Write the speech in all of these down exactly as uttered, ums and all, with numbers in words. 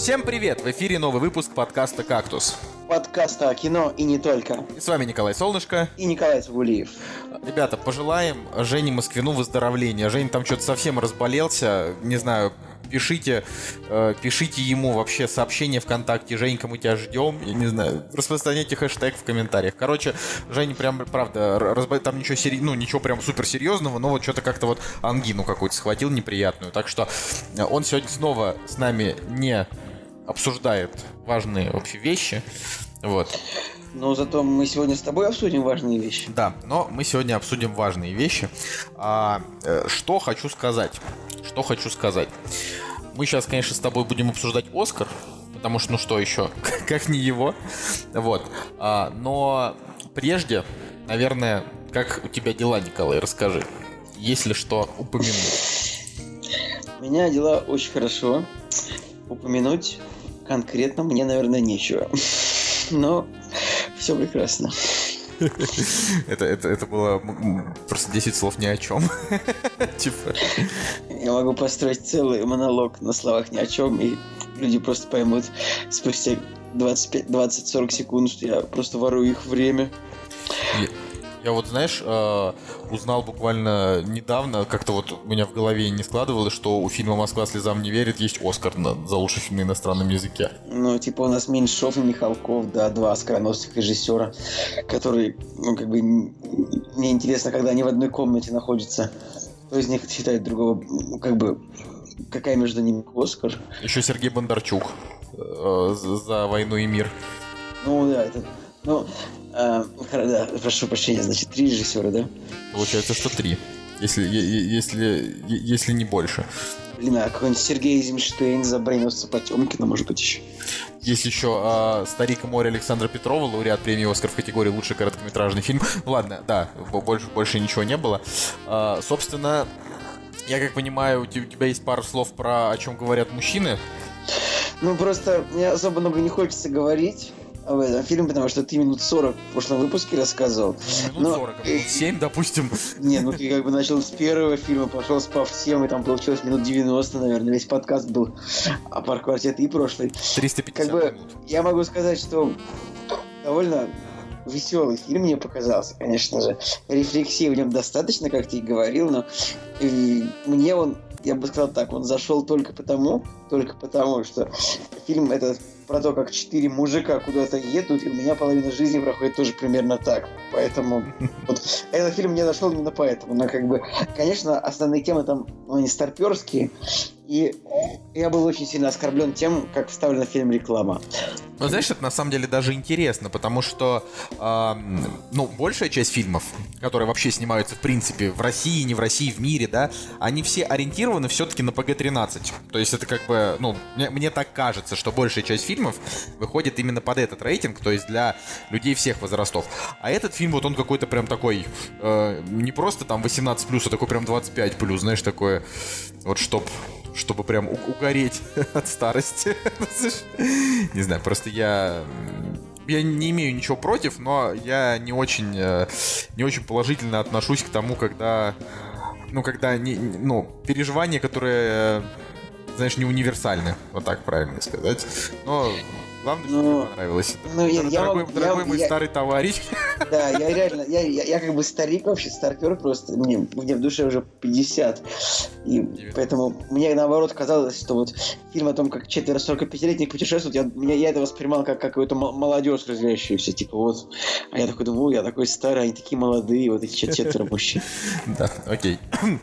Всем привет! В эфире новый выпуск подкаста «Кактус». Подкаста о кино и не только. И с вами Николай Солнышко. И Николай Цугулиев. Ребята, пожелаем Жене Москвину выздоровления. Женя там что-то совсем разболелся. Не знаю, пишите, э, пишите ему вообще сообщение ВКонтакте. Женька, мы тебя ждем. Я не знаю, распространяйте хэштег в комментариях. Короче, Женя прям, правда, разбол... там ничего, сери... ну, ничего прям суперсерьезного, но вот что-то как-то вот ангину какую-то схватил неприятную. Так что он сегодня снова с нами не обсуждает важные вообще вещи. Вот. Но зато мы сегодня с тобой обсудим важные вещи. Да, но мы сегодня обсудим важные вещи. А, э, что хочу сказать? Что хочу сказать? Мы сейчас, конечно, с тобой будем обсуждать «Оскар», потому что, ну что еще, как не его. Вот. А, но прежде, наверное, как у тебя дела, Николай, расскажи. Есть ли что упомянуть? У меня дела очень хорошо. Упомянуть конкретно мне, наверное, нечего. Но все прекрасно. Это, это, это было просто десять слов ни о чем. Типа. Я могу построить целый монолог на словах ни о чем, и люди просто поймут спустя двадцать-сорок секунд, что я просто ворую их время. Я, я вот, знаешь, э, узнал буквально недавно, как-то вот у меня в голове не складывалось, что у фильма «Москва слезам не верит» есть «Оскар» на, за лучший фильм на иностранном языке. Ну, типа у нас Меньшов и Михалков, да, два оскароносных режиссера, которые, ну, как бы, мне интересно, когда они в одной комнате находятся, кто из них считает другого, ну, как бы, какая между ними «Оскар». Еще Сергей Бондарчук э, за, за «Войну и мир». Ну, да, это, ну... А, да, прошу прощения, значит, три режиссера, да? Получается, что три, если, если, если не больше. Блин, а какой-нибудь Сергей Эйзенштейн за «Броненосца Потемкина», может быть, еще. Есть еще а, «Старик и море» Александра Петрова, лауреат премии «Оскар» в категории «Лучший короткометражный фильм». Ладно, да, больше, больше ничего не было. А, собственно, я как понимаю, у тебя есть пару слов про «О чем говорят мужчины». Ну, просто мне особо много не хочется говорить об этом фильме, потому что ты минут сорок в прошлом выпуске рассказывал. Минут но... сорок, а минут семь, допустим. Не, ну ты как бы начал с первого фильма, пошел по всем, и там получилось минут девяносто, наверное. Весь подкаст был о «Парк-квартете» и прошлый. триста пятьдесят как бы, минут. Я могу сказать, что довольно веселый фильм мне показался, конечно же. Рефлексии в нем достаточно, как ты и говорил, но и мне он, я бы сказал так, он зашел только потому, только потому, что фильм этот про то, как четыре мужика куда-то едут, и у меня половина жизни проходит тоже примерно так. Поэтому вот этот фильм мне зашел именно поэтому. Но как бы, конечно, основные темы там, ну, они старперские, и я был очень сильно оскорблен тем, как вставлена в фильм реклама. Ну, знаешь, это на самом деле даже интересно, потому что, э, ну, большая часть фильмов, которые вообще снимаются, в принципе, в России, не в России, в мире, да, они все ориентированы все-таки на пэ гэ тринадцать. То есть это как бы, ну, мне, мне так кажется, что большая часть фильмов выходит именно под этот рейтинг, то есть для людей всех возрастов. А этот фильм, вот он какой-то прям такой, э, не просто там восемнадцать плюс, а такой прям двадцать пять плюс, знаешь, такое, вот чтоб... чтобы прям угореть от старости. Не знаю, просто я... Я не имею ничего против, но я не очень, не очень положительно отношусь к тому, когда... Ну, когда... Не, ну, переживания, которые, знаешь, не универсальны. Вот так правильно сказать. Но... Главное, что ну, мне понравилось. Ну, я, дорогой я, дорогой я, мой я, старый товарищ. Да, я реально, я, я, я как бы старик вообще, старпер просто, мне, мне в душе уже пятьдесят. И девять. Поэтому мне наоборот казалось, что вот фильм о том, как четверо сорокапятилетних путешествуют, я, меня, я это воспринимал как, как какую-то молодежь развивающуюся, типа вот. А я такой думаю, я такой старый, они такие молодые, вот эти четверо мужчин. Да, окей.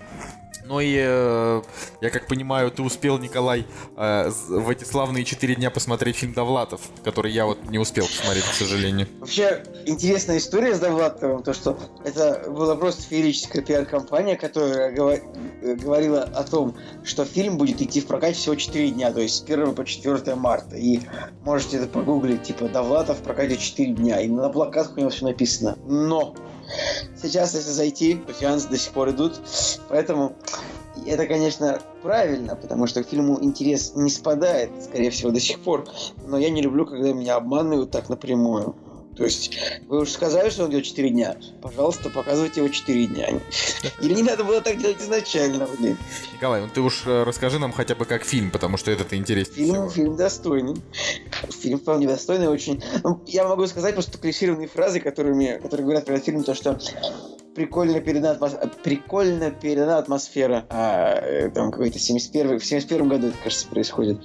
Ну и, э, я как понимаю, ты успел, Николай, э, в эти славные четыре дня посмотреть фильм «Довлатов», который я вот не успел посмотреть, к сожалению. Вообще, интересная история с Довлатовым, то, что это была просто феерическая пиар-компания, которая говор... говорила о том, что фильм будет идти в прокате всего четыре дня, то есть с первого по четвёртое марта. И можете это погуглить, типа «Довлатов в прокате четыре дня», и на плакатах у него все написано. Но сейчас, если зайти, то сеансы до сих пор идут, поэтому это, конечно, правильно, потому что к фильму интерес не спадает, скорее всего, до сих пор, но я не люблю, когда меня обманывают так напрямую. То есть вы уж сказали, что он идет четыре дня. Пожалуйста, показывайте его четыре дня. Или не надо было так делать изначально, блин. Николай, ну ты уж расскажи нам хотя бы как фильм, потому что это-то интересно. Фильм, фильм достойный. Фильм вполне достойный, очень... Ну, я могу сказать просто клишированные фразы, которыми, которые говорят про этот фильм, то, что прикольно передана, атмос... прикольно передана атмосфера. А, там какой-то семьдесят первый... В семьдесят первом году это, кажется, происходит.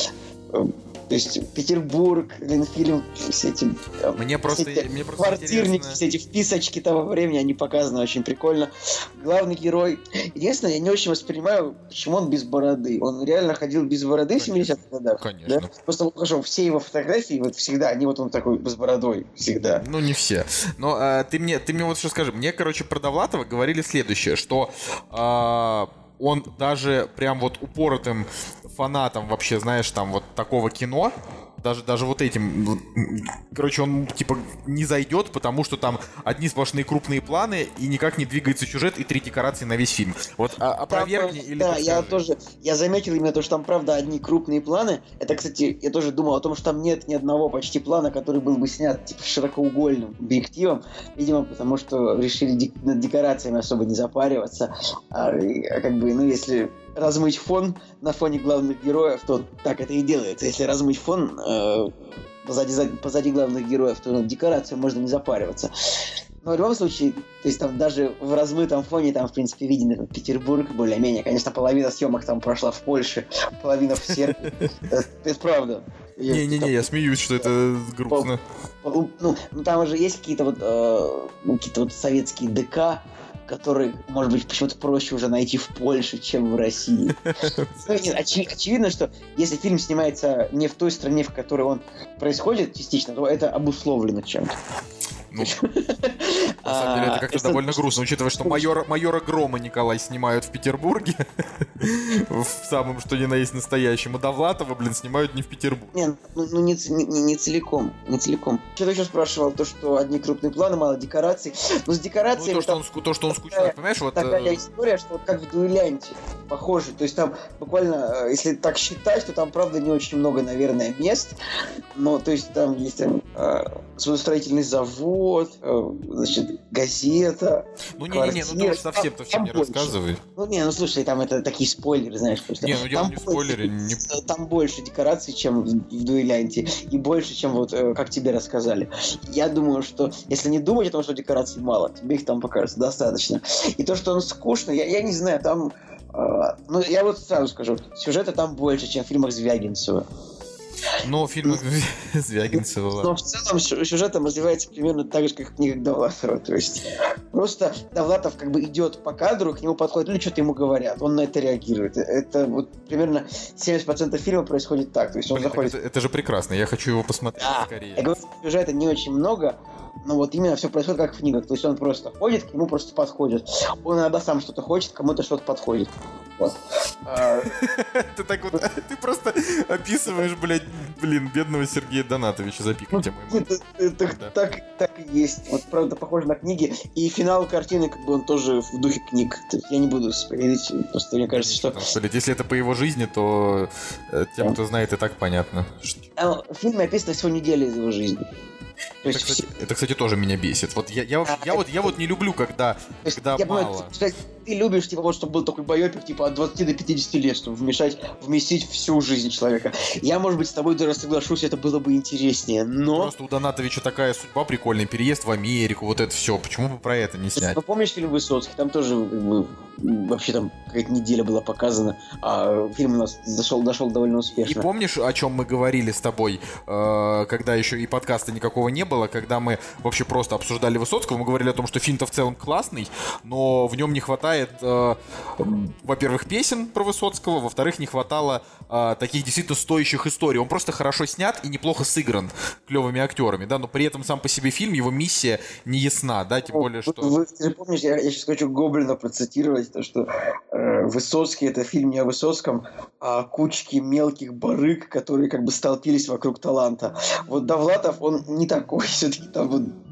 То есть Петербург, Ленфильм, все эти... Там, мне просто, все эти мне просто квартирники, интересно... все эти вписочки того времени, они показаны очень прикольно. Главный герой... Единственное, я не очень воспринимаю, почему он без бороды. Он реально ходил без бороды Конечно. в семидесятых годах. Конечно. Да? Просто, хорошо, все его фотографии, вот всегда, они вот он такой без бородой, всегда. Ну, не все. Но а, ты, мне, ты мне вот что скажи. Мне, короче, про Довлатова говорили следующее, что... А... он даже прям вот упоротым фанатом вообще, знаешь, там вот такого кино, даже, даже вот этим, короче, он типа не зайдет, потому что там одни сплошные крупные планы и никак не двигается сюжет и три декорации на весь фильм. Вот а, опровергни там, или да, подскажи. я тоже, я заметил именно то, что там, правда, одни крупные планы. Это, кстати, я тоже думал о том, что там нет ни одного почти плана, который был бы снят типа широкоугольным объективом. Видимо, потому что решили дек- над декорациями особо не запариваться. А, а как бы, ну, если размыть фон на фоне главных героев, то так это и делается. Если размыть фон э, позади, позади главных героев, то над декорацией можно не запариваться. Но в любом случае, то есть там даже в размытом фоне там, в принципе, виден этот Петербург более-менее. Конечно, половина съемок там прошла в Польше, половина в Сербии. Это правда. Не-не-не, я смеюсь, что это грустно. Ну, там же есть какие-то вот какие-то вот советские ДК, который, может быть, почему-то проще уже найти в Польше, чем в России. Ну, нет, очи- очевидно, что если фильм снимается не в той стране, в которой он происходит частично, то это обусловлено чем-то. Ну, на самом деле, это как-то довольно грустно, учитывая, что майора, майора Грома Николай снимают в Петербурге, в самом что ни на есть настоящем, а Довлатова, блин, снимают не в Петербурге. Не, ну, ну не, не, не целиком, не целиком. Что-то еще спрашивал, то, что одни крупные планы, мало декораций. Но с декорациями... Ну, то, что он, то, что он скучный, понимаешь, вот... Такая история, что вот как в «Дуэлянте», похоже. То есть там буквально, если так считать, то там, правда, не очень много, наверное, мест. Но, то есть там есть там, судостроительный завод, значит, газета, ну не-не-не, ну ты уж совсем-то все не рассказывай. Ну не, ну слушай, там это такие спойлеры, знаешь, просто. Не, ну дело не в спойлере. Не... Там больше декораций, чем в, в «Дуэлянте, и больше, чем вот как тебе рассказали. Я думаю, что если не думать о том, что декораций мало, тебе их там покажется достаточно. И то, что он скучный, я, я не знаю, там... Э, ну, я вот сразу скажу, сюжета там больше, чем в фильмах Звягинцева. Но в фильмах Звягинцева... Но в целом сюжет там развивается примерно так же, как в книгах Довлатова. То есть просто Довлатов как бы идет по кадру, к нему подходят люди, что-то ему говорят, он на это реагирует. Это вот примерно семьдесят процентов фильма происходит так. То есть он Блин, заходит... это, это же прекрасно, я хочу его посмотреть да, скорее. Я говорю, сюжета не очень много, но вот именно все происходит как в книгах. То есть он просто ходит, к нему просто подходит. Он иногда сам что-то хочет, кому-то что-то подходит. Вот. Ты так вот, ты просто описываешь, блядь, блин, бедного Сергея Донатовича, запикайте мой. Так и есть. Вот, правда, похоже на книги. И финал картины, как бы, он тоже в духе книг. Я не буду спойлерить, просто мне кажется, что... Если это по его жизни, то тем, кто знает, и так понятно. В фильме описано всего неделя из его жизни. Это, есть, кстати, все... это, кстати, тоже меня бесит. Вот я, я, а, я, это... вот, я вот не люблю, когда, когда я мало. Понимаю, ты, ты любишь, типа, вот, чтобы был такой байопик, типа, от двадцати до пятидесяти лет, чтобы вмешать, вместить всю жизнь человека. Я, может быть, с тобой даже соглашусь, это было бы интереснее, но... Просто у Донатовича такая судьба прикольная, переезд в Америку, вот это все. Почему бы про это не снять? Ну, помнишь фильм «Высоцкий»? Там тоже, как бы, вообще там какая-то неделя была показана, а фильм у нас дошел, дошел довольно успешно. И помнишь, о чем мы говорили с тобой, э, когда еще и подкаста никакого не было, когда мы вообще просто обсуждали Высоцкого, мы говорили о том, что фильм-то в целом классный, но в нем не хватает, э, во-первых, песен про Высоцкого, во-вторых, не хватало э, таких действительно стоящих историй. Он просто хорошо снят и неплохо сыгран клевыми актерами, да, но при этом сам по себе фильм, его миссия не ясна, да, тем более, что... Вы, ты же помнишь, я, я сейчас хочу Гоблина процитировать, то, что э, Высоцкий — это фильм не о Высоцком, а о кучке мелких барыг, которые как бы столпились вокруг таланта. Вот Довлатов, он не такой, все-таки там вот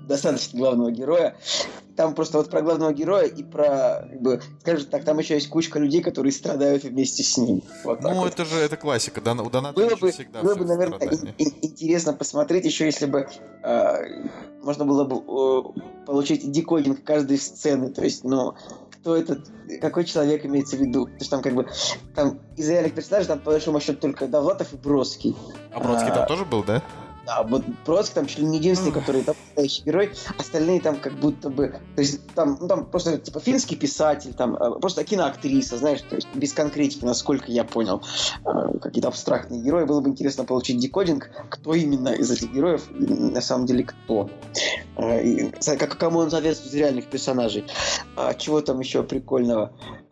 достаточно главного героя. Там просто вот про главного героя и про, как бы, скажем так, там еще есть кучка людей, которые страдают вместе с ним. Вот ну, вот. это же это классика. Да, у Доната было бы, всегда было бы, наверное, ин- ин- интересно посмотреть еще, если бы э, можно было бы э, получить декодинг каждой сцены. То есть, ну, кто этот, какой человек имеется в виду. То есть там как бы там из реальных персонажей там, по большому счету, только Довлатов и Бродский. А Бродский а, там тоже был, да? Да, вот Бродский там чуть ли не единственный, который там настоящий герой, остальные там как будто бы, то есть там, ну, там просто типа финский писатель, там просто киноактриса, знаешь, то есть без конкретики, насколько я понял, какие-то абстрактные герои. Было бы интересно получить декодинг, кто именно из этих героев на самом деле кто, и как кому он соответствует из реальных персонажей. А чего там еще прикольного?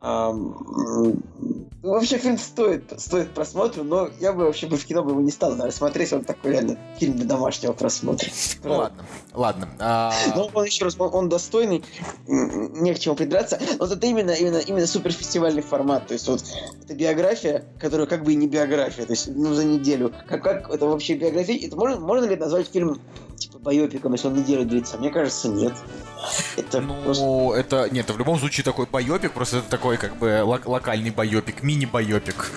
Вообще фильм стоит, стоит просмотра, но я бы вообще бы в кино бы его не стал, наверное, смотреть, он такой реально фильм для домашнего просмотра. Ну, ладно, ладно. А... Но он еще раз, он, он достойный, не к чему придраться. Вот это именно, именно, именно суперфестивальный формат. То есть вот это биография, которая как бы и не биография. То есть, ну, за неделю. Как, как это вообще биография? Это можно, можно ли назвать фильм типа байопиком, если он неделю длится? Мне кажется, нет. Это ну, просто... это... Нет, это в любом случае такой байопик, просто это такой как бы лок- локальный байопик, мини-байопик.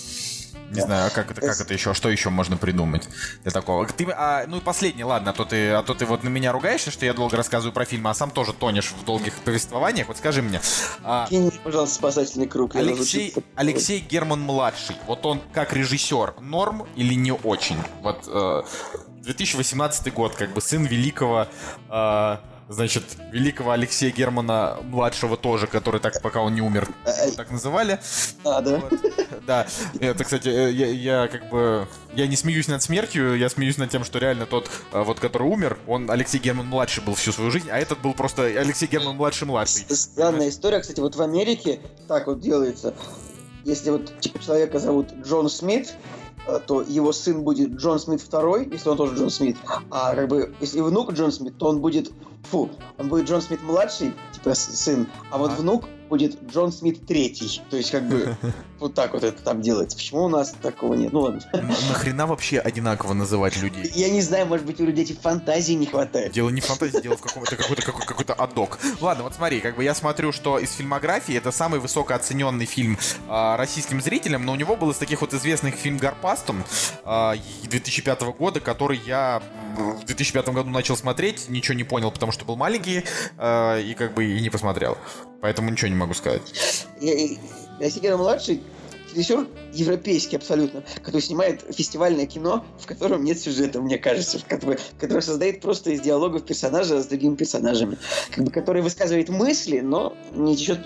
Не да. знаю, а как это, как это еще, что еще можно придумать для такого? Ты, а, ну и последний, ладно, а то, ты, а то ты вот на меня ругаешься, что я долго рассказываю про фильмы, а сам тоже тонешь в долгих повествованиях. Вот скажи мне. А, Кинь, пожалуйста, «Спасательный круг». Алексей, Алексей Герман-младший, вот он как режиссер норм или не очень? Вот э, две тысячи восемнадцатый год, как бы сын великого... Э, Значит, великого Алексея Германа младшего тоже, который так, пока он не умер, так называли. А, да? Вот. Да. Это, кстати, я, я как бы... Я не смеюсь над смертью, я смеюсь над тем, что реально тот, вот, который умер, он Алексей Герман младший был всю свою жизнь, а этот был просто Алексей Герман младший младший. Странная история, кстати, вот в Америке так вот делается. Если вот типа человека зовут Джон Смит, то его сын будет Джон Смит второй, если он тоже Джон Смит. А как бы, если внук Джон Смит, то он будет... Фу, он будет Джон Смит младший, типа сын, а вот внук будет Джон Смит третий. То есть, как бы, вот так вот это там делается. Почему у нас такого нет? Ну ладно. Нахрена вообще одинаково называть людей? Я не знаю, может быть, у людей фантазии не хватает. Дело не в фантазии, дело в каком-то какой-то какой-то какой-то адок. Ладно, вот смотри, как бы я смотрю, что из фильмографии это самый высокооцененный фильм э, российским зрителям, но у него был из таких вот известных фильм «Гарпастум» э, две тысячи пятого года, который я в две тысячи пятом году начал смотреть, ничего не понял, потому что был маленький, э, и как бы и не посмотрел. Поэтому ничего не могу сказать. Алексей Герман-младший режиссер европейский абсолютно, который снимает фестивальное кино, в котором нет сюжета, мне кажется, который, который создает просто из диалогов персонажа с другими персонажами, как бы, который высказывает мысли, но не течет,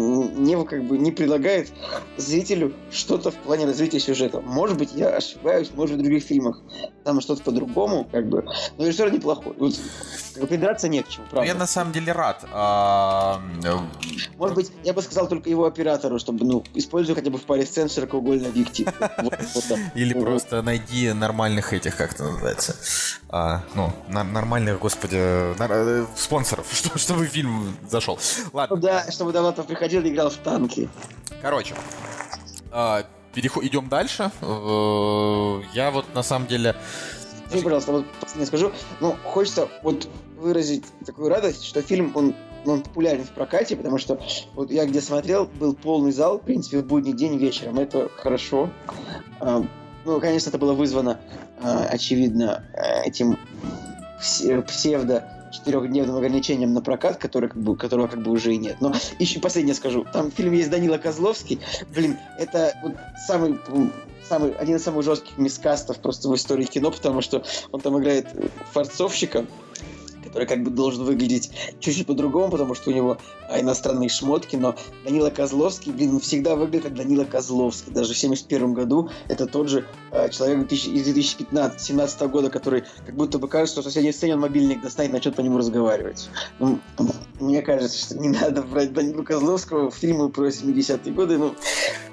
не, как бы, не предлагает зрителю что-то в плане развития сюжета. Может быть, я ошибаюсь, может, в других фильмах там что-то по-другому, как бы, но режиссер неплохой. Вот, как бы, придраться не к чему, правда. Я на самом деле рад. А... Может быть, я бы сказал только его оператору, чтобы, ну, используя хотя бы в паре сцен широкоугольный объектив. Вот, вот, да. Или вот. Просто найди нормальных этих, как это называется, а, ну, на- нормальных, господи, на- спонсоров, что- чтобы фильм зашел. Ладно. Ну да, чтобы Довлатов приходил и играл в танки. Короче, а, переход... идем дальше. Э, Я вот на самом деле... Скажи, пожалуйста, вот последнее скажу. Ну, хочется вот выразить такую радость, что фильм, он он популярен в прокате, потому что вот я где смотрел, был полный зал, в принципе, в будний день вечером. Это хорошо. А, ну, конечно, это было вызвано, а, очевидно, этим псевдо четырехдневным ограничением на прокат, который, как бы, которого как бы уже и нет. Но еще последнее скажу. Там в фильме есть Данила Козловский. Блин, это вот самый... Самый, один из самых жестких мискастов просто в истории кино, потому что он там играет форцовщика, который как бы должен выглядеть чуть-чуть по-другому, потому что у него иностранные шмотки, но Данила Козловский, блин, он всегда выглядит как Данила Козловский. Даже в семьдесят первом году это тот же э, человек из две тысячи семнадцатого года, который как будто бы кажется, что в соседней сцене он мобильник достанет и начнет по нему разговаривать. Ну, мне кажется, что не надо брать Данилу Козловского в фильмы про семидесятые годы, ну,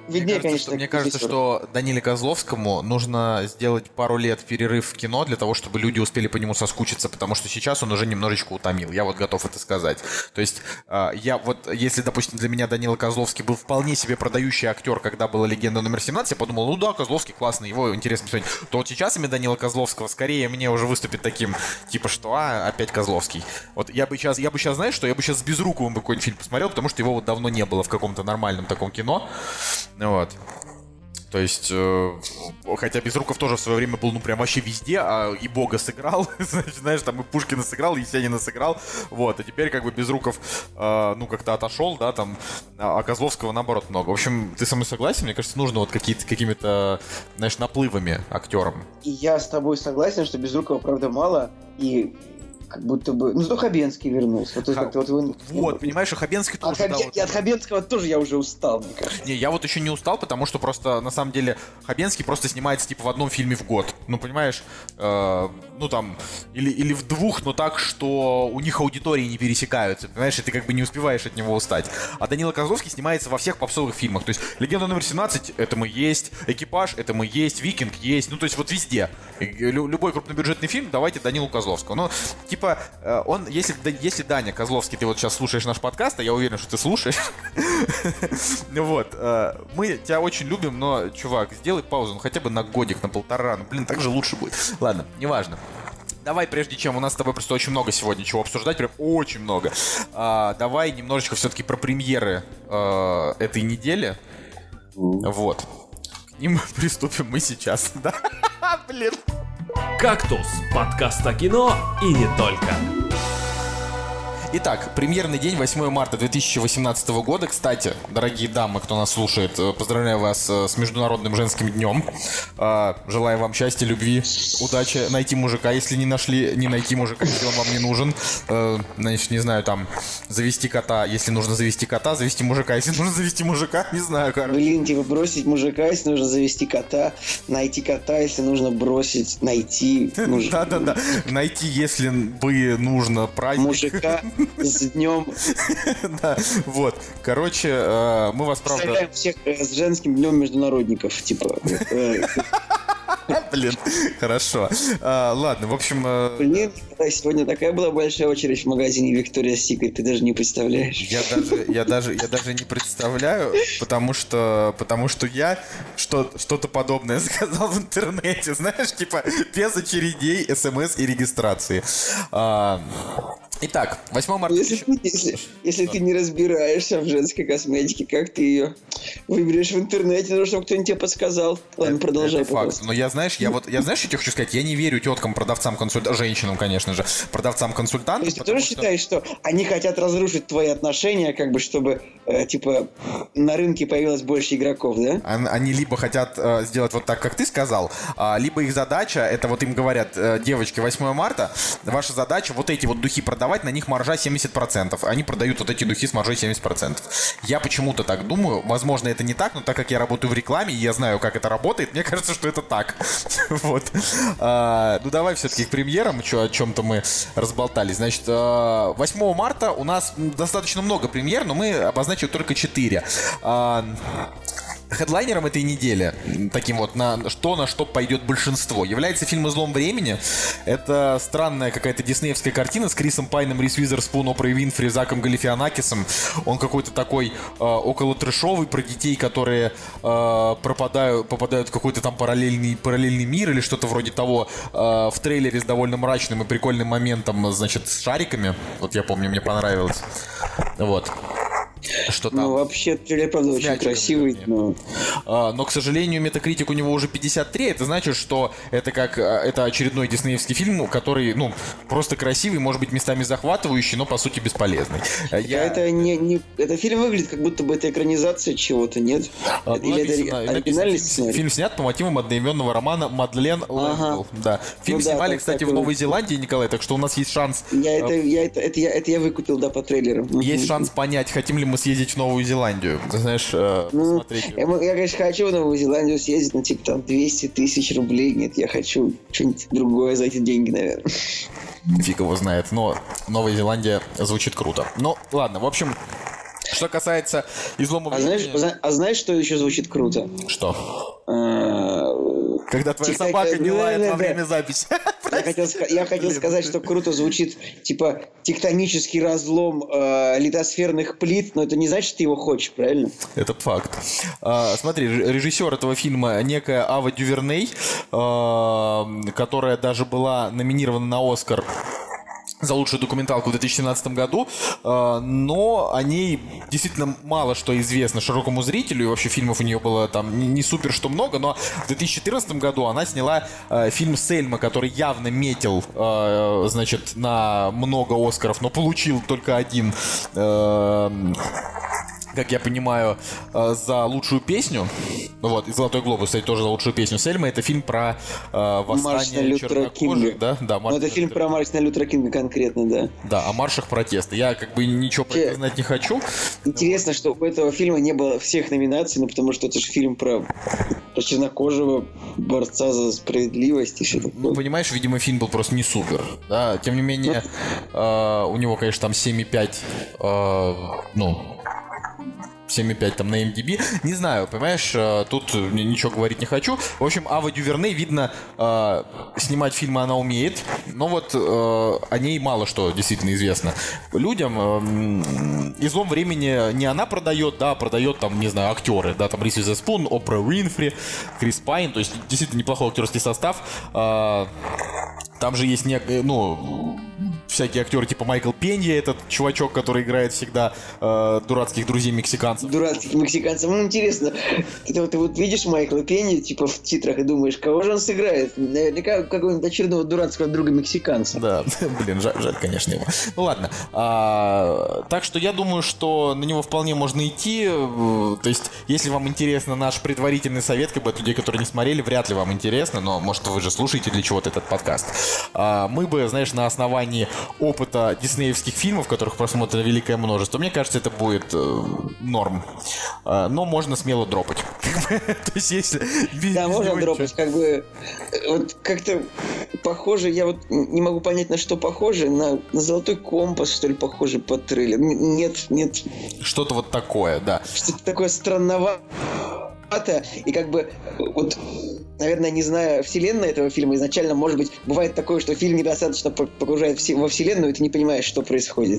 виднее, мне кажется, конечно. что, мне кажется, что Даниле Козловскому нужно сделать пару лет перерыв в кино для того, чтобы люди успели по нему соскучиться, потому что сейчас он уже немножечко утомил. Я вот готов это сказать. То есть э, я вот, если, допустим, для меня Данила Козловский был вполне себе продающий актер, когда была «Легенда номер семнадцать», я подумал, ну да, Козловский классный, его интересно посмотреть. То вот сейчас имя Данила Козловского скорее мне уже выступит таким, типа, что, а, опять Козловский. Вот я бы сейчас, я бы сейчас, знаешь что, я бы сейчас с Безруковым бы какой-нибудь фильм посмотрел, потому что его вот давно не было в каком-то нормальном таком кино. Вот. То есть, э, хотя Безруков тоже в свое время был, ну, прям вообще везде, а и Бога сыграл, знаешь, там и Пушкина сыграл, и Есенина сыграл, вот, и теперь как бы Безруков, э, ну, как-то отошел, да, там, а Козловского, наоборот, много. В общем, ты со мной согласен? Мне кажется, нужно вот какие-то, какими-то, знаешь, наплывами актерам. И я с тобой согласен, что Безрукова, правда, мало, и как будто бы... Ну, зато Хабенский вернулся. Вот, Ха... вот, вот, вот понимаешь, и Хабенский тоже... От, Хабен... да, вот... И от Хабенского тоже я уже устал, мне кажется. Не, я вот еще не устал, потому что просто, на самом деле, Хабенский просто снимается, типа, в одном фильме в год. Ну, понимаешь? Э, ну, там... Или, или в двух, но так, что у них аудитории не пересекаются, понимаешь? И ты как бы не успеваешь от него устать. А Данила Козловский снимается во всех попсовых фильмах. То есть, «Легенда номер семнадцать» — это мы есть, «Экипаж» — это мы есть, «Викинг» есть. Ну, то есть, вот везде. Лю- любой крупнобюджетный фильм, давайте Данилу Козловского. Ну, типа, он, если, если, Даня Козловский, ты вот сейчас слушаешь наш подкаст, а я уверен, что ты слушаешь, вот, мы тебя очень любим, но, чувак, сделай паузу, ну, хотя бы на годик, на полтора, ну, блин, так же лучше будет. Ладно, неважно. Давай, прежде чем, у нас с тобой просто очень много сегодня чего обсуждать, прям очень много. А, давай немножечко все-таки про премьеры а, этой недели. Mm. Вот. К ним приступим мы сейчас, да? Блин. «Кактус» — подкаст о кино и не только. Итак, премьерный день, восьмое марта две тысячи восемнадцатого года. Кстати, дорогие дамы, кто нас слушает, поздравляю вас с Международным женским днем. Желаю вам счастья, любви, удачи, найти мужика, если не нашли, не найти мужика, если он вам не нужен. Значит, не знаю, там, завести кота, если нужно завести кота, завести мужика, если нужно завести мужика, не знаю, короче. Блин, типа бросить мужика, если нужно завести кота, найти кота, если нужно бросить, найти мужика. Да-да-да, найти, если бы нужно праздник. Мужика. С днем. Да, вот. Короче, мы вас, правда... Поздравляем всех с женским днем международников, типа. Блин, хорошо. А, ладно, в общем... Блин, сегодня такая была большая очередь в магазине Victoria's Secret, ты даже не представляешь. Я даже, я даже, я даже не представляю, потому что, потому что я что, что-то подобное заказал в интернете, знаешь, типа без очередей, смс и регистрации. А, итак, восьмое марта... Если, ты, если, если ты не разбираешься в женской косметике, как ты ее выберешь в интернете, нужно, чтобы кто-нибудь тебе подсказал. Ладно, это, продолжай, это факт. Но я, знаешь, я вот, я знаешь, что я хочу сказать? Я не верю теткам, продавцам, консультантам, женщинам, конечно же, продавцам-консультантам. То есть ты тоже что... считаешь, что они хотят разрушить твои отношения, как бы, чтобы, э, типа, на рынке появилось больше игроков, да? Они либо хотят э, сделать вот так, как ты сказал, э, либо их задача, это вот им говорят, э, девочки, восьмое марта, ваша задача вот эти вот духи продавать, на них маржа семьдесят процентов. Они продают вот эти духи с маржой семьдесят процентов. Я почему-то так думаю, возможно, это не так, но так как я работаю в рекламе, и я знаю, как это работает, мне кажется, что это так. Вот. А, ну, давай все-таки к премьерам, чё, о чем-то мы разболтались. Значит, восьмое марта у нас достаточно много премьер, но мы обозначили только четыре. А, хедлайнером этой недели, таким вот, на что на что пойдет большинство, является фильм «Излом времени». Это странная какая-то диснеевская картина с Крисом Пайном, Риз Уизерспун, Опрой Винфри, Заком Галифианакисом. Он какой-то такой э, около трэшовый, про детей, которые э, пропадают, попадают в какой-то там параллельный, параллельный мир или что-то вроде того. Э, в трейлере с довольно мрачным и прикольным моментом, значит, с шариками. Вот я помню, мне понравилось. Вот. Что там? Ну, вообще, трейлер, правда, очень мячиком, красивый, но... А, но, к сожалению, Metacritic у него уже пятьдесят три. Это значит, что это как это очередной диснеевский фильм, который, ну, просто красивый, может быть, местами захватывающий, но, по сути, бесполезный. Я... Это, не, не... это фильм выглядит, как будто бы это экранизация чего-то, нет? А, Или написано, это оригинальный написано, фильм, фильм снят по мотивам одноименного романа Мадлен Лэндл. Ага. Да. Фильм ну, снимали, да, кстати, так, в Новой Зеландии, Николай, так что у нас есть шанс... Я это, я это, это, я, это я выкупил, да, по трейлеру. Есть шанс понять, хотим ли мы съездить в Новую Зеландию. Ты знаешь, э, ну, посмотреть. Я, я, конечно, хочу в Новую Зеландию съездить, но типа там двести тысяч рублей. Нет, я хочу что-нибудь другое за эти деньги, наверное. Фиг его знает, но Новая Зеландия звучит круто. Ну, ладно, в общем... Что касается излома А времени... знаешь, зна- а знаешь, что еще звучит круто? Что? А, Когда твоя тихо, собака не да, лает да, во да. время записи. Я хотел, ска- я хотел Блин, сказать, ты- что круто звучит, типа, тектонический разлом э, литосферных плит, но это не значит, что ты его хочешь, правильно? Это факт. А, смотри, ре- режиссер этого фильма некая Ава Дюверней, а, которая даже была номинирована на Оскар за лучшую документалку в две тысячи семнадцатом году, а, но о ней действительно мало что известно широкому зрителю, и вообще фильмов у нее было там не, не супер что много, но в две тысячи четырнадцатом году она сняла а, фильм «Сельма», который явно метил, а, значит, на много Оскаров, но получил только один, а, как я понимаю, э, за лучшую песню. Вот, и «Золотой глобус», кстати, тоже за лучшую песню. «Сельма» — это фильм про э, восстание чернокожих. Да, да, Ну, это фильм про Мартина Лютера Кинга конкретно, да. Да, о маршах протеста. Я как бы ничего про это знать не хочу. Интересно, что у этого фильма не было всех номинаций, ну, потому что это же фильм про, про чернокожего борца за справедливость и все такое. Ну, понимаешь, видимо, фильм был просто не супер. Да, тем не менее, э, у него, конечно, там семь и пять, э, ну... семь и пять там на эм ди би. Не знаю, понимаешь, э, тут ничего говорить не хочу. В общем, Ава Дюверней, видно, э, снимать фильмы она умеет, но вот э, о ней мало что действительно известно людям. Э, «Излом времени» не она продает, да, продает там, не знаю, актеры, да, там Риз Уизерспун, Опра Уинфри, Крис Пайн, то есть действительно неплохой актерский состав. Э, там же есть, не, ну, всякие актеры типа Майкл Пенья, этот чувачок, который играет всегда э, дурацких друзей мексиканцев. Дурацких мексиканцев. Ну, интересно, ты, вот- ты вот видишь Майкла Пенни, типа, в титрах и думаешь, кого же он сыграет? Наверняка какого-нибудь очередного дурацкого друга мексиканца. Да, блин, жаль, жаль, конечно, его. Ну ладно. А, так что я думаю, что на него вполне можно идти. Э, То есть, если вам интересно наш предварительный совет, как бы от людей, которые не смотрели, вряд ли вам интересно, но, может, вы же слушаете для чего-то этот подкаст. А, мы бы, знаешь, на основании опыта диснеевских фильмов, которых просмотрено великое множество, мне кажется, это будет э, норм. А, но можно смело дропать. То есть, если... без- Да, без можно него дропать, как бы, э, вот как-то похоже, я вот не могу понять, на что похоже, на, на «Золотой компас», что ли, похоже по трейлеру. Н- Нет, нет, ничего. Что-то вот такое, да. что-то такое странноватое, и как бы, вот, наверное, не зная вселенной этого фильма, изначально, может быть, бывает такое, что фильм недостаточно по- погружает все- во вселенную, и ты не понимаешь, что происходит.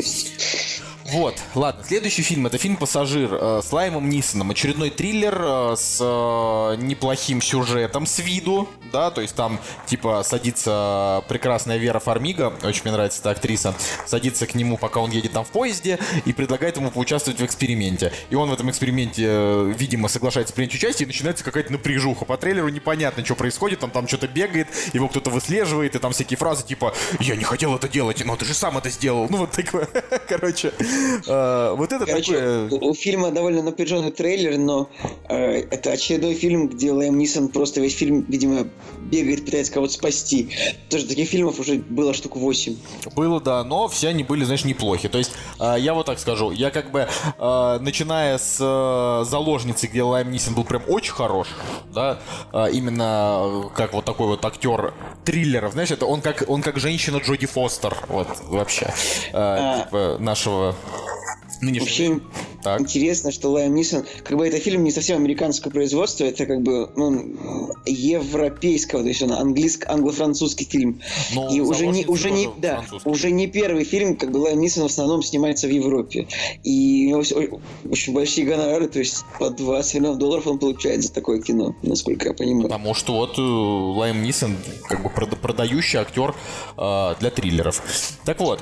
Вот, ладно, следующий фильм — это фильм «Пассажир» э, с Лаймом Нисоном. Очередной триллер э, с э, неплохим сюжетом с виду, да, то есть там, типа, садится прекрасная Вера Фармига, очень мне нравится эта актриса, садится к нему, пока он едет там в поезде, и предлагает ему поучаствовать в эксперименте. И он в этом эксперименте, э, видимо, соглашается принять участие, и начинается какая-то напряжуха. По трейлеру непонятно, что происходит, он там что-то бегает, его кто-то выслеживает, и там всякие фразы типа «Я не хотел это делать, но ты же сам это сделал». Ну, вот такое, короче... Uh, вот это Короче, такое... у, у фильма довольно напряженный трейлер, но э, это очередной фильм, где Лайм Нисон просто весь фильм, видимо, бегает, пытается кого-то спасти. Тоже таких фильмов уже было штук восемь. Было, да, но все они были, знаешь, неплохи. То есть, э, я вот так скажу, я как бы, э, начиная с э, «Заложницы», где Лайм Нисон был прям очень хорош, да, э, именно э, как вот такой вот актер триллеров, знаешь, это он как, он как женщина Джоди Фостер, вот, вообще, э, А. типа нашего... нынешнего... Вообще Так. интересно, что Лайм Нисон, как бы это фильм не совсем американского производства, это как бы ну, европейского, то есть он английско- англо-французский фильм. Но И уже не, «Заложницы» уже не, тоже да, французский. уже не первый фильм, как бы Лайм Нисон в основном снимается в Европе. И у него всё- очень большие гонорары, то есть по двадцать миллионов долларов он получает за такое кино, насколько я понимаю. Потому что вот э, Лайм Нисон как бы прода- продающий актер э, для триллеров. Так вот.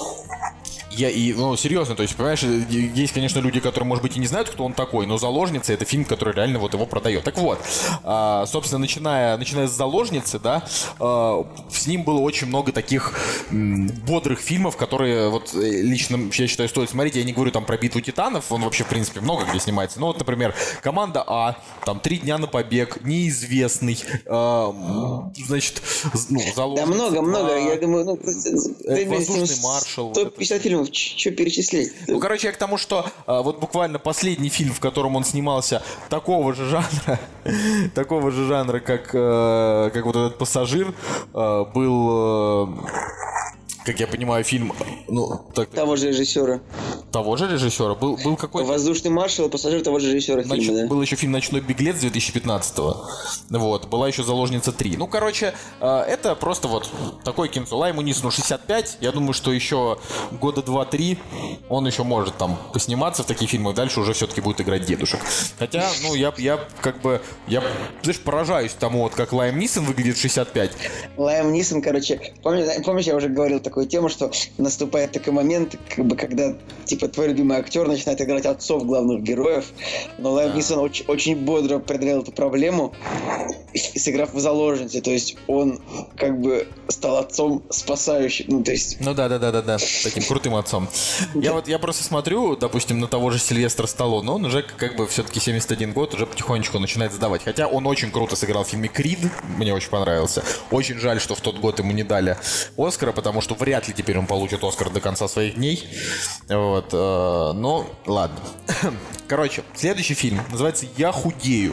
Я и, ну, серьезно, то есть, понимаешь, есть, конечно, люди, которые, может быть, и не знают, кто он такой, но «Заложница» — это фильм, который реально вот его продает. Так вот, а, собственно, начиная, начиная с «Заложницы», да, а, с ним было очень много таких м, бодрых фильмов, которые, вот, э, лично, я считаю, стоит смотреть. Я не говорю там про «Битву титанов», он вообще, в принципе, много где снимается. Ну, вот, например, «Команда А», там «Три дня на побег», «Неизвестный», а, м, значит, ну, Да «Заложница». много-много, а, я думаю, ну, э, «Воздушный маршал», вот сто пятьдесят фильмов, что перечислять? Ну, короче, я к тому, что а, вот буквально последний фильм, в котором он снимался, такого же жанра, такого же жанра, как, э, как вот этот «Пассажир», э, был, э, как я понимаю, фильм, ну, так, Того же режиссера. того же режиссера. Был, был какой-то... «Воздушный маршал» и «Пассажир» того же режиссера Нач... фильма, да? Был еще фильм «Ночной беглец» две тысячи пятнадцатого. Вот. Была еще «Заложница три». Ну, короче, это просто вот такой кинцо. Лайму Нисону шестьдесят пять. Я думаю, что еще года два-три он еще может там посниматься в такие фильмы. Дальше уже все-таки будет играть дедушек. Хотя, ну, я, я как бы... Я, знаешь, поражаюсь тому, вот как Лайм Нисон выглядит в шестьдесят пять. Лайм Нисон, короче... Помнишь, помнишь, я уже говорил такую тему, что наступает такой момент, как бы, когда, типа, твой любимый актер начинает играть отцов главных героев. Но Лайм Нисон очень, очень бодро преодолел эту проблему, сыграв в «Заложнице». То есть он, как бы, стал отцом спасающим. Ну, то есть... Ну, да-да-да-да-да. Таким крутым отцом. Я вот, я просто смотрю, допустим, на того же Сильвестра Сталлоне, он уже, как бы, все-таки семьдесят один год, уже потихонечку начинает сдавать. Хотя он очень круто сыграл в фильме «Крид», мне очень понравился. Очень жаль, что в тот год ему не дали Оскара, потому что вряд ли теперь он получит Оскар до конца своих дней. Вот. Ну, ладно. Короче, следующий фильм называется «Я худею».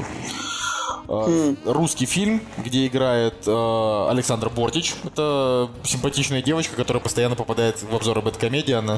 Mm. Русский фильм, где играет э, Александра Бортич. Это симпатичная девочка, которая постоянно попадает в обзоры бэдкомедии. Она...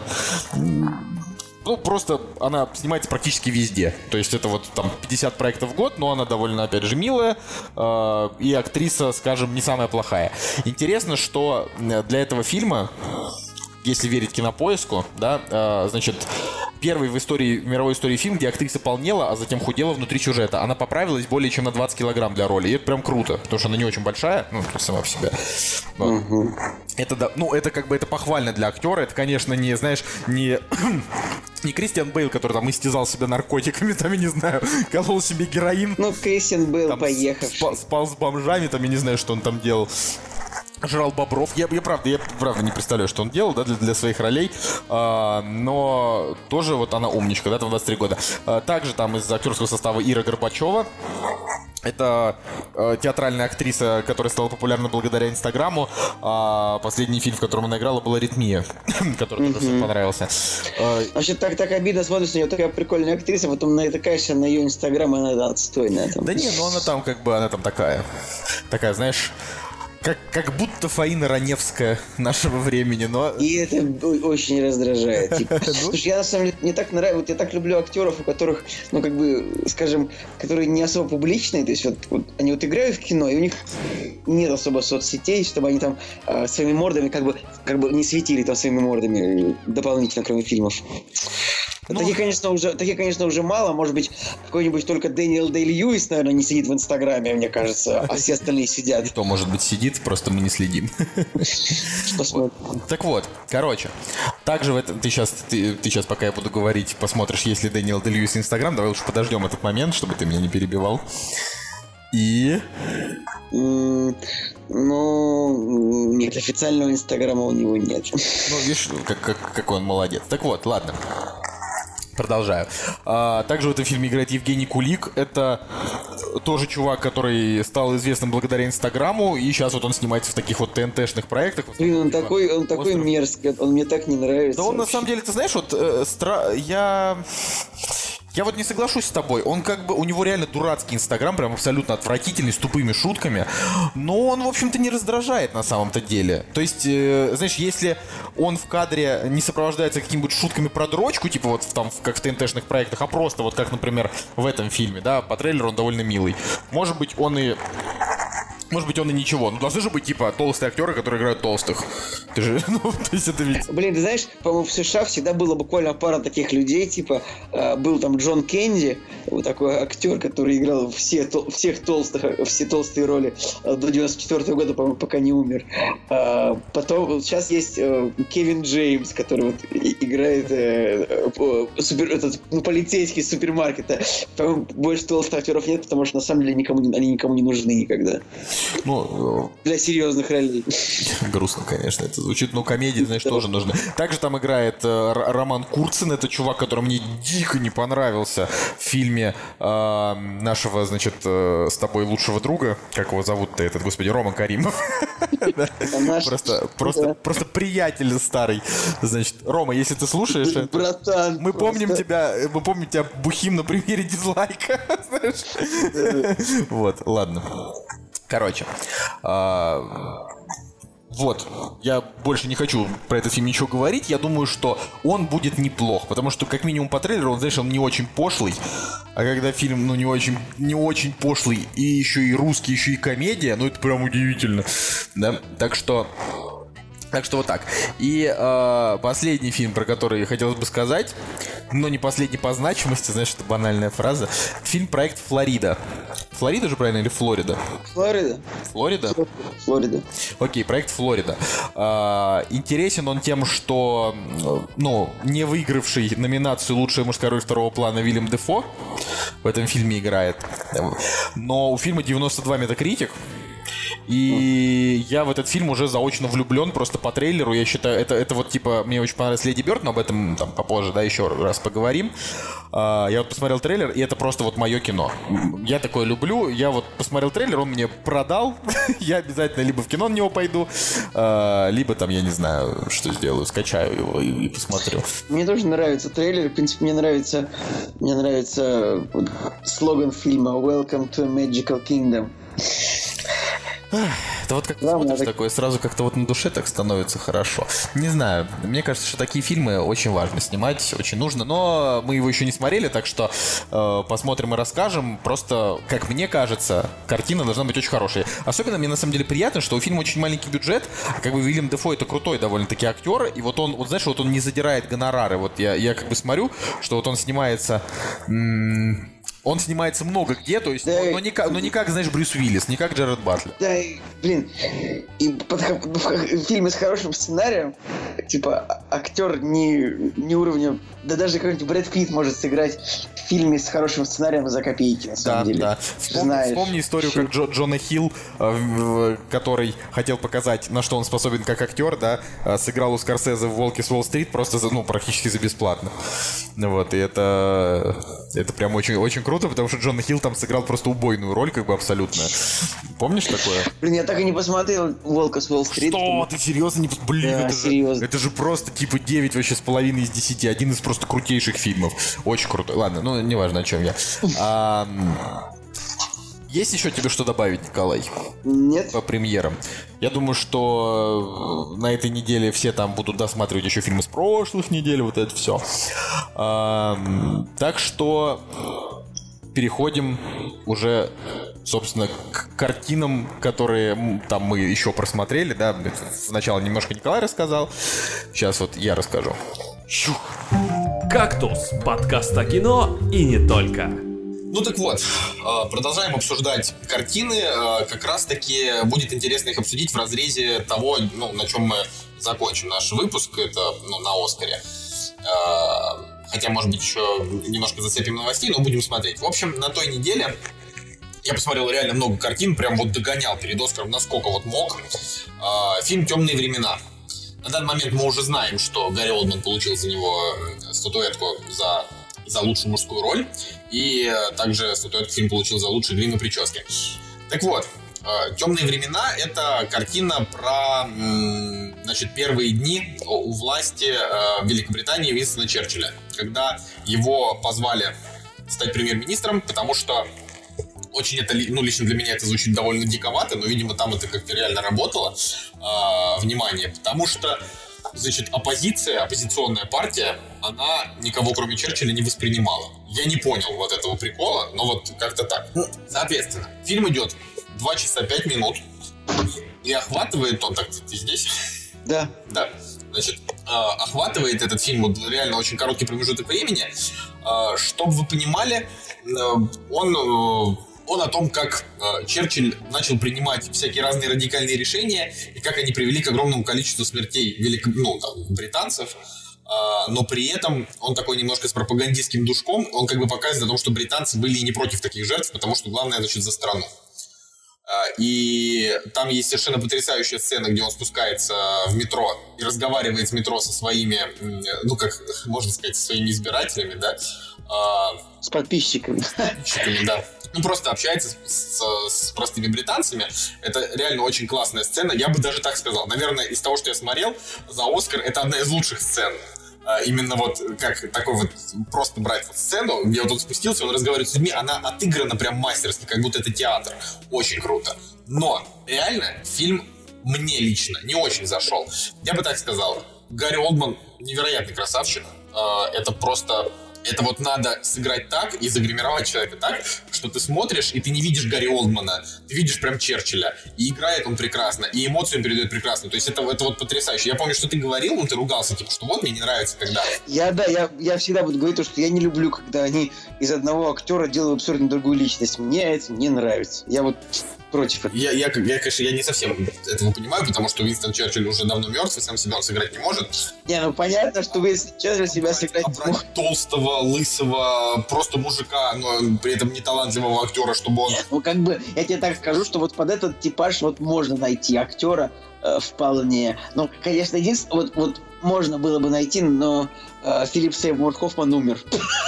Ну, просто она снимается практически везде. То есть это вот там пятьдесят проектов в год, но она довольно, опять же, милая. Э, и актриса, скажем, не самая плохая. Интересно, что для этого фильма, если верить Кинопоиску, да, э, значит, первый в истории, в мировой истории фильм, где актриса полнела, а затем худела внутри сюжета. Она поправилась более чем на двадцать килограмм для роли. И это прям круто, потому что она не очень большая, ну, сама по себе. Вот. Угу. Это, да, ну, это как бы это похвально для актера. Это, конечно, не, знаешь, не... Не Кристиан Бейл, который там истязал себя наркотиками, там, я не знаю, колол себе героин. Ну, Кристиан Бейл там, поехавший. Спал, спал с бомжами, там, я не знаю, что он там делал. Жрал бобров. Я, я, правда, я правда не представляю, что он делал, да, для, для своих ролей. А, но тоже вот она умничка, да, там двадцать три года. А, также там из актерского состава Ира Горбачева. Это э, театральная актриса, которая стала популярна благодаря Инстаграму. А последний фильм, в котором она играла, был «Аритмия», который тоже всем понравился. Вообще, так, так обидно смотришь на нее, такая прикольная актриса, потом натыкаешься на ее Инстаграм, она отстойная. Там. Да не, ну она там как бы, она там такая, такая, знаешь... Как, как будто Фаина Раневская нашего времени, но... И это очень раздражает. Типа. Слушай, я на самом деле не так нравится, вот я так люблю актеров, у которых, ну как бы, скажем, которые не особо публичные, то есть вот, вот они вот играют в кино, и у них нет особо соцсетей, чтобы они там э, своими мордами как бы, как бы не светили там своими мордами дополнительно, кроме фильмов. Ну, таких, конечно, уже, таких, конечно, уже мало. Может быть, какой-нибудь только Дэниел Дэй-Льюис, наверное, не сидит в Инстаграме, мне кажется, а все остальные сидят. Кто, может быть, сидит, просто мы не следим. Посмотрим. Так вот, короче, также в этом ты сейчас, ты, ты сейчас, пока я буду говорить, посмотришь, есть ли Дэниел Дэй-Льюис в Инстаграм. Давай лучше подождем этот момент, чтобы ты меня не перебивал. И... Mm, ну, нет, официального Инстаграма у него нет. Ну, видишь, как, как, какой он молодец. Так вот, ладно. Продолжаю. А, также в этом фильме играет Евгений Кулик. Это тоже чувак, который стал известным благодаря Инстаграму. И сейчас вот он снимается в таких вот ТНТ-шных проектах. Блин, он такой, он такой мерзкий. Он мне так не нравится. Да он вообще. На самом деле, ты знаешь, вот э, стра... я... Я вот не соглашусь с тобой. Он как бы, у него реально дурацкий Инстаграм, прям абсолютно отвратительный, с тупыми шутками. Но он, в общем-то, не раздражает на самом-то деле. То есть, э, знаешь, если он в кадре не сопровождается какими-нибудь шутками про дрочку, типа вот там, как в ТНТ-шных проектах, а просто вот как, например, в этом фильме, да, по трейлеру он довольно милый. Может быть, он и... Может быть, он и ничего. Ну, должны же быть, типа, толстые актеры, которые играют толстых. Ты же, ну, то есть это ведь... Блин, ты знаешь, по-моему, в США всегда было буквально пара таких людей, типа, э, был там Джон Кенди, вот такой актер, который играл все, тол- всех толстых, все толстые роли э, до девяносто четвёртого года, по-моему, пока не умер. Э, потом, вот сейчас есть э, Кевин Джеймс, который вот и, играет э, э, супер, этот, ну, полицейский из супермаркета. По-моему, больше толстых актеров нет, потому что, на самом деле, никому, они никому не нужны никогда. Ну, для серьезных ролей. Грустно, конечно, это звучит. Но комедии, знаешь, тоже нужны. Также там играет э, Роман Курцин. Это чувак, который мне дико не понравился в фильме э, нашего, значит, э, с тобой лучшего друга. Как его зовут-то этот, господи, Рома Каримов. Просто приятель старый. Значит, Рома, если ты слушаешь... Братан. Мы помним тебя, мы помним тебя бухим на примере дизлайка. Вот, ладно. Короче, вот, я больше не хочу про этот фильм ничего говорить. Я думаю, что он будет неплох, потому что, как минимум, по трейлеру, он, знаешь, он не очень пошлый. А когда фильм, ну, не очень, не очень пошлый, и еще и русский, еще и комедия, ну, это прям удивительно, да, так что... Так что вот так. И э, последний фильм, про который хотелось бы сказать, но не последний по значимости, знаешь, это банальная фраза. Фильм «Проект Флорида». Флорида же правильно или Флорида? Флорида. Флорида? Флорида. Окей, «Проект Флорида». Э, интересен он тем, что, ну, не выигравший номинацию «Лучшая мужская роль второго плана» Вильям Дефо в этом фильме играет. Но у фильма девяносто два метакритик. И я в этот фильм уже заочно влюблен просто по трейлеру. Я считаю, это, это вот типа, мне очень понравилась Леди Бёрд, но об этом там попозже, да, еще раз поговорим. А, я вот посмотрел трейлер, и это просто вот мое кино. Я такое люблю. Я вот посмотрел трейлер, он мне продал. Я обязательно либо в кино на него пойду, а, либо там, я не знаю, что сделаю, скачаю его и, и посмотрю. Мне тоже нравится трейлер. В принципе, мне нравится, мне нравится слоган фильма «Welcome to a Magical Kingdom». Это вот как ты да, смотришь так... такое, сразу как-то вот на душе так становится хорошо. Не знаю, мне кажется, что такие фильмы очень важно снимать, очень нужно, но мы его еще не смотрели, так что э, посмотрим и расскажем. Просто, как мне кажется, картина должна быть очень хорошей. Особенно мне на самом деле приятно, что у фильма очень маленький бюджет, как бы Вильям Дефо это крутой довольно-таки актер, и вот он, вот знаешь, вот он не задирает гонорары. Вот я, я как бы смотрю, что вот он снимается... М- Он снимается много где, то есть, да, но, но, не как, но не как, знаешь, Брюс Уиллис, не как Джеред Батлер. Да, и, блин, и под, в фильме с хорошим сценарием, типа, актер не, не уровня, да даже какой-нибудь Брэд Питт может сыграть в фильме с хорошим сценарием за копейки, на самом да, деле. Да, вспомни, вспомни историю, как Джо, Джона Хилл, э, который хотел показать, на что он способен как актер, да, э, сыграл у Скорсезе в «Волке с Уолл-стрит» просто, за, ну, практически за бесплатно. Вот, и это, это прям очень, очень круто, потому что Джон Хилл там сыграл просто убойную роль, как бы абсолютно. Помнишь такое? Блин, я так и не посмотрел «Волка с Уолл-стрит». Что? Ты серьезно не... Блин, да, это, серьезно. Же, это же просто типа девять вообще с половиной из десяти. Один из просто крутейших фильмов. Очень круто. Ладно, ну неважно, о чем я. А, есть еще тебе что добавить, Николай? Нет. По премьерам. Я думаю, что на этой неделе все там будут досматривать еще фильмы с прошлых недель. Вот это все. А, так что... переходим уже, собственно, к картинам, которые там мы еще просмотрели, да. Сначала немножко Николай рассказал, сейчас вот я расскажу. Щух. «Кактус» — подкаст о кино и не только. Ну так вот, продолжаем обсуждать картины. Как раз-таки будет интересно их обсудить в разрезе того, ну, на чем мы закончим наш выпуск. Это, ну, на «Оскаре». Хотя, может быть, еще немножко зацепим новостей, но будем смотреть. В общем, на той неделе я посмотрел реально много картин, прям вот догонял перед «Оскаром», насколько вот мог. Фильм «Темные времена». На данный момент мы уже знаем, что Гарри Олдман получил за него статуэтку за, за лучшую мужскую роль. И также статуэтку фильм получил за лучший грим и прически. Так вот, «Темные времена» — это картина про, значит, первые дни у власти в Великобритании Уинстона Черчилля, когда его позвали стать премьер-министром, потому что очень это, ну, лично для меня это звучит довольно диковато, но, видимо, там это как-то реально работало, э, внимание, потому что, значит, оппозиция, оппозиционная партия, она никого, кроме Черчилля, не воспринимала. Я не понял вот этого прикола, но вот как-то так. Соответственно, фильм идет два часа пять минут, и охватывает он, так, ты здесь? Да. Да. Значит, э, охватывает этот фильм вот реально очень короткий промежуток времени. Э, чтобы вы понимали, э, он... Э, Он о том, как э, Черчилль начал принимать всякие разные радикальные решения и как они привели к огромному количеству смертей велико... ну, там, британцев. Э, но при этом он такой немножко с пропагандистским душком. Он как бы показывает о том, что британцы были и не против таких жертв, потому что главное, значит, за страну. Э, и там есть совершенно потрясающая сцена, где он спускается в метро и разговаривает в метро со своими, ну, как можно сказать, со своими избирателями, да. Э, с подписчиками. С подписчиками, да. Ну, просто общается с, с, с простыми британцами. Это реально очень классная сцена. Я бы даже так сказал. Наверное, из того, что я смотрел за «Оскар», это одна из лучших сцен. А, именно вот как такой вот просто брать вот сцену, где вот он спустился, он разговаривает с людьми, она отыграна прям мастерски, как будто это театр. Очень круто. Но реально фильм мне лично не очень зашел. Я бы так сказал, Гарри Олдман невероятный красавчик. Это просто... Это вот надо сыграть так и загримировать человека так, что ты смотришь, и ты не видишь Гарри Олдмана, ты видишь прям Черчилля. И играет он прекрасно, и эмоции он передает прекрасно. То есть это, это вот потрясающе. Я помню, что ты говорил, ну ты ругался, типа, что вот мне не нравится, когда... Я, да, я, я всегда буду говорить, что я не люблю, когда они из одного актера делают абсолютно другую личность. Мне это не нравится. Я вот против этого. Я, я, я, конечно, я не совсем этого понимаю, потому что Уинстон Черчилль уже давно мертв, и сам себя он сыграть не может. Не, ну понятно, что Уинстон Черчилль себя сыграть не может. Толстого, лысого, просто мужика, но при этом не талантливого актера, чтобы он... Ну, как бы, я тебе так скажу, что вот под этот типаж вот можно найти актера э, вполне. Ну, конечно, единственное, вот, вот можно было бы найти, но э, Филипп Сеймур Хоффман умер.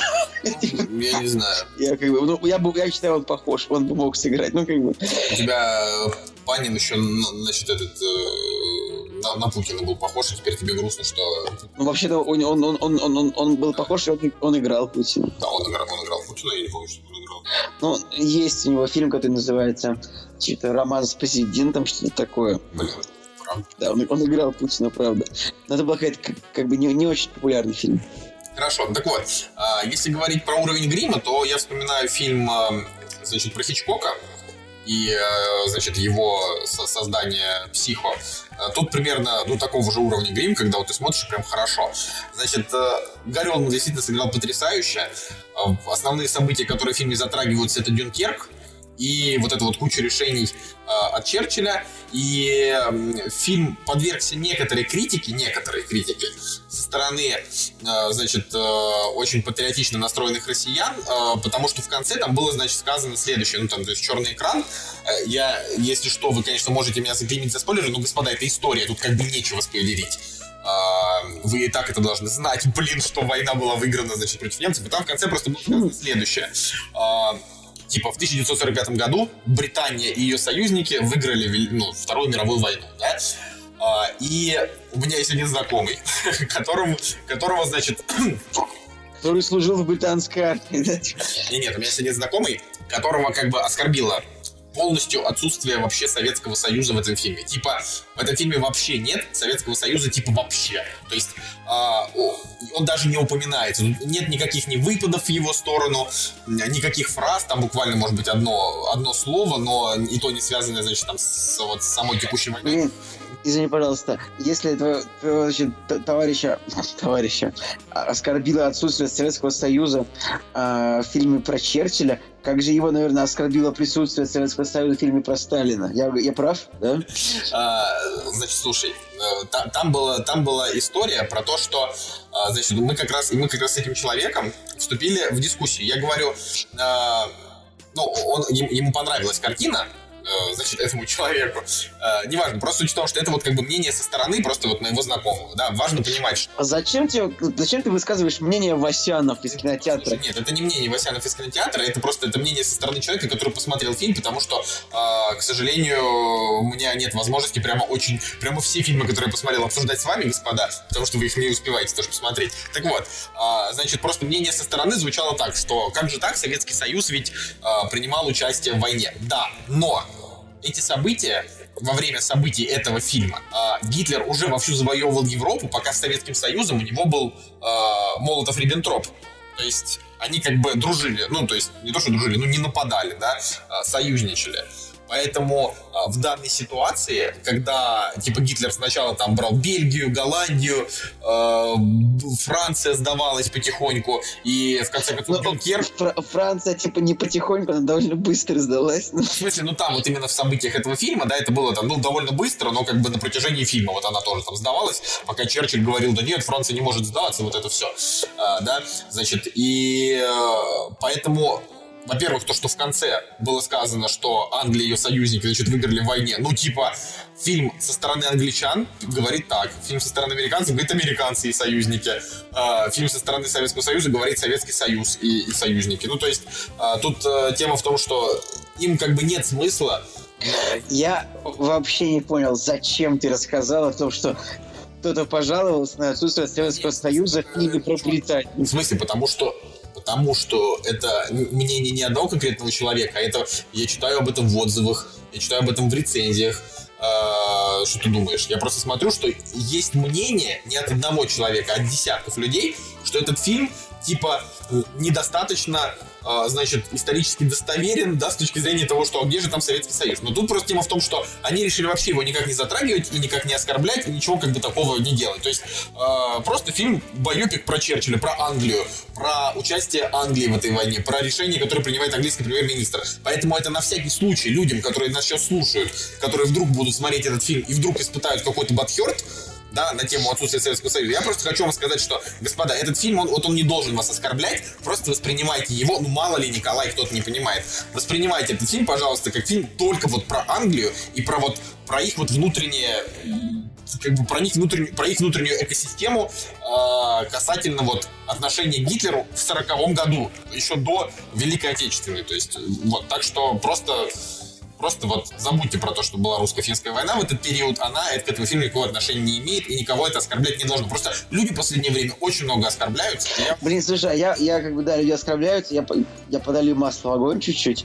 Я не знаю. Я как бы, ну, я бы, я считаю, он похож, он бы мог сыграть, ну, как бы. У тебя Панин еще, значит, этот... На, на Путина был похож, и теперь тебе грустно, что... Ну, вообще-то, он, он, он, он, он, он был похож, и он, он играл Путина. Да, он играл, он играл Путина, я не помню, что он играл. Ну, есть у него фильм, который называется что-то «Роман с президентом», что-то такое. Блин, правда? Да, он, он играл Путина, правда. Но это был какой-то, как, как бы, не, не очень популярный фильм. Хорошо, так вот, если говорить про уровень грима, то я вспоминаю фильм, значит, про Хичкока и, значит, его создание «Психо». Тут примерно, ну, такого же уровня грим, когда вот ты смотришь прям хорошо. Значит, Гарри Олдман действительно сыграл потрясающе. Основные события, которые в фильме затрагиваются, это Дюнкерк и вот эта вот куча решений от Черчилля. И фильм подвергся некоторой критике, некоторой критике со стороны, значит, очень патриотично настроенных россиян, потому что в конце там было, значит, сказано следующее, ну, там, то есть черный экран. Я, если что, вы, конечно, можете меня заклеймить за спойлеры, но, господа, это история, тут как бы нечего спойлерить. Вы и так это должны знать, блин, что война была выиграна, значит, против немцев. И там в конце просто было сказано следующее. Типа в тысяча девятьсот сорок пятом году Британия и ее союзники выиграли, ну, Вторую мировую войну, да? А, и у меня есть один знакомый, которому, которого, значит... Который служил в британской армии, да? Нет, нет, у меня есть один знакомый, которого как бы оскорбило полностью отсутствие вообще Советского Союза в этом фильме. Типа, в этом фильме вообще нет Советского Союза, типа, вообще. То есть, э, он даже не упоминается. Нет никаких ни выпадов в его сторону, никаких фраз. Там буквально, может быть, одно, одно слово, но и то не связанное, значит, там, с, вот, с самой текущей войной. Блин, извини, пожалуйста, если твоего, твоего значит, товарища, товарища оскорбило отсутствие Советского Союза э, в фильме про Черчилля, как же его, наверное, оскорбило присутствие Советского Союза в фильме про Сталина? Я, я прав, да? А, значит, слушай, там, там, была, там была история про то, что, значит, мы как раз, мы как раз с этим человеком вступили в дискуссию. Я говорю, а, ну, он, ему понравилась картина, значит, этому человеку. Э, неважно, просто суть в том, что это вот как бы мнение со стороны просто вот моего знакомого, да, важно понимать, что... А зачем тебе, зачем ты высказываешь мнение Васянов из кинотеатра? Слушай, нет, это не мнение Васянов из кинотеатра, это просто это мнение со стороны человека, который посмотрел фильм, потому что, э, к сожалению, у меня нет возможности прямо очень, прямо все фильмы, которые я посмотрел, обсуждать с вами, господа, потому что вы их не успеваете тоже посмотреть. Так вот, э, значит, просто мнение со стороны звучало так, что как же так, Советский Союз ведь э, принимал участие в войне. Да, но эти события, во время событий этого фильма, э, Гитлер уже вовсю завоевывал Европу, пока с Советским Союзом у него был э, Молотов-Риббентроп. То есть они как бы дружили, ну то есть не то, что дружили, но не нападали, да, э, союзничали. Поэтому э, в данной ситуации, когда типа Гитлер сначала там брал Бельгию, Голландию, э, Франция сдавалась потихоньку, и в конце концов Дюнкерк... Фр- Франция типа не потихоньку, она довольно быстро сдалась. В смысле, ну там вот именно в событиях этого фильма, да, это было там, ну, довольно быстро, но как бы на протяжении фильма вот она тоже там сдавалась, пока Черчилль говорил, да нет, Франция не может сдаться, вот это все, а, да, значит, и э, поэтому... Во-первых, то, что в конце было сказано, что Англия и ее союзники, значит, выиграли в войне. Ну, типа, фильм со стороны англичан говорит так. Фильм со стороны американцев говорит американцы и союзники. А, фильм со стороны Советского Союза говорит Советский Союз и, и союзники. Ну, то есть, а, тут а, тема в том, что им как бы нет смысла. Я вообще не понял, зачем ты рассказал о том, что кто-то пожаловался на отсутствие Советского Союза в фильме про Британию. В смысле, потому что Потому что это мнение не одного конкретного человека, а это я читаю об этом в отзывах, я читаю об этом в рецензиях. э, что ты думаешь. Я просто смотрю, что есть мнение не от одного человека, а от десятков людей, что этот фильм, типа, недостаточно, э, значит, исторически достоверен, да, с точки зрения того, что а где же там Советский Союз. Но тут просто тема в том, что они решили вообще его никак не затрагивать и никак не оскорблять, и ничего как бы такого не делать. То есть э, просто фильм байопик про Черчилля, про Англию, про участие Англии в этой войне, про решение, которое принимает английский премьер-министр. Поэтому это на всякий случай людям, которые нас сейчас слушают, которые вдруг будут смотреть этот фильм и вдруг испытают какой-то бадхёрт, да, на тему отсутствия Советского Союза. Я просто хочу вам сказать, что, господа, этот фильм, он, вот он не должен вас оскорблять, просто воспринимайте его, ну, мало ли, Николай кто-то не понимает, воспринимайте этот фильм, пожалуйста, как фильм только вот про Англию и про вот, про их вот внутреннее, как бы про них внутреннюю, про их внутреннюю экосистему э, касательно вот отношения к Гитлеру в сороковом году, еще до Великой Отечественной, то есть, вот, так что просто... Просто вот забудьте про то, что была русско-финская война в этот период. Она к этому фильму никакого отношения не имеет и никого это оскорблять не должно. Просто люди в последнее время очень много оскорбляются. Я... Блин, слушай, я, я как бы, да, люди оскорбляются, я, я подолью масло в огонь чуть-чуть.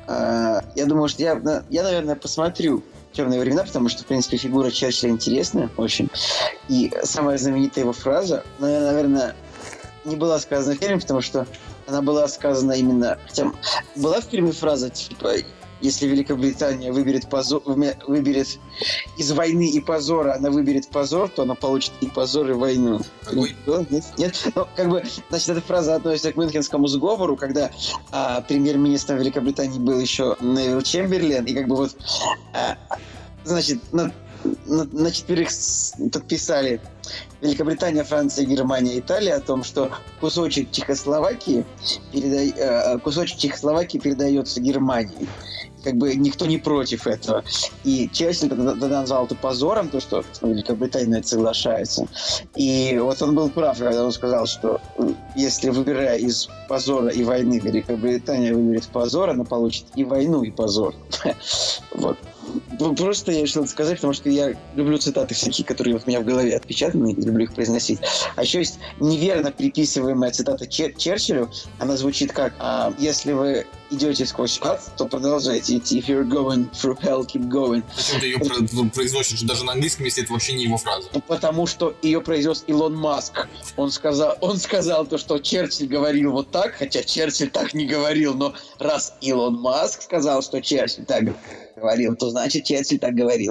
Я думаю, что я, я, наверное, посмотрю «Темные времена», потому что, в принципе, фигура Черчилля интересная очень. И самая знаменитая его фраза, наверное, не была сказана в фильме, потому что она была сказана именно... Хотя была в фильме фраза, типа... Если Великобритания выберет, позор, выберет из войны и позора, она выберет позор, то она получит и позор, и войну. Какой? Нет? Нет? Ну, как бы, значит, эта фраза относится к Мюнхенскому сговору, когда а, премьер-министром Великобритании был еще Невил Чемберлен, и как бы вот, а, значит, на, на, на четверых подписали Великобритания, Франция, Германия, Италия о том, что кусочек Чехословакии, передай, э, кусочек Чехословакии передается Германии. Как бы никто не против этого. И Черчилль тогда, тогда назвал это позором, то, что Великобритания на это соглашается. И вот он был прав, когда он сказал, что если, выбирая из позора и войны, Великобритания выберет позор, она получит и войну, и позор. Вот. Просто я решил это сказать, потому что я люблю цитаты всякие, которые вот у меня в голове отпечатаны, и люблю их произносить. А еще есть неверно приписываемая цитата Чер- Черчиллю. Она звучит как а, «Если вы идете сквозь ад, то продолжайте идти. If you're going through hell, keep going». Почему ты ее произносишь даже на английском, если это вообще не его фраза? Потому что ее произнес Илон Маск. Он сказал, он сказал то, что Черчилль говорил вот так, хотя Черчилль так не говорил, но раз Илон Маск сказал, что Черчилль так говорил, то значит Черчилль так говорил.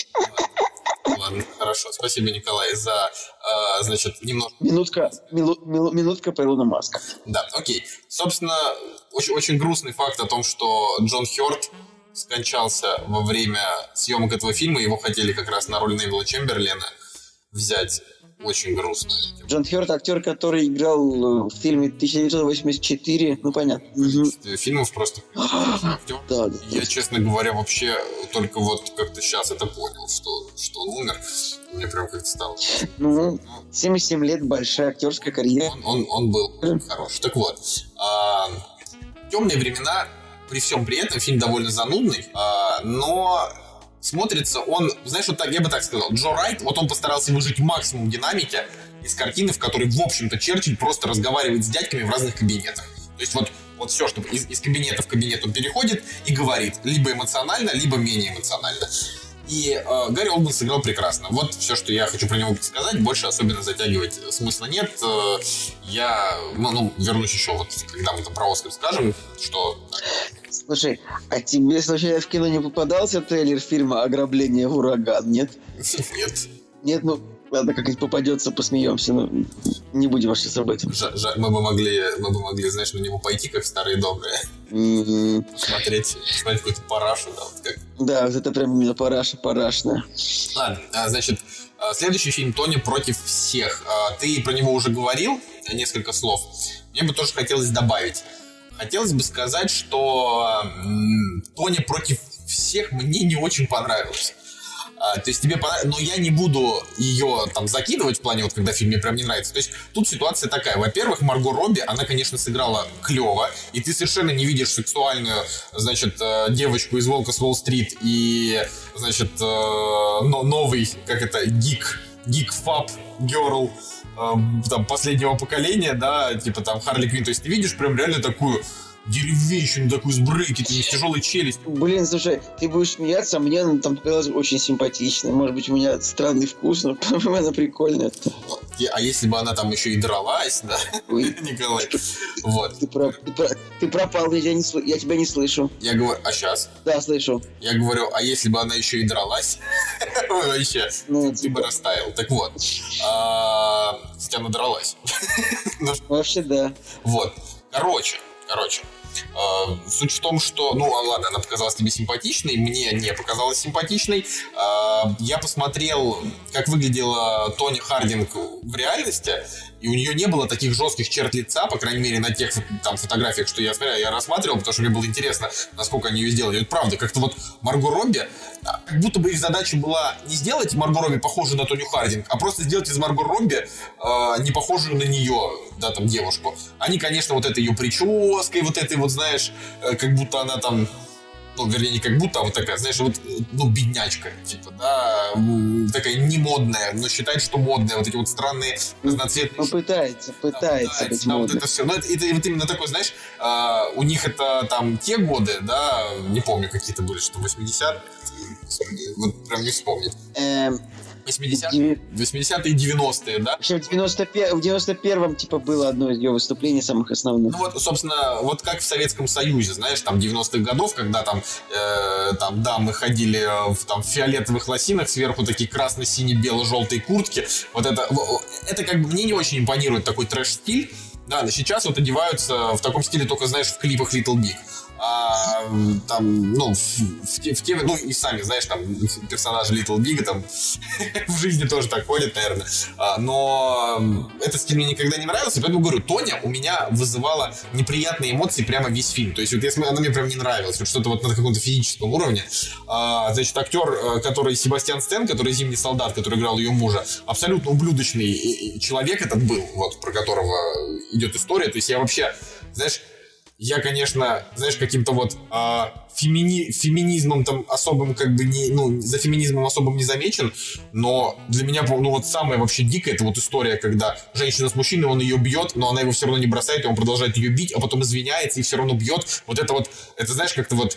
Ладно, хорошо. Спасибо, Николай, за, э, значит, немножко... Минутка, милу, милу, минутка про Илона Маска. Да, окей. Собственно, очень, очень грустный факт о том, что Джон Хёрд скончался во время съемок этого фильма. Его хотели как раз на роль Невилла Чемберлена взять. Очень грустно. Джон Хёрд, актер, который играл в фильме тысяча девятьсот восемьдесят четыре, ну понятно. Угу. Фильмов просто... Да, да. Я, честно говоря, вообще только вот как-то сейчас это понял, что, что он умер. Мне прям как-то стало... Ну, семьдесят семь лет, большая актерская карьера. Он, он, он был хорош. Так вот, а, «Темные времена», при всем при этом, фильм довольно занудный, а, но... смотрится он, знаешь, вот так, я бы так сказал, Джо Райт, вот он постарался выжить максимум динамики из картины, в которой, в общем-то, Черчилль просто разговаривает с дядьками в разных кабинетах. То есть вот, вот все, что из, из кабинета в кабинет он переходит и говорит, либо эмоционально, либо менее эмоционально. И э, Гарри Олдман сыграл прекрасно. Вот все, что я хочу про него сказать. Больше особенно затягивать смысла нет. Э, я, ну, ну, вернусь еще вот, когда мы там про Оскар скажем, что... Слушай, а тебе случайно в кино не попадался трейлер фильма «Ограбление в ураган», нет? Нет. Нет, ну, ладно, как-нибудь попадется, посмеемся, но не будем сейчас об этом. Ж- ж- мы бы могли, мы бы могли, знаешь, на него пойти, как старые добрые. Mm-hmm. Посмотреть, посмотреть какую-то парашу, да, вот как. Да, вот это прям именно параша, парашная. Ладно, а, значит, следующий фильм «Тони против всех». Ты про него уже говорил, несколько слов. Мне бы тоже хотелось добавить. Хотелось бы сказать, что м- «Тони против всех» мне не очень понравилось. А, то есть тебе понравилось, но я не буду ее там закидывать в плане, вот когда фильм мне прям не нравится. То есть тут ситуация такая. Во-первых, Марго Робби, она, конечно, сыграла клево, и ты совершенно не видишь сексуальную, значит, девочку из «Волка с Уолл-стрит» и, значит, но новый, как это, гик, гик-фаб герл там, последнего поколения, да, типа там Харли Квинн. То есть ты видишь прям реально такую деревенщину такую с брекетами, с тяжелой челюстью. Блин, слушай, ты будешь смеяться, а мне она там показалась очень симпатичной. Может быть, у меня странный вкус, но по-моему, она прикольная. А если бы она там еще и дралась, да, Ой. Николай? Вот. Ты, про, ты, про, ты пропал, я, не, я тебя не слышу. Я говорю, а сейчас? Да, слышу. Я говорю, а если бы она еще и дралась, вообще, ну, ты бы растаял. Так вот, кстати, она дралась. Вообще, да. Вот. Короче, короче. Uh, суть в том, что, ну ладно, она показалась тебе симпатичной, мне не показалась симпатичной. Uh, я посмотрел, как выглядела Тони Хардинг в реальности, и у нее не было таких жестких черт лица, по крайней мере, на тех там фотографиях, что я смотрел, я рассматривал, потому что мне было интересно, насколько они ее сделали. И вот правда, как-то вот Марго Робби, как будто бы их задача была не сделать Марго Робби похожую на Тоню Хардинг, а просто сделать из Марго Робби uh, не похожую на нее, да, там, девушку. Они, конечно, вот этой ее прической, вот этой вот, знаешь, как будто она там, ну, вернее, не как будто, а вот такая, знаешь, вот, ну, беднячка, типа, да, такая не модная, но считает, что модная, вот эти вот странные разноцветные... Ну, пытается, пытается, да, быть да, модной. вот это все, но это, это вот именно такой, знаешь, а, у них это там те годы, да, не помню, какие-то были, что восьмидесятые, вот прям не вспомнить. Эм... восьмидесятые, восьмидесятые и девяностые, да? Вообще в девяносто первом, типа, было одно из ее выступлений самых основных. Ну вот, собственно, вот как в Советском Союзе, знаешь, там, девяностых годов, когда там, э, там дамы ходили в там, фиолетовых лосинах, сверху такие красно-сине-бело-желтые куртки, вот это, это как бы мне не очень импонирует такой трэш-стиль, да, но сейчас вот одеваются в таком стиле только, знаешь, в клипах Little Big. А, там, ну, в, в, в те, ну, и сами, знаешь, там, персонажи Little Big там в жизни тоже так ходят, наверное. А, но этот стиль мне никогда не нравился, поэтому говорю, Тоня у меня вызывала неприятные эмоции прямо весь фильм. То есть вот если она мне прям не нравилась, вот что-то вот на каком-то физическом уровне. А, значит, актер, который Себастьян Стэн, который Зимний солдат, который играл ее мужа, абсолютно ублюдочный человек этот был, вот, про которого идет история. То есть я вообще, знаешь, я, конечно, знаешь, каким-то вот а, фемини... феминизмом там особым как бы не... Ну, за феминизмом особым не замечен, но для меня, ну, вот самая вообще дикая это вот история, когда женщина с мужчиной, он ее бьет, но она его все равно не бросает, и он продолжает ее бить, а потом извиняется и все равно бьет. Вот это вот, это знаешь, как-то вот...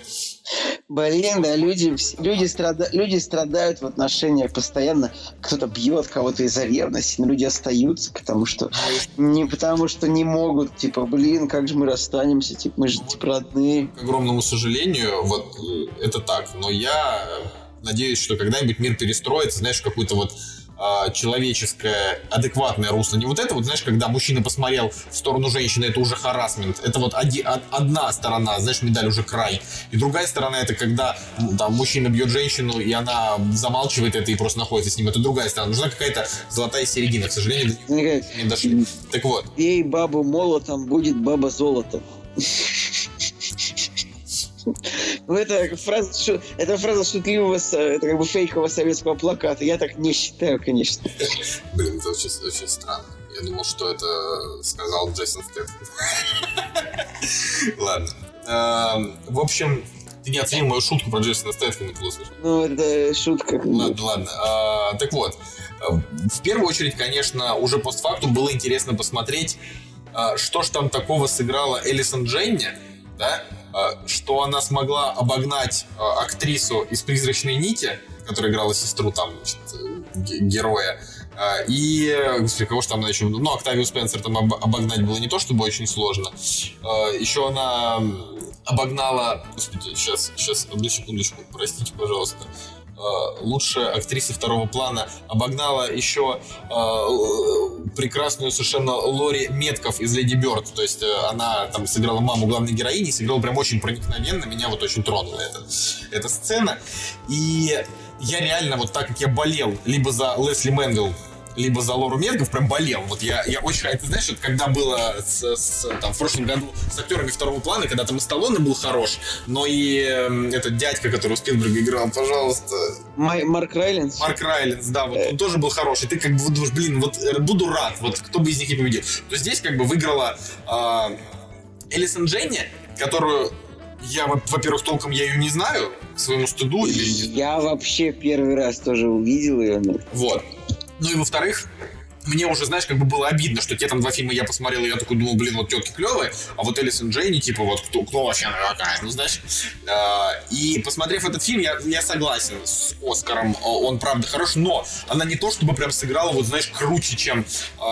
Блин, да, люди, люди, страда... люди страдают в отношениях постоянно. Кто-то бьет кого-то из-за ревности, но люди остаются, потому что не потому что не могут, типа, блин, как же мы расстанемся, типа, мы же типа родные. К огромному сожалению, вот это так, но я надеюсь, что когда-нибудь мир перестроится, знаешь, в какую-то вот человеческое, адекватное русло. Не вот это вот, знаешь, когда мужчина посмотрел в сторону женщины, это уже харассмент. Это вот оди, од, одна сторона, знаешь, медаль уже край. И другая сторона, это когда там мужчина бьет женщину, и она замалчивает это и просто находится с ним. Это другая сторона. Нужна какая-то золотая середина. К сожалению, до нее не дошли. Так вот. Бей бабу молотом, будет баба золотом. Ну, это фраза, это фраза шутливого, это как бы фейкового советского плаката. Я так не считаю, конечно. Блин, это очень, очень странно. Я думал, что это сказал Джейсон Стэтхэм. Ладно. В общем, ты не оценил мою шутку про Джейсона Стэтхэма, ты услышал? Ну, это шутка. Ладно, ладно. Так вот, в первую очередь, конечно, уже постфактум было интересно посмотреть, что ж там такого сыграла Элисон Дженни, да? Что она смогла обогнать актрису из «Призрачной нити», которая играла сестру там, значит, героя. И, господи, кого же там она еще... Ну, Октавию Спенсер там обогнать было не то, чтобы очень сложно. Еще она обогнала... Господи, сейчас, сейчас, одну секундочку, простите, пожалуйста. Лучшая актриса второго плана обогнала еще э, прекрасную совершенно Лори Метков из «Леди Бёрд». То есть э, она там сыграла маму главной героини, сыграла прям очень проникновенно. Меня вот очень тронула эта, эта сцена. И я реально вот так, как я болел либо за Лесли Мэнгл, либо за Лору Метков, прям болел. Вот я, я очень... Это, знаешь, вот когда было с, с, там, в прошлом году с актерами второго плана, когда там и Сталлоне был хорош, но и э, этот дядька, который у Спилберга играл, пожалуйста... Май, Марк Райленс? Марк Райленс, да, вот он тоже был хороший. Ты как бы думаешь, блин, вот буду рад, вот кто бы из них не победил. То здесь как бы выиграла э, Элисон Дженни, которую... Я, во-первых, толком я ее не знаю, к своему стыду. Я вообще первый раз тоже увидел ее. Вот. Ну и во-вторых, мне уже, знаешь, как бы было обидно, что те там два фильма я посмотрел, и я такой думал, блин, вот тетки клевые, а вот Элисон Джейни, типа, вот кто, кто вообще она такая, ну, знаешь. И посмотрев этот фильм, я, я согласен с Оскаром, он правда хорош, но она не то, чтобы прям сыграла, вот, знаешь, круче, чем...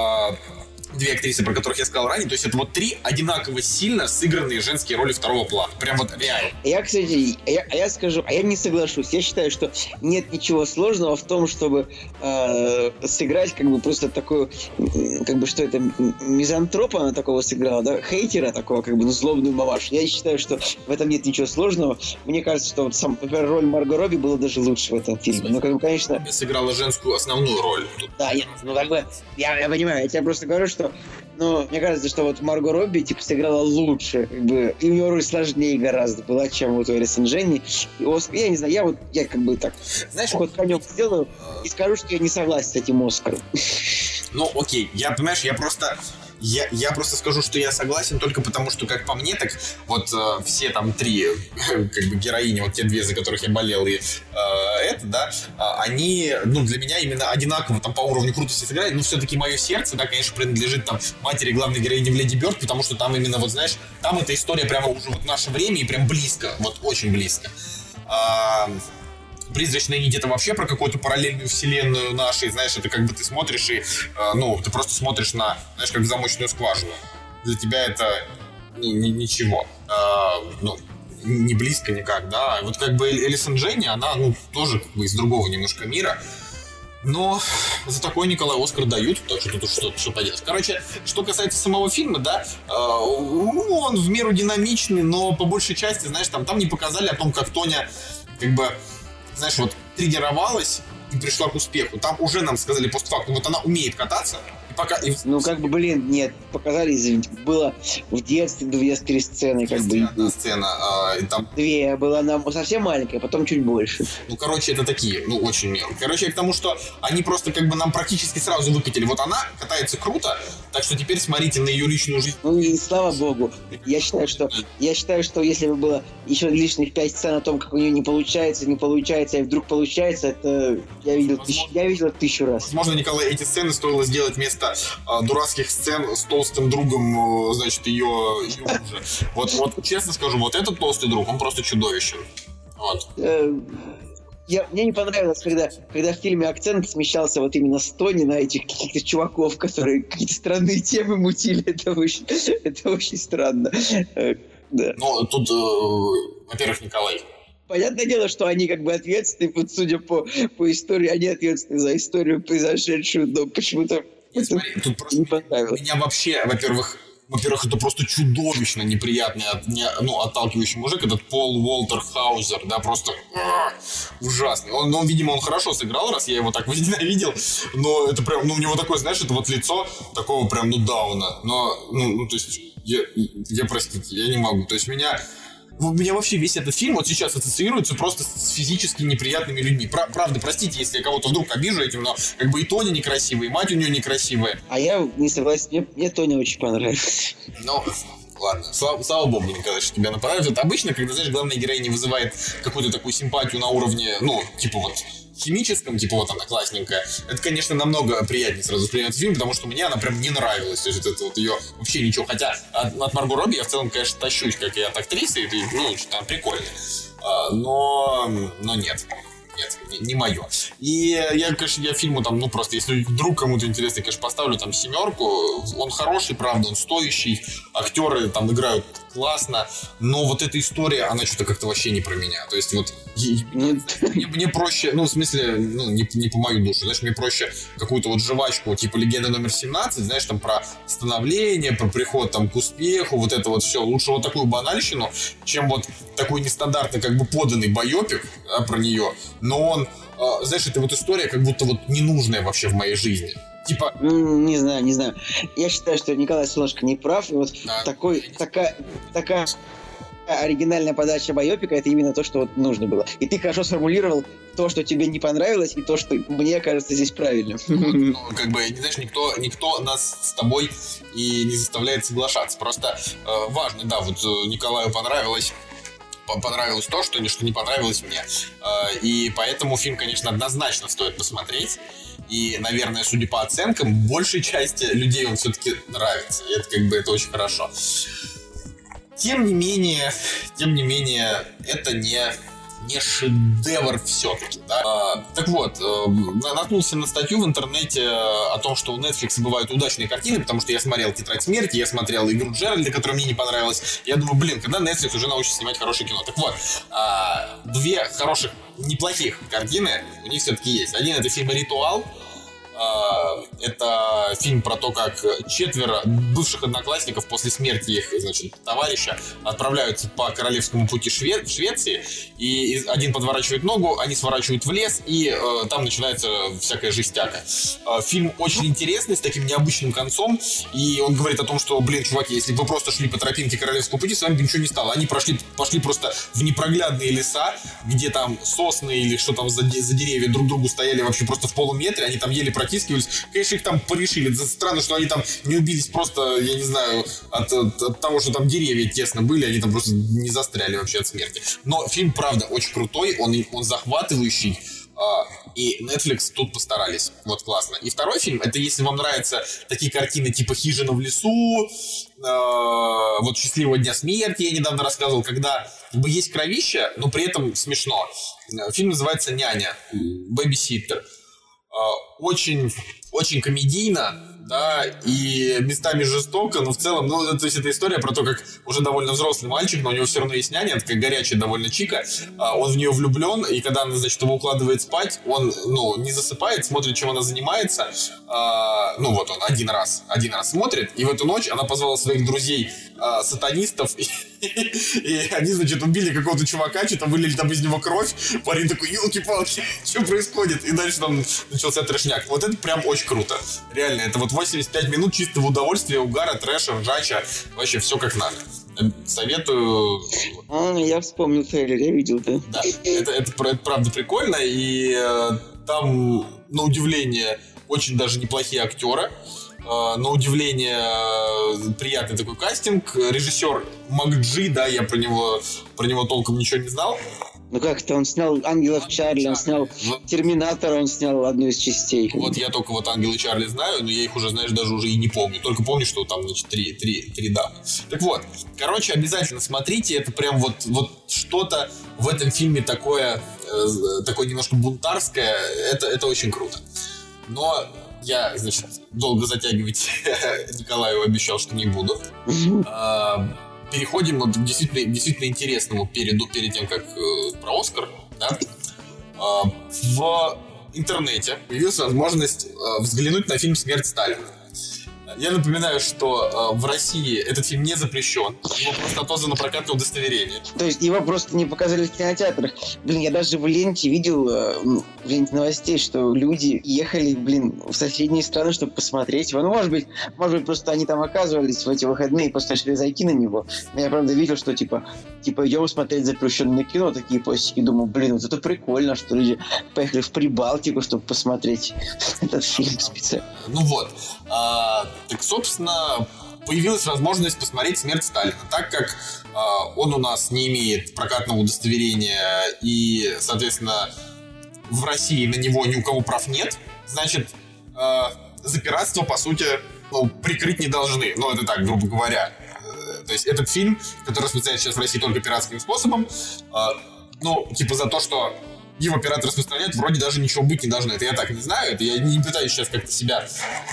две актрисы, про которых я сказал ранее, то есть это вот три одинаково сильно сыгранные женские роли второго плана. Прям вот реально. Я, кстати, я, я скажу, а я не соглашусь. Я считаю, что нет ничего сложного в том, чтобы э, сыграть как бы просто такую, как бы что это, мизантропа она такого сыграла, да, хейтера такого, как бы, ну, злобную мамашу. Я считаю, что в этом нет ничего сложного. Мне кажется, что вот сам, например, роль Марго Робби была даже лучше в этом фильме. Ну, как бы, конечно... Сыграла женскую основную роль. Да, я, ну, как бы, я, я понимаю, я тебе просто говорю, что ну, мне кажется, что вот Марго Робби, типа, сыграла лучше, как бы, и у нее роль сложнее гораздо была, чем вот у Элисон Дженни. И Оскар, я не знаю, я вот, я как бы так, знаешь, ход конек сделаю и скажу, что я не согласен с этим Оскаром. Ну, окей, я, понимаешь, я просто... Я, я просто скажу, что я согласен только потому, что, как по мне, так вот э, все там три как бы героини, вот те две, за которых я болел, и э, это, да, э, они, ну, для меня именно одинаково там по уровню крутости сыграли, но все-таки мое сердце, да, конечно, принадлежит там матери главной героини в Леди Бёрд, потому что там именно, вот знаешь, там эта история прямо уже вот наше время и прям близко, вот очень близко. А, «Призрачная нить» — это вообще про какую-то параллельную вселенную нашей, знаешь, это как бы ты смотришь и, э, ну, ты просто смотришь на, знаешь, как в замочную скважину. Для тебя это ни, ни, ничего. Э, ну, не близко никак, да. Вот как бы Элисон Дженни, она, ну, тоже как бы из другого немножко мира. Но за такой Николай Оскар дают, так что тут что, что поделать. Короче, что касается самого фильма, да, э, он в меру динамичный, но по большей части, знаешь, там, там не показали о том, как Тоня, как бы, знаешь, вот тренировалась и пришла к успеху. Там уже нам сказали постфактум, вот она умеет кататься. И пока... и... Ну, как бы, блин, нет, показали, извините, было в детстве две-три сцены, как бы. Одна сцена, а, и там... Две, была она совсем маленькая, потом чуть больше. Ну, короче, это такие, ну, очень мелкие. Короче, к тому, что они просто как бы нам практически сразу выкатили. Вот она катается круто, так что теперь смотрите на ее личную жизнь. Ну, и слава богу. Я считаю, что, я считаю, что если бы было еще лишних пять сцен о том, как у нее не получается, не получается, и вдруг получается, это я видел, тысяч, я видел тысячу раз. Возможно, Николай, эти сцены стоило сделать вместо а, дурацких сцен с толстым другом, значит, ее, ее мужа. Вот, вот, честно скажу, вот этот толстый друг, он просто чудовищен. Вот. Я, мне не понравилось, когда, когда в фильме акцент смещался вот именно с Тони на этих каких-то чуваков, которые какие-то странные темы мутили. Это очень, это очень странно. Да. Ну, тут, э, во-первых, Николай. Понятное дело, что они как бы ответственны, вот, судя по, по истории, они ответственны за историю произошедшую, но почему-то Нет, смотри, тут просто не понравилось. Меня вообще, во-первых, Во-первых, это просто чудовищно неприятный, не, ну, отталкивающий мужик, этот Пол Уолтер Хаузер, да, просто а, ужасный. Он, ну, видимо, он хорошо сыграл, раз я его так возненавидел, но это прям, ну, у него такое, знаешь, это вот лицо такого прям, ну, дауна. Но, ну, ну то есть, я, я, простите, я не могу. То есть, меня... У меня вообще весь этот фильм вот сейчас ассоциируется просто с физически неприятными людьми. Правда, простите, если я кого-то вдруг обижу этим, но как бы и Тоня некрасивая, и мать у нее некрасивая. А я не согласен, мне, мне Тоня очень понравилась. Ну, ладно, слава, слава богу, Николай, что тебе она понравилась. Вот обычно, когда, знаешь, главная героиня вызывает какую-то такую симпатию на уровне, ну, типа вот... химическом, типа вот она классненькая, это, конечно, намного приятнее сразу воспринимать фильм, потому что мне она прям не нравилась, то есть это вот ее вообще ничего, хотя от, от Марго Робби я в целом, конечно, тащусь, как и от актрисы, и, ну, что там прикольно, а, но, но нет. Нет, не, не мое. И я, конечно, я фильму там, ну просто, если вдруг кому-то интересно, я, конечно, поставлю там семерку. Он хороший, правда, он стоящий. Актеры там играют классно. Но вот эта история, она что-то как-то вообще не про меня. То есть вот мне, мне проще, ну в смысле, ну не, не по мою душу. Знаешь, мне проще какую-то вот жвачку типа «Легенда номер семнадцать», знаешь, там про становление, про приход там к успеху, вот это вот все. Лучше вот такую банальщину, чем вот такой нестандартный как бы поданный байопик, да, про нее. Но он, э, знаешь, это вот история как будто вот ненужная вообще в моей жизни. Типа... Не знаю, не знаю. Я считаю, что Николай Солнышко не прав. И вот да. такой, такая, такая оригинальная подача байопика — это именно то, что вот нужно было. И ты хорошо сформулировал то, что тебе не понравилось, и то, что мне кажется здесь правильно. Ну, как бы, знаешь, никто, никто нас с тобой и не заставляет соглашаться. Просто э, важно, да, вот Николаю понравилось... понравилось то, что, что не понравилось мне. И поэтому фильм, конечно, однозначно стоит посмотреть. И, наверное, судя по оценкам, большей части людей он все-таки нравится. И это как бы это очень хорошо. Тем не менее, тем не менее, это не, не шедевр все-таки. Да? А, так вот, наткнулся на статью в интернете о том, что у Netflix бывают удачные картины, потому что я смотрел «Тетрадь смерти», я смотрел «Игру Джеральда», которая мне не понравилась. Я думаю, блин, когда Netflix уже научится снимать хорошее кино? Так вот, а, две хороших, неплохих картины у них все-таки есть. Один — это фильм «Ритуал». Это фильм про то, как четверо бывших одноклассников после смерти их, значит, товарища отправляются по королевскому пути Шве- в Швеции, и один подворачивает ногу, они сворачивают в лес, и э, там начинается всякая жестяка. Э, фильм очень интересный, с таким необычным концом, и он говорит о том, что, блин, чуваки, если бы вы просто шли по тропинке королевского пути, с вами бы ничего не стало. Они прошли, пошли просто в непроглядные леса, где там сосны или что там за, за деревья друг другу стояли вообще просто в полуметре, они там еле протискивались. Конечно, их там порешили. Странно, что они там не убились просто, я не знаю, от, от, от того, что там деревья тесно были, они там просто не застряли вообще от смерти. Но фильм, правда, очень крутой, он, он захватывающий, и Netflix тут постарались. Вот классно. И второй фильм, это если вам нравятся такие картины типа «Хижина в лесу», вот «Счастливого дня смерти», я недавно рассказывал, когда как бы есть кровища, но при этом смешно. Фильм называется «Няня», «Бэби-ситтер». Очень, очень комедийно, да, и местами жестоко, но в целом, ну, то есть это история про то, как уже довольно взрослый мальчик, но у него все равно есть няня, такая горячая довольно чика, он в нее влюблен, и когда она, значит, его укладывает спать, он, ну, не засыпает, смотрит, чем она занимается, а, ну, вот он один раз, один раз смотрит, и в эту ночь она позвала своих друзей а, сатанистов, и, и они, значит, убили какого-то чувака, что-то вылили там из него кровь, парень такой, елки-палки, что происходит, и дальше там начался трешняк. Вот это прям очень круто, реально, это вот восемьдесят пять минут чистого удовольствия, угара, трэша, ржача, вообще все как надо. Советую. А, я вспомнил трейлер, я видел, да. Да, это, это, это правда прикольно, и э, там, на удивление, очень даже неплохие актеры. Э, на удивление, э, приятный такой кастинг. Режиссер Макджи, да, я про него, про него толком ничего не знал. Ну как-то он снял «Ангелов Чарли», он снял вот. «Терминатора», он снял одну из частей. Вот я только вот «Ангелы Чарли» знаю, но я их уже, знаешь, даже уже и не помню. Только помню, что там, значит, три, три, три дамы. Так вот, короче, обязательно смотрите. Это прям вот, вот что-то в этом фильме такое, э, такое немножко бунтарское. Это, это очень круто. Но я, значит, долго затягивать Николаю обещал, что не буду. Переходим вот к действительно, действительно интересному перед, перед тем, как э, про Оскар, да? э, в интернете появилась возможность э, взглянуть на фильм «Смерть Сталина». Я напоминаю, что э, в России этот фильм не запрещен, его просто отозвано прокатное удостоверение. То есть его просто не показали в кинотеатрах. Блин, я даже в ленте видел, э, в ленте новостей, что люди ехали, блин, в соседние страны, чтобы посмотреть его. Ну, может быть, может быть, просто они там оказывались в эти выходные и просто решили зайти на него. Но я, правда, видел, что, типа, типа, идем смотреть запрещенное кино, такие постики. Думаю, блин, вот это прикольно, что люди поехали в Прибалтику, чтобы посмотреть этот фильм специально. Ну вот. А, так, собственно, появилась возможность посмотреть «Смерть Сталина». Так как э, он у нас не имеет прокатного удостоверения и, соответственно, в России на него ни у кого прав нет, значит, э, за пиратство, по сути, ну, прикрыть не должны. Ну, это так, грубо говоря. Э, то есть этот фильм, который распространяется сейчас в России только пиратским способом, э, ну, типа за то, что его пираты распространяют, вроде даже ничего быть не должно. Это я так не знаю, это я не пытаюсь сейчас как-то себя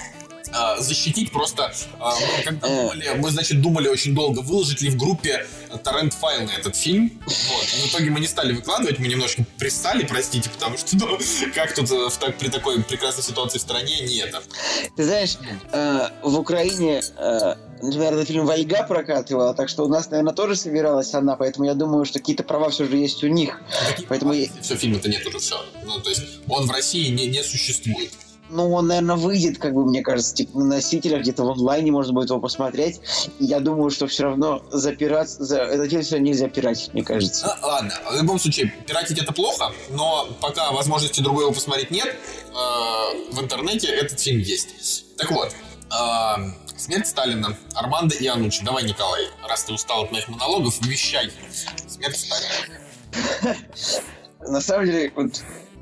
защитить, просто мы, когда думали, мы, значит, думали очень долго, выложить ли в группе торрент-файл на этот фильм. Вот. И в итоге мы не стали выкладывать, мы немножко пристали, простите, потому что, ну, как тут в, так, при такой прекрасной ситуации в стране не это. Ты знаешь, э, в Украине, э, например, этот фильм «Вольга» прокатывала, так что у нас, наверное, тоже собиралась она, поэтому я думаю, что какие-то права все же есть у них. Какие поэтому права? я... Все, фильма-то нет уже, все. Ну, то есть он в России не, не существует. Ну, он, наверное, выйдет, как бы, мне кажется, типа, на носителях, где-то в онлайне можно будет его посмотреть. И я думаю, что все равно за пират... За... Этот фильм все равно нельзя пиратить, мне кажется. А, ладно, в любом случае, пиратить это плохо, но пока возможности другой его посмотреть нет, э, в интернете этот фильм есть. Так вот, э, «Смерть Сталина», Армандо Ианнуччи. Давай, Николай, раз ты устал от моих монологов, вещай. «Смерть Сталина». На самом деле, вот...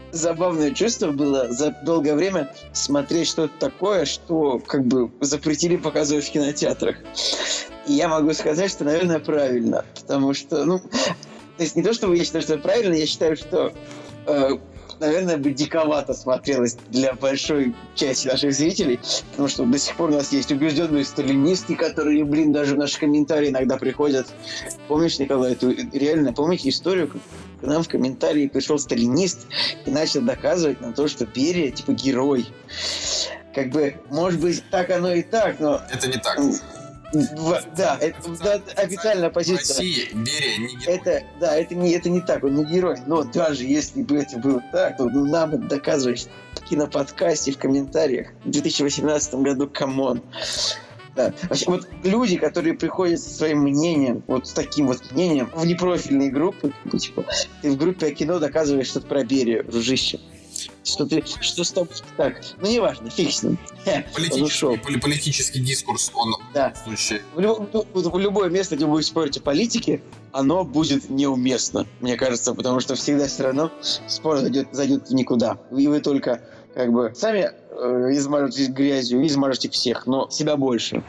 забавное чувство было за долгое время смотреть что-то такое, что как бы запретили показывать в кинотеатрах. И я могу сказать, что, наверное, правильно. Потому что, ну... То есть не то, чтобы я считаю, что это правильно, я считаю, что... Э, наверное, бы диковато смотрелось для большой части наших зрителей, потому что до сих пор у нас есть убежденные сталинисты, которые, блин, даже в наши комментарии иногда приходят. Помнишь, Николай, эту реально, помните историю, как к нам в комментарии пришел сталинист и начал доказывать нам то, что Берия, типа, герой. Как бы, может быть, так оно и так, но... Это не так. В, да, это, да, официальная позиция. В России Берия не герой. Это, да, это не, это не так, он не герой. Но даже если бы это было так, то ну, нам это доказывать в киноподкасте, в комментариях в две тысячи восемнадцатом году, камон. Да. Вообще, вот люди, которые приходят со своим мнением, вот с таким вот мнением, в непрофильные группы, типа, ты в группе о кино доказываешь что-то про Берию, дружище. Что ты, что с тобой так? Ну, неважно, фиг с ним. Политический, поли, политический дискурс, он да. в случае... В, люб, в любое место, где вы будете спорить о политике, оно будет неуместно, мне кажется, потому что всегда все равно спор зайдет, зайдет в никуда. И вы только как бы сами э, измажетесь грязью, измажете всех, но себя больше.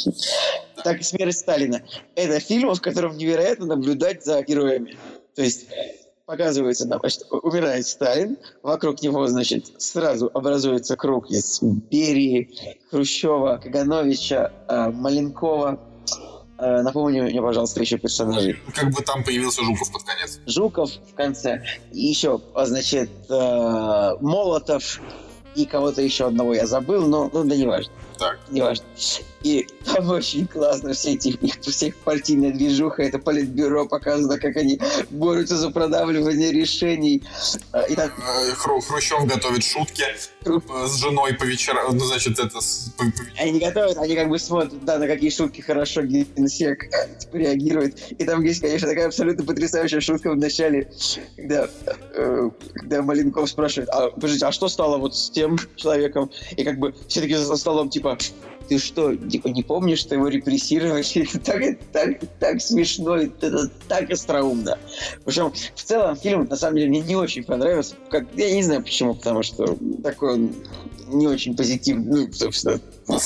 Так и «Смерть Сталина». Это фильм, в котором невероятно наблюдать за героями. То есть... Показывается, да, значит, умирает Сталин, вокруг него, значит, сразу образуется круг из Берии, Хрущева, Кагановича, э, Маленкова. Э, напомни мне, пожалуйста, еще персонажей. Как бы там появился Жуков под конец. Жуков в конце. И еще, значит, э, Молотов и кого-то еще одного я забыл, но ну, да не важно. Так. Не важно. И там очень классно все эти, их всех партийная движуха, это политбюро показано, как они борются за продавливание решений. И так... Хру- Хрущев готовит шутки Хру... с женой по вечерам, ну, значит, это... По... Они не готовят, они как бы смотрят, да, на какие шутки хорошо генсек типа, реагирует. И там есть, конечно, такая абсолютно потрясающая шутка в начале, когда, э, когда Маленков спрашивает, а, подождите, а что стало вот с тем человеком? И как бы все таки за столом, типа, ты что, типа, не помнишь, что его репрессировали? так, так, так смешно, это так остроумно. Причем, в целом, фильм, на самом деле, мне не очень понравился. Как, я не знаю почему, потому что такой он не очень позитивный. Ну, собственно,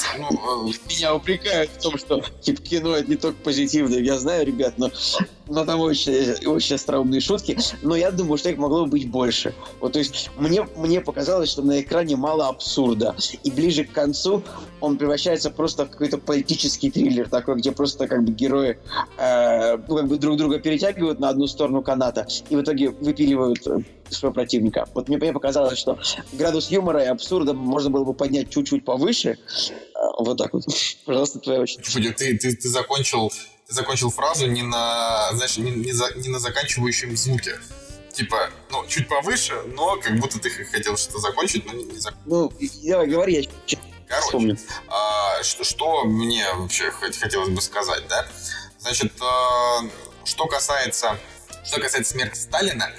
ну, меня упрекают в том, что типа кино это не только позитивное. Я знаю, ребят, но, но там очень, очень остроумные шутки. Но я думаю, что их могло быть больше. Вот, то есть мне, мне показалось, что на экране мало абсурда. И ближе к концу он превращается просто в какой-то политический триллер такой, где просто как бы герои э, ну, как бы друг друга перетягивают на одну сторону каната и в итоге выпиливают своего противника. Вот мне, мне показалось, что градус юмора и абсурда можно было бы поднять чуть-чуть повыше. Вот так вот. Пожалуйста, твоя очередь. Ты, ты, ты, закончил, ты закончил фразу не на, знаешь, не, не, за, не на заканчивающем звуке. Типа, ну, чуть повыше, но как будто ты хотел что-то закончить, но не, не закончил. Ну, давай, говори, я Короче, вспомню. А, что, что мне вообще хотелось бы сказать, да? Значит, а, что касается, что касается смерти Сталина,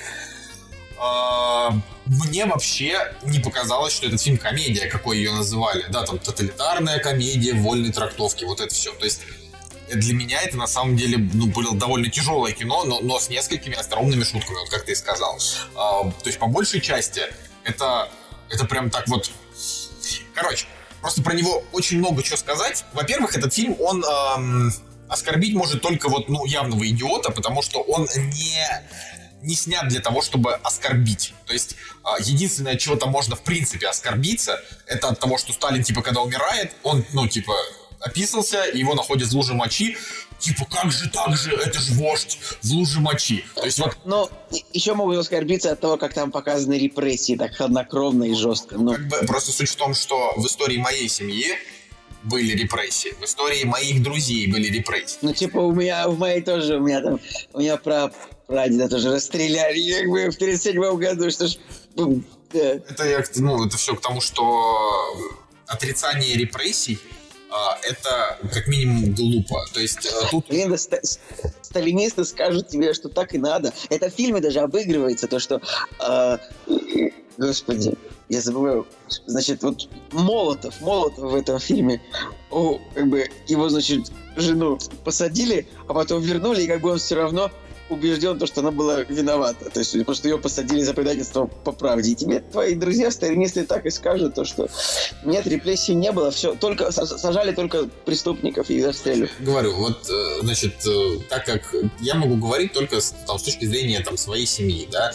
Uh, мне вообще не показалось, что этот фильм комедия, какой ее называли. Да, там тоталитарная комедия, вольной трактовки, вот это все. То есть для меня это на самом деле ну, было довольно тяжелое кино, но, но с несколькими остроумными шутками, вот как ты и сказал. Uh, то есть по большей части это, это прям так вот... Короче, просто про него очень много чего сказать. Во-первых, этот фильм, он... Эм, оскорбить может только вот, ну, явного идиота, потому что он не... не снят для того, чтобы оскорбить. То есть единственное, от чего там можно в принципе оскорбиться, это от того, что Сталин, типа, когда умирает, он, ну, типа, описался, его находят в луже мочи. Типа, как же так же, это же вождь в луже мочи. То есть вот... Ну, еще могут оскорбиться от того, как там показаны репрессии, так хладнокровно и жестко. Но... Как бы, просто суть в том, что в истории моей семьи были репрессии. В истории моих друзей были репрессии. Ну, типа, у меня, в моей тоже, у меня там, у меня про... Прадеда тоже расстреляли, как бы в тридцать седьмом году, что ж... Да. Это, я, ну, это все к тому, что отрицание репрессий а, это как минимум глупо. То есть а, тут... Блин, да, ста- сталинисты скажут тебе, что так и надо. Это в фильме даже обыгрывается, то, что... А, господи, я забываю. Значит, вот Молотов, Молотов в этом фильме, о, как бы его, значит, жену посадили, а потом вернули, и как бы он все равно убежден, то, что она была виновата. То есть, потому что ее посадили за предательство по правде. И тебе твои друзья, сталинисты, так и скажут, то, что нет, репрессий не было, все, только сажали только преступников и расстреливали. Говорю, вот, значит, так как я могу говорить только с, там, с точки зрения там, своей семьи, да,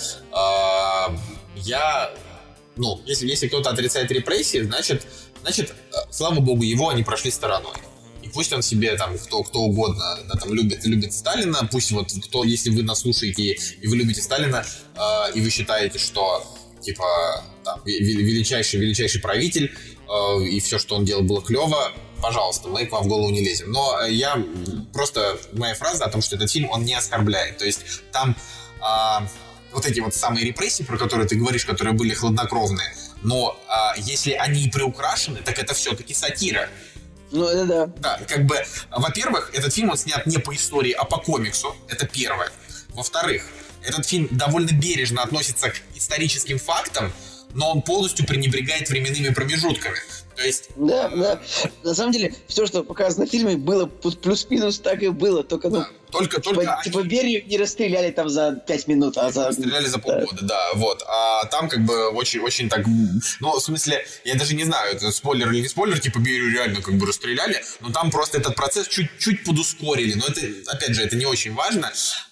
а, я, ну, если, если кто-то отрицает репрессии, значит, значит, слава богу, его они прошли стороной. Пусть он себе там кто, кто угодно да, там, любит, любит Сталина, пусть вот кто, если вы нас слушаете и вы любите Сталина, э, и вы считаете, что типа там, величайший, величайший правитель, э, и все, что он делал, было клево, пожалуйста, мы к вам в голову не лезем. Но я просто, моя фраза о том, что этот фильм, он не оскорбляет. То есть там э, вот эти вот самые репрессии, про которые ты говоришь, которые были хладнокровные, но э, если они и приукрашены, так это все-таки сатира. Ну, это да. Да, как бы, во-первых, этот фильм он снят не по истории, а по комиксу. Это первое. Во-вторых, этот фильм довольно бережно относится к историческим фактам, но он полностью пренебрегает временными промежутками. То есть... Да, да. На самом деле, все, что показано в фильме, было плюс-минус так и было. Только, ну, да, только, типа, только типа они... Берию не расстреляли там за пять минут, а за... Расстреляли за полгода, да. да, вот. А там как бы очень, очень так... Ну, в смысле, я даже не знаю, это спойлер или не спойлер, типа Берию реально как бы расстреляли, но там просто этот процесс чуть-чуть подускорили. Но это, опять же, это не очень важно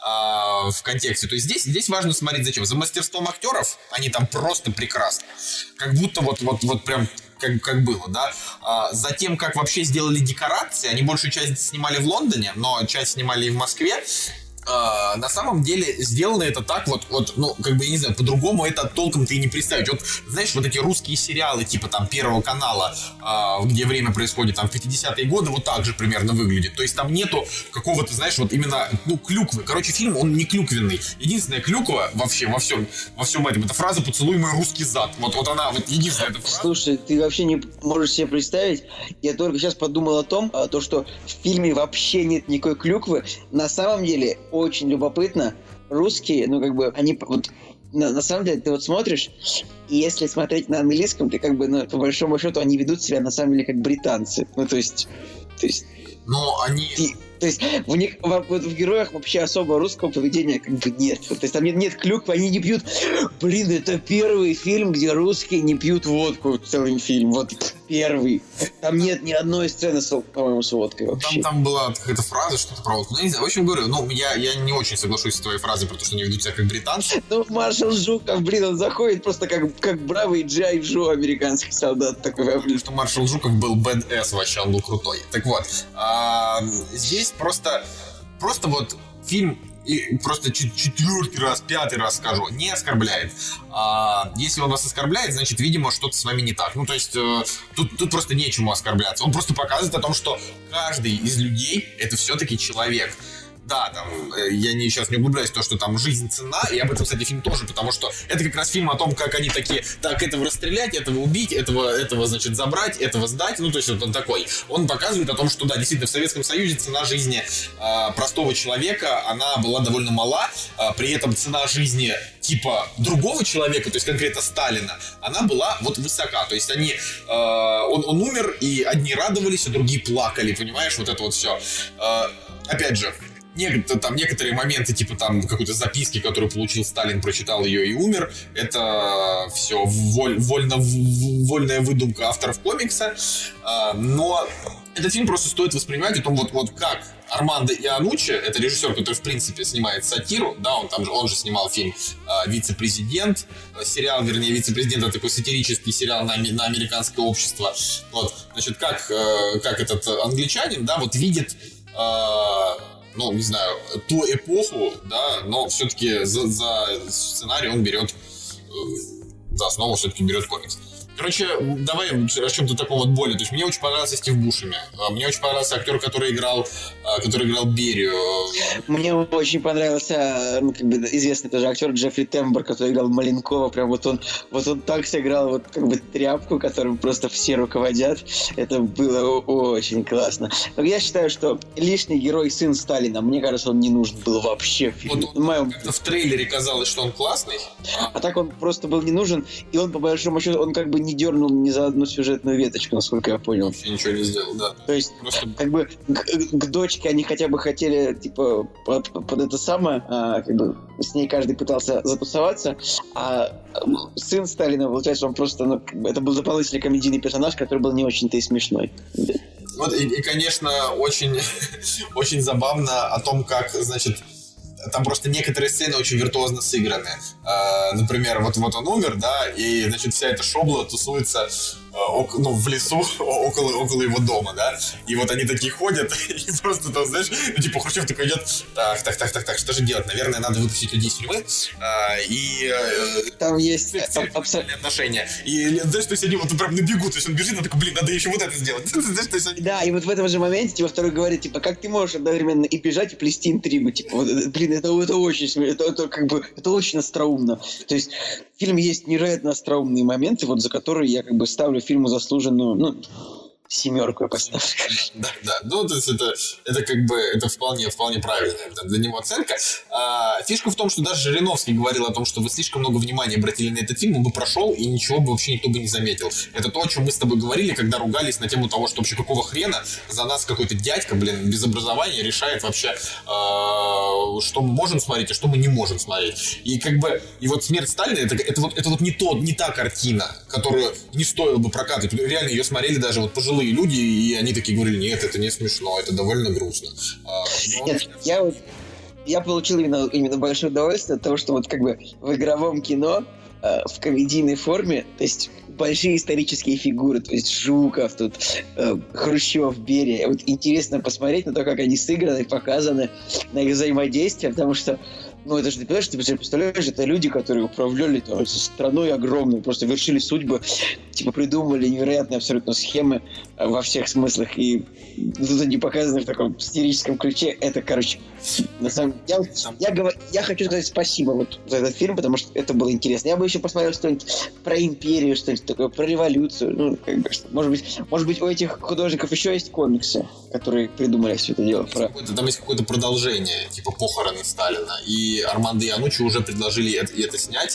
а, в контексте. То есть здесь, здесь важно смотреть зачем. За мастерством актеров они там просто прекрасны. Как будто вот, вот, вот прям... Как, как было, да. А, затем, как вообще сделали декорации, они большую часть снимали в Лондоне, но часть снимали и в Москве. А, на самом деле сделано это так вот, вот, ну, как бы, я не знаю, по-другому это толком ты и не представить. Вот, знаешь, вот эти русские сериалы, типа там Первого канала, а, где время происходит там в пятидесятые годы, вот так же примерно выглядит. То есть там нету какого-то, знаешь, вот именно, ну, клюквы. Короче, фильм, он не клюквенный. Единственная клюква вообще во всем, во всем этом, это фраза «поцелуй мой русский зад». Вот, вот она, вот единственная эта фраза. Слушай, ты вообще не можешь себе представить, я только сейчас подумал о том, то, что в фильме вообще нет никакой клюквы. На самом деле, очень любопытно, русские, ну, как бы, они вот, на, на самом деле, ты вот смотришь, и если смотреть на английском, ты как бы, ну, по большому счету, они ведут себя, на самом деле, как британцы. Ну, то есть, то есть... Но они... Ты, то есть в них, в, в героях вообще особо русского поведения как бы нет. То есть там нет, нет клюквы, они не пьют. Блин, это первый фильм, где русские не пьют водку целый фильм. Вот первый. Там нет ни одной сцены, с, по-моему, с водкой вообще. Там, там была какая-то фраза, что-то про водку. Ну, я не знаю, в общем говорю, ну, я, я не очень соглашусь с твоей фразой, потому что они ведут себя как британцы. Ну, Маршал Жуков, блин, он заходит просто как, как бравый Джай Джо, американский солдат такой. Потому что Маршал Жуков был бэд-эс вообще, он был крутой. Так вот, а, здесь просто, просто вот фильм, и просто четвертый раз, пятый раз скажу, не оскорбляет. А, если он вас оскорбляет, значит, видимо, что-то с вами не так. Ну, то есть, э, тут, тут просто нечему оскорбляться. Он просто показывает о том, что каждый из людей — это все-таки человек. Да, там, я не, сейчас не углубляюсь в то, что там жизнь цена, и об этом, кстати, фильм тоже, потому что это как раз фильм о том, как они такие, так, этого расстрелять, этого убить, этого, этого, значит, забрать, этого сдать, ну, то есть вот он такой. Он показывает о том, что, да, действительно, в Советском Союзе цена жизни э, простого человека, она была довольно мала, э, при этом цена жизни типа другого человека, то есть конкретно Сталина, она была вот высока, то есть они, э, он, он умер, и одни радовались, а другие плакали, понимаешь, вот это вот все. Э, опять же, Некоторые, там, некоторые моменты, типа там какой-то записки, которую получил Сталин, прочитал ее и умер, это все воль, вольно, вольная выдумка авторов комикса, а, но этот фильм просто стоит воспринимать о том, вот, вот как Армандо Ианнуччи, это режиссер, который в принципе снимает сатиру, да, он там же, он же снимал фильм а, «Вице-президент», сериал, вернее, «Вице-президент» — это такой сатирический сериал на, на американское общество, вот, значит, как, как этот англичанин, да, вот видит... А, ну, не знаю, ту эпоху, да, но все-таки за, за сценарий он берет, за основу все-таки берет комикс. Короче, давай о чем-то таком вот более. То есть мне очень понравился Стив Бушеми. Мне очень понравился актер, который играл, который играл Берию. Мне очень понравился, ну, как бы известный тоже актер Джеффри Тембер, который играл Маленкова. Прям вот он, вот он так сыграл вот как бы тряпку, которым просто все руководят. Это было очень классно. Но я считаю, что лишний герой сын Сталина, мне кажется, он не нужен был вообще в фильме. Вот он, Моем... как-то в трейлере казалось, что он классный. А так он просто был не нужен, и он по большому счету, он как бы не дернул ни за одну сюжетную веточку, насколько я понял. Вообще ничего не сделал, да. То есть, Просто... как бы, к, к дочке они хотя бы хотели, типа, под, под это самое, а, как бы, с ней каждый пытался затусоваться, а сын Сталина, получается, он просто, ну, это был дополнительный комедийный персонаж, который был не очень-то и смешной. Вот, и, и конечно, очень, очень забавно о том, как, значит, там просто некоторые сцены очень виртуозно сыграны. Э, например, вот, вот он умер, да, и, значит, вся эта шобла тусуется э, ок, ну, в лесу около, около его дома, да, и вот они такие ходят, и просто там, знаешь, ну, типа, Хрущев такой идет, так, так, так, так, так, что же делать? Наверное, надо вытащить людей из тюрьмы, э, и... Э, там есть абсолютно отношения. И, знаешь, то есть они вот прям на бегу, то есть он бежит, он такой, блин, надо еще вот это сделать. Знаешь, то есть они... Да, и вот в этом же моменте, типа, второй говорит, типа, как ты можешь одновременно и бежать, и плести интригу, типа, вот, блин, это, это очень смешно, это, это как бы, это очень остроумно. То есть в фильме есть невероятно остроумные моменты, вот за которые я как бы ставлю фильму заслуженную, ну, семерку я поставлю. Да, да, ну, то есть это, это как бы, это вполне, вполне правильная для него оценка. А, фишка в том, что даже Жириновский говорил о том, что вы слишком много внимания обратили на этот фильм, он бы прошел, и ничего бы вообще никто бы не заметил. Это то, о чем мы с тобой говорили, когда ругались на тему того, что вообще какого хрена за нас какой-то дядька, блин, без образования решает вообще, а, что мы можем смотреть, а что мы не можем смотреть. И как бы, и вот «Смерть Сталина» это, это, вот, это вот не, то, не та картина, которую не стоило бы прокатывать. Реально ее смотрели даже вот пожилые люди, и они такие говорили, нет, это не смешно, это довольно грустно. А, но... Нет, я вот я получил именно, именно большое удовольствие от того, что вот как бы в игровом кино э, в комедийной форме, то есть большие исторические фигуры, то есть Жуков, тут э, Хрущев, Берия. Вот интересно посмотреть на то, как они сыграны, показаны, на их взаимодействие, потому что ну, это же, ты понимаешь, ты представляешь, это люди, которые управляли там, страной огромной, просто вершили судьбы, типа придумывали невероятные абсолютно схемы во всех смыслах, и тут они показаны в таком сатирическом ключе. Это, короче, на самом деле, я, я, говор... я хочу сказать спасибо вот за этот фильм, потому что это было интересно. Я бы еще посмотрел что-нибудь про империю, что-нибудь такое, про революцию, ну, как бы, может быть, может быть, у этих художников еще есть комиксы, которые придумали все это дело. Про... Там есть какое-то продолжение, типа «Похороны Сталина», и Армандо Ианнуччи уже предложили это, это снять,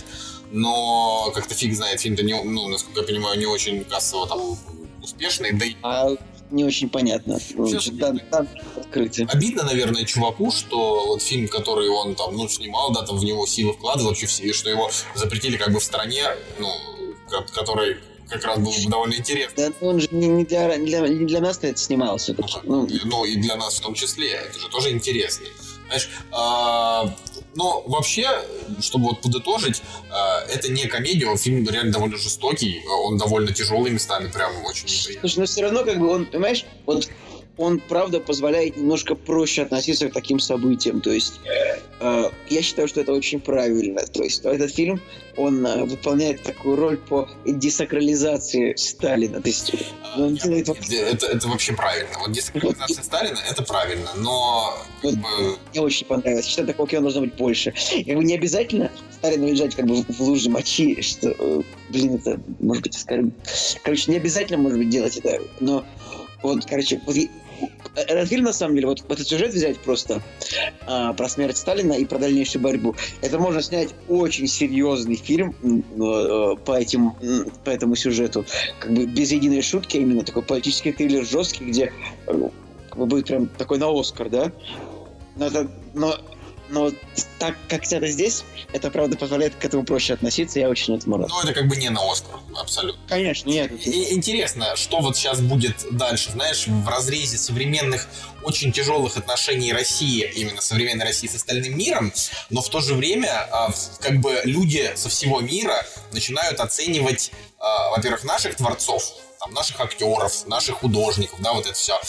но как-то фиг знает, фильм-то, не, ну, насколько я понимаю, не очень кассово там успешный, да и... А не очень понятно. Там, там открытие. Обидно, наверное, чуваку, что вот фильм, который он там, ну, снимал, да, там в него силы вкладывал, вообще все, что его запретили как бы в стране, ну, который как раз было бы довольно интересно. Да, он же не для, не для, не для нас это снимался. Ну, ну, ну, и для нас в том числе. Это же тоже интересно. Знаешь, а, но вообще, чтобы вот подытожить, а, это не комедия, он фильм реально довольно жестокий, он довольно тяжелый местами, прям очень неприятный. Слушай, но все равно, как бы, он, понимаешь, вот он, правда, позволяет немножко проще относиться к таким событиям. То есть, э, я считаю, что это очень правильно. То есть, этот фильм, он э, выполняет такую роль по десакрализации Сталина. То есть, он Я, делает... это, это вообще правильно. Вот десакрализация Сталина, это правильно, но... Вот, как бы... Мне очень понравилось. Я считаю, такого кино должно быть больше. Как бы не обязательно Сталину лежать как бы в луже мочи, что, э, блин, это, может быть, скажем... Короче, не обязательно, может быть, делать это, но вот, короче, вот этот фильм, на самом деле, вот этот сюжет взять просто а, про смерть Сталина и про дальнейшую борьбу, это можно снять очень серьезный фильм а, по, этим, по этому сюжету, как бы без единой шутки, а именно такой политический триллер жесткий, где как бы, будет прям такой на Оскар, да? Но, это, но, но так, как снято здесь, это, правда, позволяет к этому проще относиться, я очень этому рад. Ну, это как бы не на Оскар, абсолютно. Конечно, нет. И интересно, что вот сейчас будет дальше, знаешь, в разрезе современных очень тяжелых отношений России, именно современной России с остальным миром, но в то же время как бы люди со всего мира начинают оценивать, во-первых, наших творцов, там, наших актеров, наших художников, да, вот это все.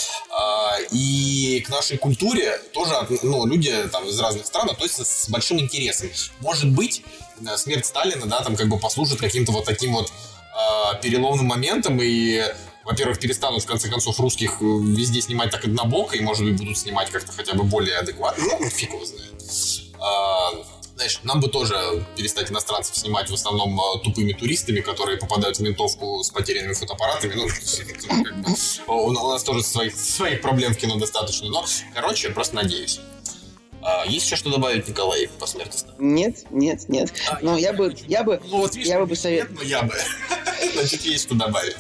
И к нашей культуре тоже, ну, люди там из разных стран относятся с большим интересом. Может быть, смерть Сталина, да, там как бы послужит каким-то вот таким вот переломным моментом, и, во-первых, перестанут, в конце концов, русских везде снимать так однобоко, и, может быть, будут снимать как-то хотя бы более адекватно. Ну, фиг его знает. Знаешь, нам бы тоже перестать иностранцев снимать в основном тупыми туристами, которые попадают в ментовку с потерянными фотоаппаратами. Ну, как бы, у нас тоже своих, своих проблем в кино достаточно. Но, короче, просто надеюсь. А, есть еще что добавить, Николай, по смерти? Нет, нет, нет. А, ну, я, я бы, я бы, ну, вот, видишь, я бы посоветовал. Нет, но я бы. Значит, есть что добавить.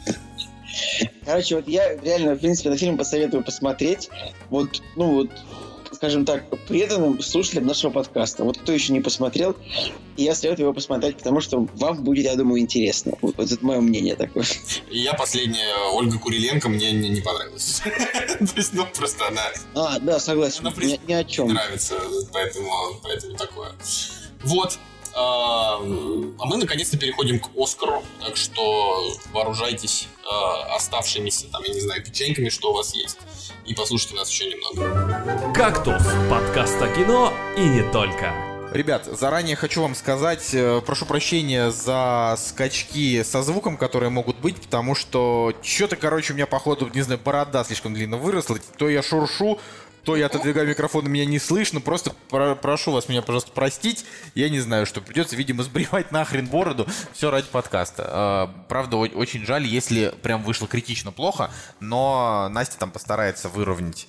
Короче, вот я реально, в принципе, на фильм посоветую посмотреть. Вот, ну вот, скажем так, преданным слушателям нашего подкаста. Вот кто еще не посмотрел, я советую его посмотреть, потому что вам будет, я думаю, интересно. Вот, вот это мое мнение такое. И я последняя, Ольга Куриленко, мне не, не понравилась. То есть, ну, просто она... А, да, согласен, Она, в ни, принципе, ни о чем. не нравится, поэтому, поэтому такое. Вот. А мы наконец-то переходим к Оскару, так что вооружайтесь э, оставшимися, там, я не знаю, печеньками, что у вас есть, и послушайте нас еще немного. «Кактус» — подкаст о кино и не только. Ребят, заранее хочу вам сказать, э, прошу прощения за скачки со звуком, которые могут быть, потому что что-то, короче, у меня, походу, не знаю, борода слишком длинно выросла, то я шуршу, то я отодвигаю микрофон, и меня не слышно. Просто про- прошу вас меня, пожалуйста, простить. Я не знаю, что придется, видимо, сбривать нахрен бороду. Все ради подкаста. А, правда, о- очень жаль, если прям вышло критично плохо, но Настя там постарается выровнять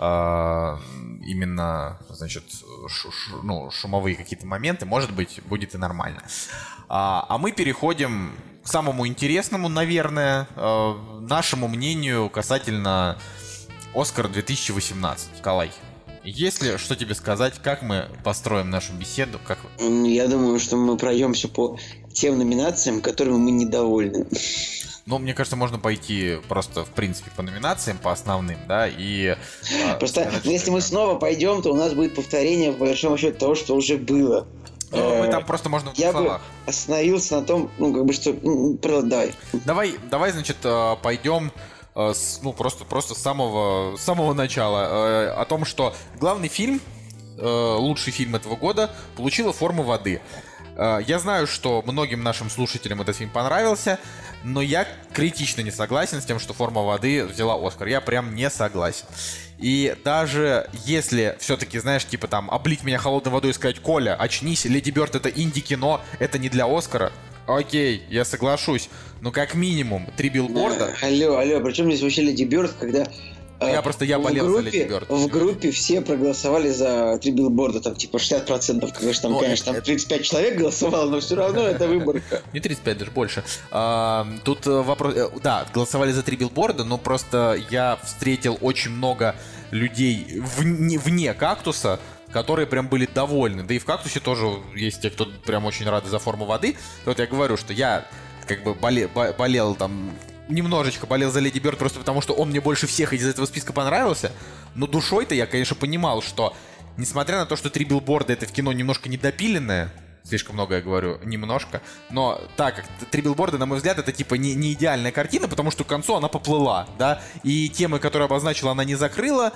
а, именно, значит, шу- шу- ну, шумовые какие-то моменты. Может быть, будет и нормально. А, а мы переходим к самому интересному, наверное, а, нашему мнению касательно Оскар две тысячи восемнадцать. Калай, есть ли что тебе сказать, как мы построим нашу беседу? Как... Я думаю, что мы пройдемся по тем номинациям, которыми мы недовольны. Ну, мне кажется, можно пойти просто, в принципе, по номинациям, по основным, да, и... Просто, сказать, если что мы это... снова пойдем, то у нас будет повторение, по большому счету, того, что уже было. Ну, мы там просто можно в Я словах. бы остановился на том, ну, как бы, что... Давай. Давай, давай, значит, пойдем... С, ну, просто, просто с самого, с самого начала. Э, о том, что главный фильм, э, лучший фильм этого года, получила «Форма воды». Э, я знаю, что многим нашим слушателям этот фильм понравился, но я критично не согласен с тем, что «Форма воды» взяла «Оскар». Я прям не согласен. И даже если все-таки, знаешь, типа там, облить меня холодной водой и сказать: «Коля, очнись, Леди Бёрд — это инди-кино, это не для Оскара». Окей, я соглашусь. Но как минимум три билборда. А, алло, алло, причем здесь вообще Леди Бёрд, когда... Я просто я болел за Леди Бёрд. В группе все проголосовали за три билборда, там типа шестьдесят процентов, конечно, там, ну, конечно, там это... тридцать пять человек голосовало, но все равно это выборка. Не тридцать пять, даже больше. А, тут вопрос... Да, голосовали за три билборда, но просто я встретил очень много людей вне, вне «Кактуса», которые прям были довольны. Да и в «Кактусе» тоже есть те, кто прям очень рады за «Форму воды». И вот я говорю, что я как бы болел, болел там... Немножечко болел за Леди Бёрд просто потому, что он мне больше всех из этого списка понравился. Но душой-то я, конечно, понимал, что несмотря на то, что «Три билборда» — это в кино немножко недопиленное, слишком много я говорю, немножко, но так как «Три билборда», на мой взгляд, это типа не, не идеальная картина, потому что к концу она поплыла, да, и темы, которые обозначила, она не закрыла,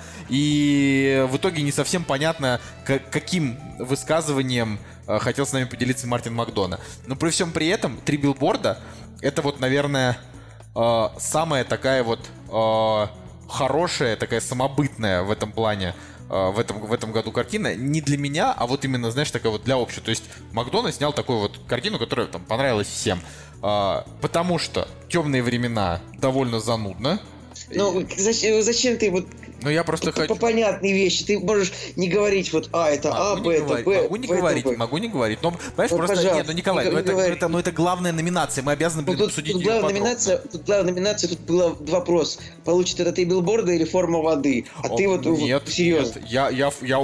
и в итоге не совсем понятно, к- каким высказыванием э, хотел с нами поделиться Мартин Макдона. Но при всем при этом «Три билборда» — это вот, наверное... Uh, самая такая вот uh, хорошая, такая самобытная в этом плане, uh, в, этом, в этом году картина. Не для меня, а вот именно, знаешь, такая вот для общего. То есть Макдона снял такую вот картину, которая там понравилась всем. Uh, потому что «Темные времена» довольно занудно. Ну, зачем, зачем ты вот... Ну, я просто по, хочу... по понятные вещи. Ты можешь не говорить вот А, это А, Б, это Б. Могу не говорить, могу не говорить. Но, понимаешь, Ну, просто... пожалуйста, Нет, ну, Николай, не ну, это, говори. это, ну, это главная номинация. Мы обязаны, блин, Тут, обсудить тут, ее главная подробно. номинация, тут главная номинация, тут был вопрос. Получит это «Три билборда» или «Форма воды»? А О, ты вот, нет, вот серьезно. нет, я, я, я...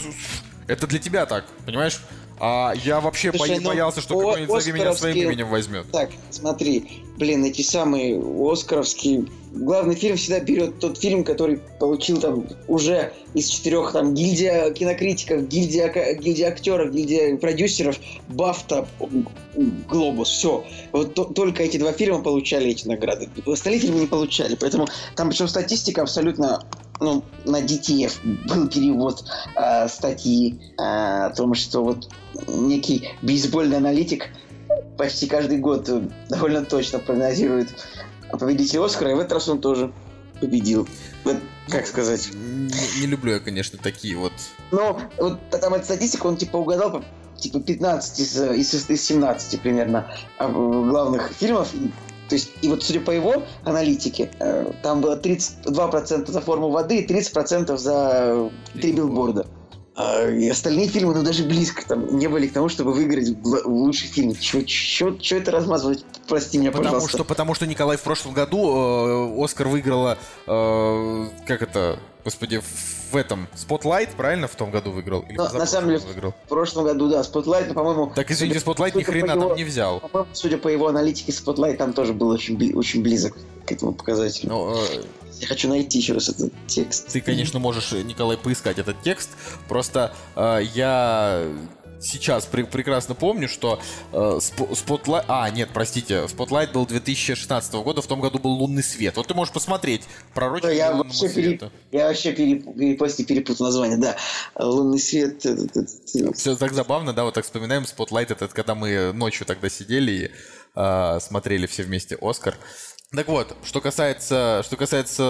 Это для тебя так, понимаешь? А я вообще Слушай, бои- ну, боялся, что о- какой-нибудь «Зови меня своим оскаровские- именем» возьмет. Так, смотри, блин, эти самые оскаровские... Главный фильм всегда берет тот фильм, который получил там уже из четырех там гильдия кинокритиков, гильдия, гильдия актеров, гильдия продюсеров, Бафта, Глобус, все. Вот то, только эти два фильма получали эти награды. Остальные фильмы не получали, поэтому там причем статистика абсолютно... Ну, на ди ти эф был перевод э, статьи э, о том, что вот некий бейсбольный аналитик почти каждый год довольно точно прогнозирует победителя Оскара, и в этот раз он тоже победил. Вот, как сказать? Не, не люблю я, конечно, такие вот... Ну, вот там эта статистика, он типа угадал по типа пятнадцать из, из, из семнадцати примерно главных фильмов. То есть, и вот судя по его аналитике, э, там было тридцать два процента за «Форму воды и тридцать процентов за «Три билборда». А, и остальные фильмы, ну, даже близко там не были к тому, чтобы выиграть в лучший фильм. Чего это размазывать? Прости меня, потому пожалуйста. Что, потому что, Николай, в прошлом году э, Оскар выиграла, э, как это, господи, в этом, Spotlight, правильно, в том году выиграл? Или но, на самом деле, выиграл? В прошлом году, да, Spotlight, но, по-моему... Так, извините, Spotlight ни хрена там не взял. По-моему, судя по его аналитике, Spotlight там тоже был очень, бли- очень близок к этому показателю. Но, э, Я хочу найти еще раз этот текст. Ты, конечно, можешь, Николай, поискать этот текст. Просто э, я сейчас пр- прекрасно помню, что э, Spotlight... А, нет, простите, Spotlight был две тысячи шестнадцатого года, в том году был «Лунный свет». Вот ты можешь посмотреть «Пророчество я лунного вообще света». Переп... Я вообще переп... перепостил, перепутал название, да. «Лунный свет». Этот, этот... Все так забавно, да, вот так вспоминаем Spotlight, этот, когда мы ночью тогда сидели и э, смотрели все вместе «Оскар». Так вот, что касается, что касается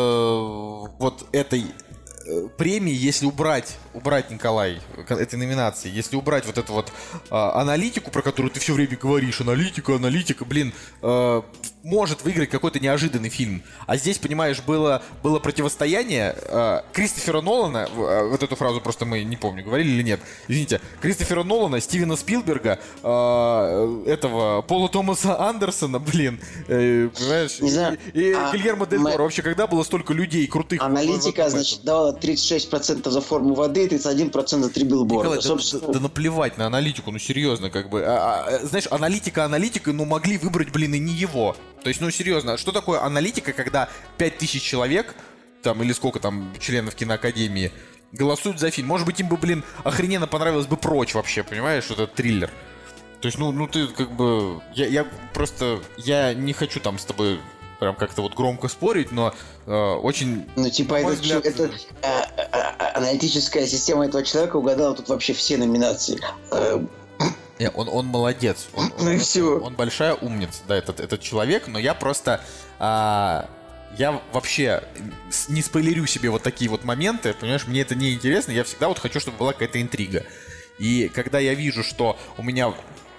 вот этой премии, если убрать, убрать, Николай, этой номинации, если убрать вот эту вот а, аналитику, про которую ты все время говоришь, аналитика, аналитика, блин, а, может выиграть какой-то неожиданный фильм. А здесь, понимаешь, было, было противостояние а, Кристофера Нолана, вот эту фразу просто мы, не помню, говорили или нет, извините, Кристофера Нолана, Стивена Спилберга, а, этого Пола Томаса Андерсона, блин, э, понимаешь, не знаю, и, и а, Гильермо Дель Торо. мы... Вообще, когда было столько людей крутых? Аналитика, значит, давала тридцать шесть процентов за форму воды и тридцать один процент за три билборда. Николай, Собственно... да, да наплевать на аналитику, ну серьезно, как бы. А, а, знаешь, аналитика аналитикой, ну могли выбрать, блин, и не его. То есть, ну серьезно, что такое аналитика, когда пять тысяч человек, там, или сколько там членов киноакадемии, голосуют за фильм? Может быть, им бы, блин, охрененно понравилось бы «Прочь» вообще, понимаешь, что это триллер. То есть, ну, ну ты как бы... Я, я просто... Я не хочу там с тобой... прям как-то вот громко спорить, но э, очень... Ну, типа, это, взгляд... это а, а, аналитическая система этого человека угадала тут вообще все номинации. Не, он, он молодец. Он, ну он, и все. Он большая умница, да, этот, этот человек, но я просто... А, я вообще не спойлерю себе вот такие вот моменты, понимаешь, мне это не интересно, я всегда вот хочу, чтобы была какая-то интрига. И когда я вижу, что у меня...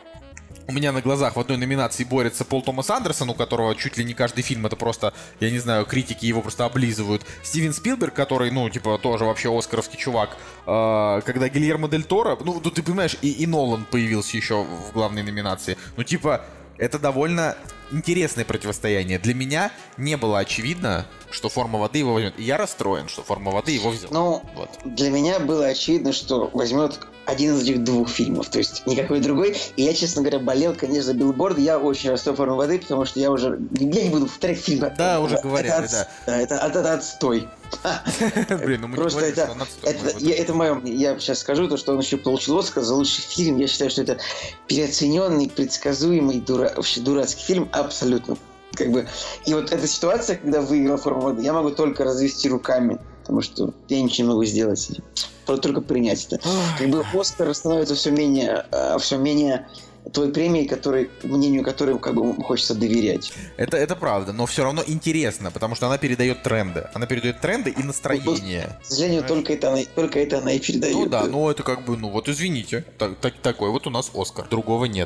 У меня на глазах в одной номинации борется Пол Томас Андерсон, у которого чуть ли не каждый фильм это просто, я не знаю, критики его просто облизывают. Стивен Спилберг, который, ну, типа, тоже вообще оскаровский чувак. Э, когда Гильермо Дель Торо, ну, ты понимаешь, и, и Нолан появился еще в главной номинации. Ну, типа, это довольно интересное противостояние. Для меня не было очевидно, что «Форма воды» его возьмет. И я расстроен, что «Форма воды» его взял. Ну, вот. Для меня было очевидно, что возьмет один из этих двух фильмов, то есть никакой другой. И я, честно говоря, болел, конечно, за «Билборд». Я очень расстроен «Форму воды», потому что я уже... Я не буду повторять фильм. Да, уже говорили, да. Это, это, это отстой. Блин, ну мы Просто не говорим, это, что он отстой. это, я, это мое, я сейчас скажу, то, что он еще получил Оскар за лучший фильм. Я считаю, что это переоцененный, предсказуемый, дура, вообще дурацкий фильм, абсолютно. Как бы, и вот эта ситуация, когда выиграл «Форму воды», я могу только развести руками, потому что я ничего не могу сделать. Только принять это. Как бы Оскар становится все менее, все менее той премией, которой, мнению которой как бы хочется доверять. Это, это правда, но все равно интересно, потому что она передает тренды. Она передает тренды и настроение. Вот, к сожалению, только это, она, только это она и передает. Ну да, ну это как бы, ну вот извините, так, так, такой вот у нас Оскар, другого нет.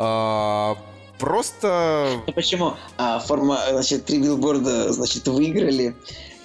А, просто... Ну почему? А, форма, значит, три билборда, значит, выиграли.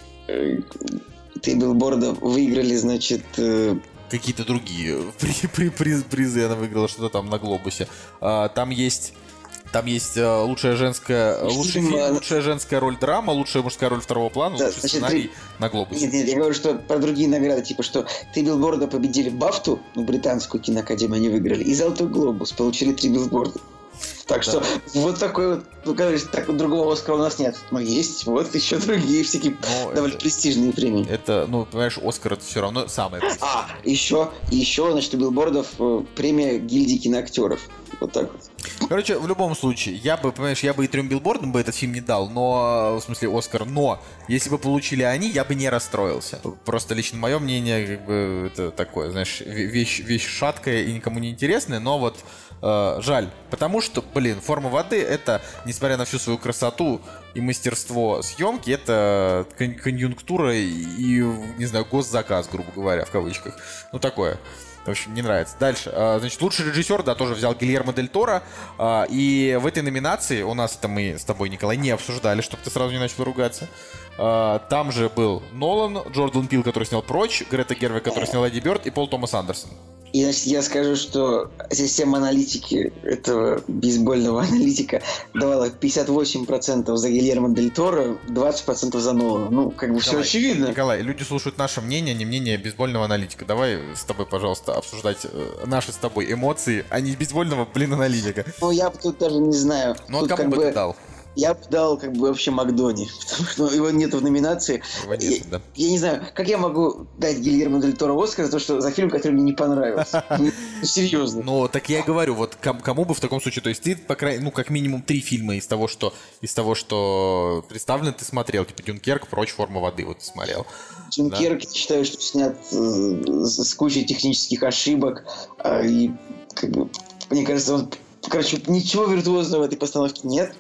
Три билборда выиграли, значит... Какие-то другие при, при, при, призы она выиграла, что-то там на Глобусе. А, там есть... Там есть uh, лучшая женская, лучший фильм, фильм, лучшая женская роль драма, лучшая мужская роль второго плана, да, лучший значит, сценарий три... на Глобусе. Нет, нет, я говорю, что про другие награды, типа, что три билборда победили Бафту, ну, британскую киноакадемию они выиграли, и Золотой Глобус получили три билборда. Так да. Что вот такой вот, ну, говоришь, так вот другого Оскара у нас нет. Но есть вот еще другие всякие но довольно это, престижные премии. Это, ну, понимаешь, Оскар это все равно самое престижное. А, еще, еще, значит, у билбордов премия гильдии киноактеров. Вот так вот. Короче, в любом случае, я бы, понимаешь, я бы и трем билбордам бы этот фильм не дал, но, в смысле, Оскар, но если бы получили они, я бы не расстроился. Просто лично мое мнение, как бы, это такое, знаешь, вещь, вещь шаткая и никому не интересная, но вот Э, жаль, потому что, блин, «Форма воды» — это, несмотря на всю свою красоту и мастерство съемки, это кон- конъюнктура и, и, не знаю, госзаказ, грубо говоря, в кавычках. Ну, такое. В общем, не нравится. Дальше. Значит, лучший режиссер, да, тоже взял Гильермо дель Торо. И в этой номинации, у нас это мы с тобой, Николай, не обсуждали, чтобы ты сразу не начал ругаться. Там же был Нолан, Джордан Пил, который снял «Прочь», Грета Гервиг, который снял «Леди Бёрд», и Пол Томас Андерсон. И, значит, я скажу, что система аналитики этого бейсбольного аналитика давала пятьдесят восемь процентов за Гильермо дель Торо, двадцать процентов за Нолана. Ну, как бы все очевидно. Николай, люди слушают наше мнение, не мнение бейсбольного аналитика. Давай с тобой, пожалуйста, обсуждать э, наши с тобой эмоции, а не бейсбольного, блин, аналитика. Ну, я тут даже не знаю. Ну, тут а кому бы бы... ты дал? Я бы дал, как бы, вообще Макдони, потому что его нет в номинации. Его нет, я, да. Я не знаю, как я могу дать Гильермо дель Торо Оскар за то, что за фильм, который мне не понравился. Ну, серьезно. Ну, так я говорю, вот кому бы в таком случае, то есть ты, по крайней, ну, как минимум три фильма из того, что из того, что представлено, ты смотрел, типа «Дюнкерк», «Прочь», «Форма воды», вот ты смотрел. «Дюнкерк», я считаю, что снят э, с кучей технических ошибок, э, и, как бы, мне кажется, он, короче, ничего виртуозного в этой постановке нет.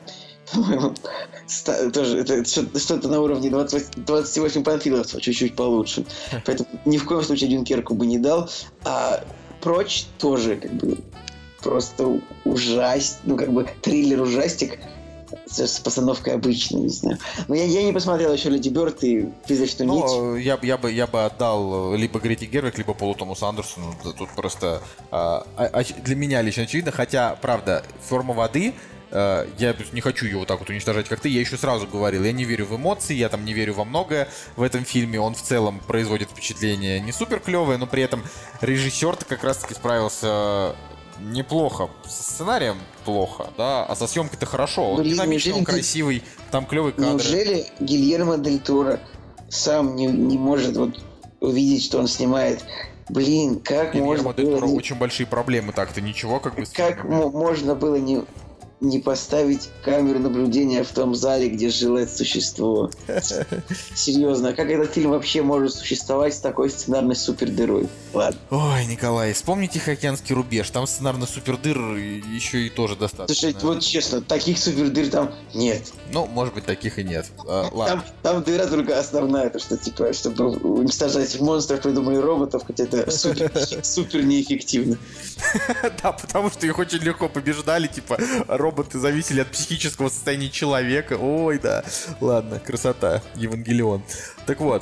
Тоже это что-то на уровне двадцать восемь панфиловцев, чуть-чуть получше. Поэтому ни в коем случае Дюнкерку бы не дал. А «Прочь» тоже как бы просто ужасть, ну как бы триллер-ужастик с постановкой обычной, не знаю. Но я, я не посмотрел еще «Леди Бёрд» и «Признать, что ну, нет». Я, я, бы, я бы отдал либо Грете Гервиг, либо Полу Томасу Андерсону. Тут просто а, а, для меня лично очевидно. Хотя, правда, «Форма воды», я не хочу ее вот так вот уничтожать, как ты. Я еще сразу говорил, я не верю в эмоции, я там не верю во многое в этом фильме. Он в целом производит впечатление не супер клевое, но при этом режиссер-то как раз-таки справился неплохо. Со сценарием плохо, да, а со съемкой-то хорошо. Он динамичный, он красивый, там клевый кадр. Неужели Гильермо дель Торо сам не, не может вот увидеть, что он снимает? Блин, как Гильермо можно дель Торо было... очень большие проблемы, так-то ничего как бы... Как м- можно было не... не поставить камеру наблюдения в том зале, где жило это существо. Серьезно, как этот фильм вообще может существовать с такой сценарной супердырой? Ладно. Ой, Николай, вспомни «Тихоокеанский рубеж», там сценарный супердыр еще и тоже достаточно. Слушай, вот честно, таких супердыр там нет. Ну, может быть, таких и нет. А, ладно. Там, там дыра только основная, то что, типа, чтобы уничтожать монстров, придумали роботов, хотя это супер, супер неэффективно. Да, потому что их очень легко побеждали, типа, роботы зависели от психического состояния человека. Ой, да. Ладно, красота. Евангелион. Так вот,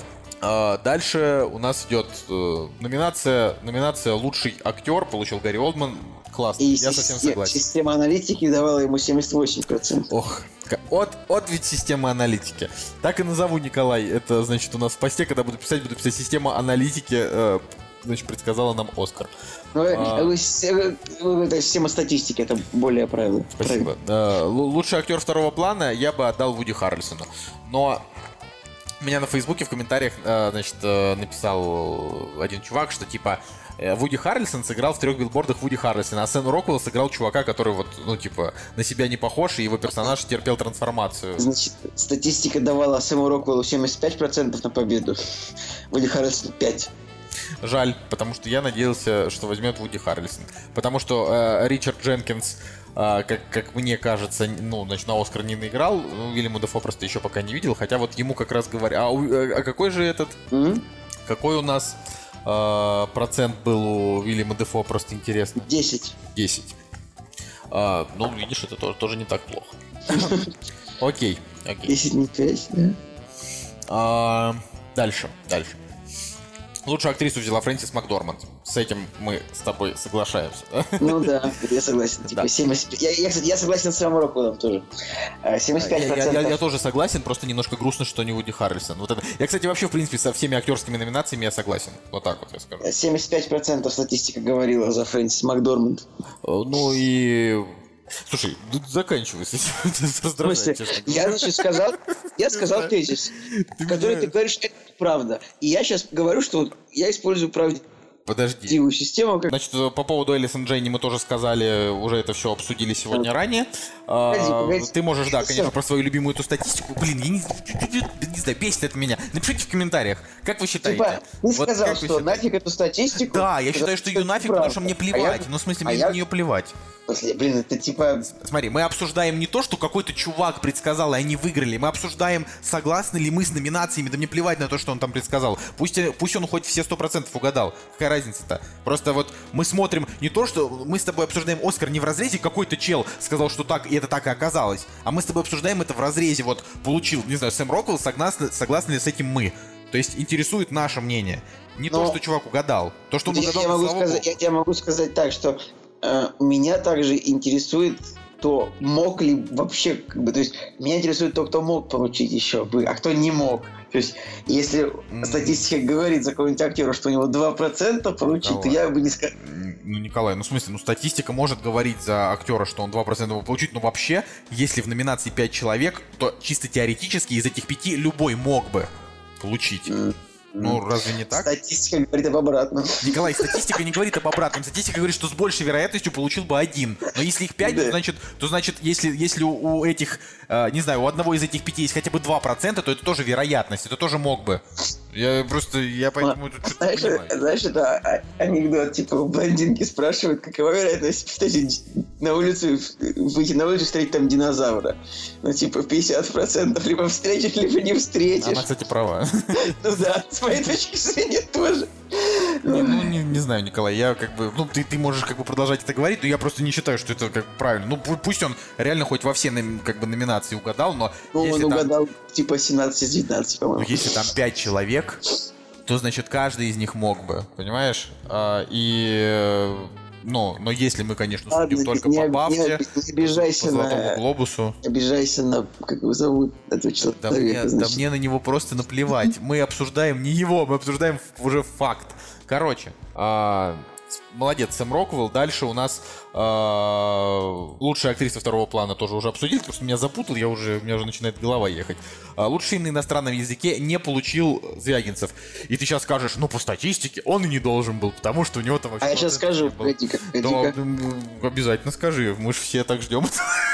дальше у нас идет номинация, номинация «Лучший актер», получил Гарри Олдман. Классно, и я совсем согласен. Система аналитики давала ему семьдесят восемь процентов. Ох, от, от ведь системы аналитики. Так и назову, Николай. Это, значит, у нас в посте, когда буду писать, буду писать «Система аналитики», э, значит, предсказала нам Оскар. Ну, а... это система статистики, это более правильно. Спасибо. Э, лучший актер второго плана я бы отдал Вуди Харрельсону. Но меня на Фейсбуке в комментариях, э, значит, э, написал один чувак, что типа Вуди Харрельсон сыграл в трех билбордах Вуди Харрельсона, а Сэм Роквелл сыграл чувака, который вот, ну, типа, на себя не похож, и его персонаж терпел трансформацию. Значит, статистика давала Сэму Роквеллу семьдесят пять процентов на победу, Вуди Харрельсон пять процентов. Жаль, потому что я надеялся, что возьмет Вуди Харрельсон. Потому что э, Ричард Дженкинс, э, как, как мне кажется, ну, значит, на Оскар не наиграл. Ну, Вильяму Дефо просто еще пока не видел. Хотя вот ему как раз говорят, а, а какой же этот... Mm-hmm. Какой у нас э, процент был у Вильяма Дефо, просто интересно? десять. десять. А, ну, видишь, это тоже, тоже не так плохо. Окей, окей. десять не пять, да? А, дальше, дальше. Лучшую актрису взяла Фрэнсис Макдорманд. С этим мы с тобой соглашаемся, да? Ну да, я согласен. Типа да. семьдесят пять... я, я, кстати, я согласен с Сэмом Роквеллом тоже. семьдесят пять процентов. Я, я, я тоже согласен, просто немножко грустно, что не Вуди Харрельсон. Вот это... Я, кстати, вообще, в принципе, со всеми актерскими номинациями я согласен. Вот так вот я скажу. семьдесят пять процентов статистика говорила за Фрэнсис Макдорманд. Ну и... Слушай, заканчивай с этим. Раздражает, я, значит, сказал, я сказал тезис, в который ты говоришь, это правда. И я сейчас говорю, что я использую правду. Подожди. систему. Как... Значит, по поводу Элисон Джейни мы тоже сказали, уже это все обсудили сегодня так. ранее. Погоди, погоди. Ты можешь, да, конечно, Всё. про свою любимую эту статистику. Блин, я не, не знаю, бесит это меня. Напишите в комментариях, как вы считаете? Типа, ты Вот сказал, как вы что считаете? нафиг эту статистику. Да, я считаю, что ее нафиг, потому что мне плевать. Ну, в смысле, а мне я... на нее плевать. После, блин, это типа... Смотри, мы обсуждаем не то, что какой-то чувак предсказал, и они выиграли. Мы обсуждаем, согласны ли мы с номинациями. Да мне плевать на то, что он там предсказал. Пусть, пусть он хоть все сто процентов угадал. Какая разница-то? Просто вот мы смотрим не то, что мы с тобой обсуждаем Оскар не в разрезе какой-то чел сказал, что так, и это так и оказалось. А мы с тобой обсуждаем это в разрезе. Вот получил, не знаю, Сэм Роквелл, согласны, согласны ли с этим мы. То есть интересует наше мнение. Не Но... то, что чувак угадал. То, что он я, угадал, я, могу слава сказать, богу. я тебе могу сказать так, что э, меня также интересует то, мог ли вообще, как бы, то есть меня интересует то, кто мог получить еще бы, а кто не мог. То есть, если mm. статистика говорит за какого-нибудь актера, что у него два процента получить, Николай. то я бы не сказал. Ну, Николай, ну в смысле, ну статистика может говорить за актера, что он два процента мог получить, но вообще, если в номинации пять человек, то чисто теоретически из этих пяти любой мог бы получить. Mm. Ну, разве не так? Статистика говорит об обратном. Николай, статистика не говорит об обратном. Статистика говорит, что с большей вероятностью получил бы один. Но если их пять, то значит, то значит, если, если у, у этих, э, не знаю, у одного из этих пяти есть хотя бы два процента, то это тоже вероятность, это тоже мог бы. Я просто, я поэтому тут что-то знаешь, понимаю. Знаешь, это анекдот, типа, у блондинки спрашивают, какова вероятность встретить на улицу, выйти на улицу и встретить там динозавра. Ну, типа, пятьдесят процентов либо встретишь, либо не встретишь. Она, кстати, права. Ну да, с моей точки зрения тоже. Не, ну, не, не знаю, Николай, я как бы, ну, ты, ты можешь как бы продолжать это говорить, но я просто не считаю, что это как бы правильно. Ну, пусть он реально хоть во все как бы номинации угадал, но ну, если он там, угадал типа семнадцать из девятнадцати, по-моему. Ну, если там пять человек, то, значит, каждый из них мог бы, понимаешь? А, и, ну, но если мы, конечно, судим Ладно, только не, по Бафте, не, не обижайся по Золотому на... Глобусу. Не обижайся на, как его зовут, этого человека. Да мне, да мне на него просто наплевать. Мы обсуждаем не его, мы обсуждаем уже факт. Короче, а, молодец, Сэм Роквелл. Дальше у нас а, лучшая актриса второго плана тоже уже обсудили, потому что меня запутал, я уже, у меня уже начинает голова ехать. А, лучший фильм на иностранном языке не получил Звягинцев. И ты сейчас скажешь, ну по статистике он и не должен был, потому что у него там вообще... А я сейчас скажу, погоди-ка, да, обязательно скажи, мы же все так ждем.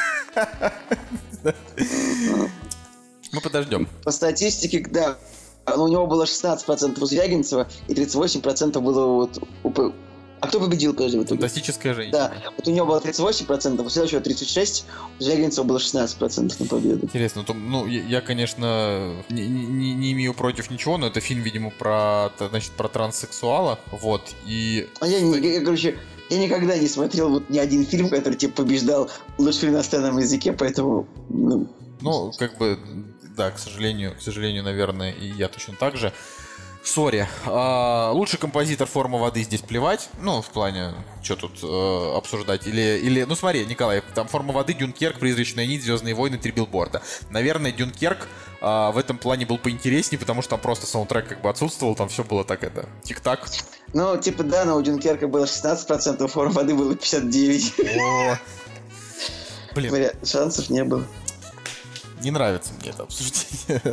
Мы подождем. По статистике, да. У него было шестнадцать процентов у Звягинцева и тридцать восемь процентов было вот у... А кто победил, подожди, в итоге? Фантастическая женщина. Да, вот у него было тридцать восемь процентов, у следующего тридцать шесть процентов, у Звягинцева было шестнадцать процентов на победу. Интересно, то, ну, я, я конечно, не, не, не имею против ничего, но это фильм, видимо, про, значит, про транссексуала, вот, и... А я, не, я, короче, я никогда не смотрел вот ни один фильм, который, типа, побеждал лучше на иностранном языке, поэтому... Ну, ну как бы... Да, к сожалению, к сожалению, наверное, и я точно так же. Сори. А, лучший композитор «Форма воды» здесь плевать. Ну, в плане, что тут э, обсуждать. Или, или, ну смотри, Николай, там «Форма воды», «Дюнкерк», «Призрачная нить», «Звездные войны», «Три билборда». Наверное, «Дюнкерк» э, в этом плане был поинтереснее, потому что там просто саундтрек как бы отсутствовал, там все было так это, тик-так. Ну, типа, да, но у «Дюнкерка» было шестнадцать процентов, у «Формы воды» было пятьдесят девять процентов. О, блин. Шансов не было. Не нравится мне это обсуждение.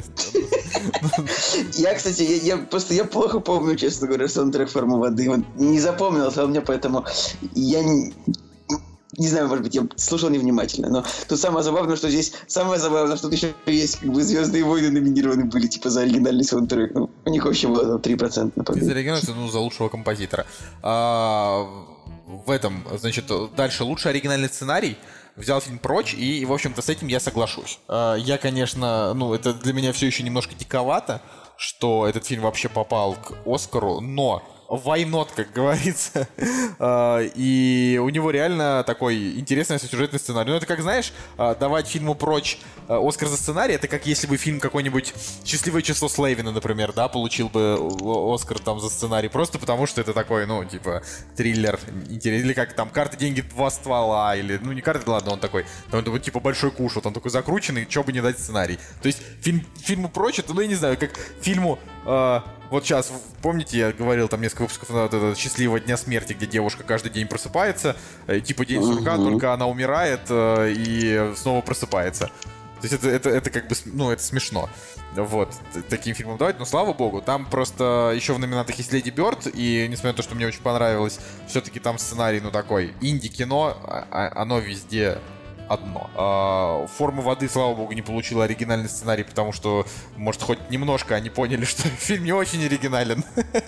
Я, кстати, я, я просто я плохо помню, честно говоря, саундтрек «Формы воды». Он не запомнился у меня, поэтому я не, не знаю, может быть, я слушал невнимательно. Но тут самое забавное, что здесь самое забавное, что тут еще есть как бы «Звездные войны» номинированы были типа за оригинальный саундтрек. Ну, у них вообще было там три процента на победу. За оригинальный, ну, за лучшего композитора. А, в этом, значит, дальше лучший оригинальный сценарий. Взял фильм «Прочь», и, в общем-то, с этим я соглашусь. Я, конечно, ну, это для меня все еще немножко диковато, что этот фильм вообще попал к Оскару, но why not, как говорится. И у него реально такой интересный сюжетный сценарий. Ну, это как, знаешь, давать фильму «Прочь» Оскар за сценарий, это как если бы фильм какой-нибудь «Счастливое число Слейвина», например, да, получил бы Оскар там за сценарий, просто потому что это такой, ну, типа, триллер, или как там «Карты, деньги, два ствола», или, ну, не «Карты», ладно, он такой, там, вот, типа, «Большой куш», вот он такой закрученный, чё бы не дать сценарий. То есть фильм, фильму «Прочь», это, ну, я не знаю, как фильму... Э, вот сейчас, помните, я говорил там несколько выпусков назад, это «Счастливого дня смерти», где девушка каждый день просыпается, э, типа день сурка, uh-huh. только она умирает э, и снова просыпается. То есть это, это, это как бы, ну, это смешно. Вот, таким фильмом давать, но слава богу, там просто еще в номинатах есть Леди Бёрд, и несмотря на то, что мне очень понравилось, все-таки там сценарий, ну, такой, инди-кино, оно везде одно. А, «Форма воды», слава богу, не получила оригинальный сценарий, потому что, может, хоть немножко они поняли, что фильм не очень оригинален.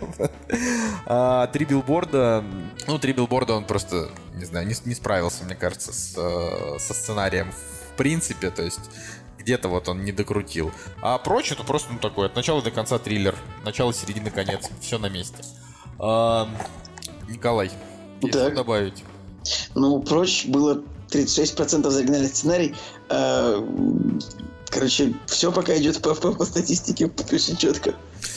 а, «Три билборда», ну, «Три билборда» он просто, не знаю, не, не справился, мне кажется, с, со сценарием в принципе, то есть где-то вот он не докрутил. А прочее, то просто, ну, такой, от начала до конца триллер. Начало, середина, конец. Все на месте. А, Николай, есть что добавить? Ну, прочь было тридцать шесть процентов за оригинальный сценарий. А, короче, все пока идет по, по, по статистике, пиши четко.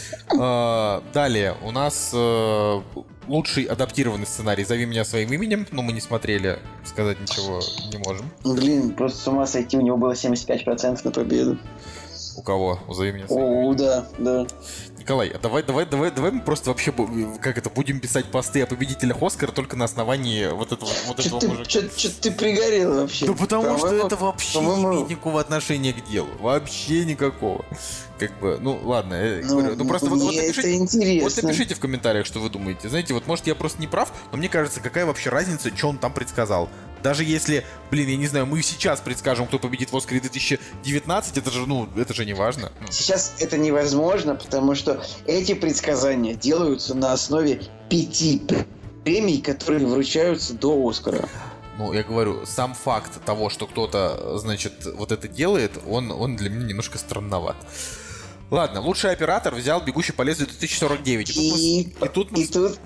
А, далее, у нас а, лучший адаптированный сценарий «Зови меня своим именем», но мы не смотрели, сказать ничего не можем. Блин, просто с ума сойти, у него было семьдесят пять процентов на победу. У кого? У «Зови меня своим именем»? О, да, да. Николай, а давай, давай, давай, давай мы просто вообще, как это, будем писать посты о победителях Оскара только на основании вот этого, вот Чё этого ты, мужика. Чё, чё ты пригорел вообще? Да потому По-моему, что это вообще не по-моему... имеет никакого отношения к делу. Вообще никакого. Как бы, ну ладно, я Ну, говорю, ну просто вот, вот, мне напишите, это интересно. вот напишите в комментариях, что вы думаете. Знаете, вот может я просто не прав, но мне кажется, какая вообще разница, что он там предсказал. Даже если, блин, я не знаю, мы сейчас предскажем, кто победит в Оскаре две тысячи девятнадцать, это же, ну, это же не важно. Сейчас это невозможно, потому что эти предсказания делаются на основе пяти премий, которые вручаются до Оскара. Ну, я говорю, сам факт того, что кто-то, значит, вот это делает, он, он для меня немножко странноват. Ладно, лучший оператор взял «Бегущий по лезвию» две тысячи сорок девять. И, и, мы, и тут мы... и тут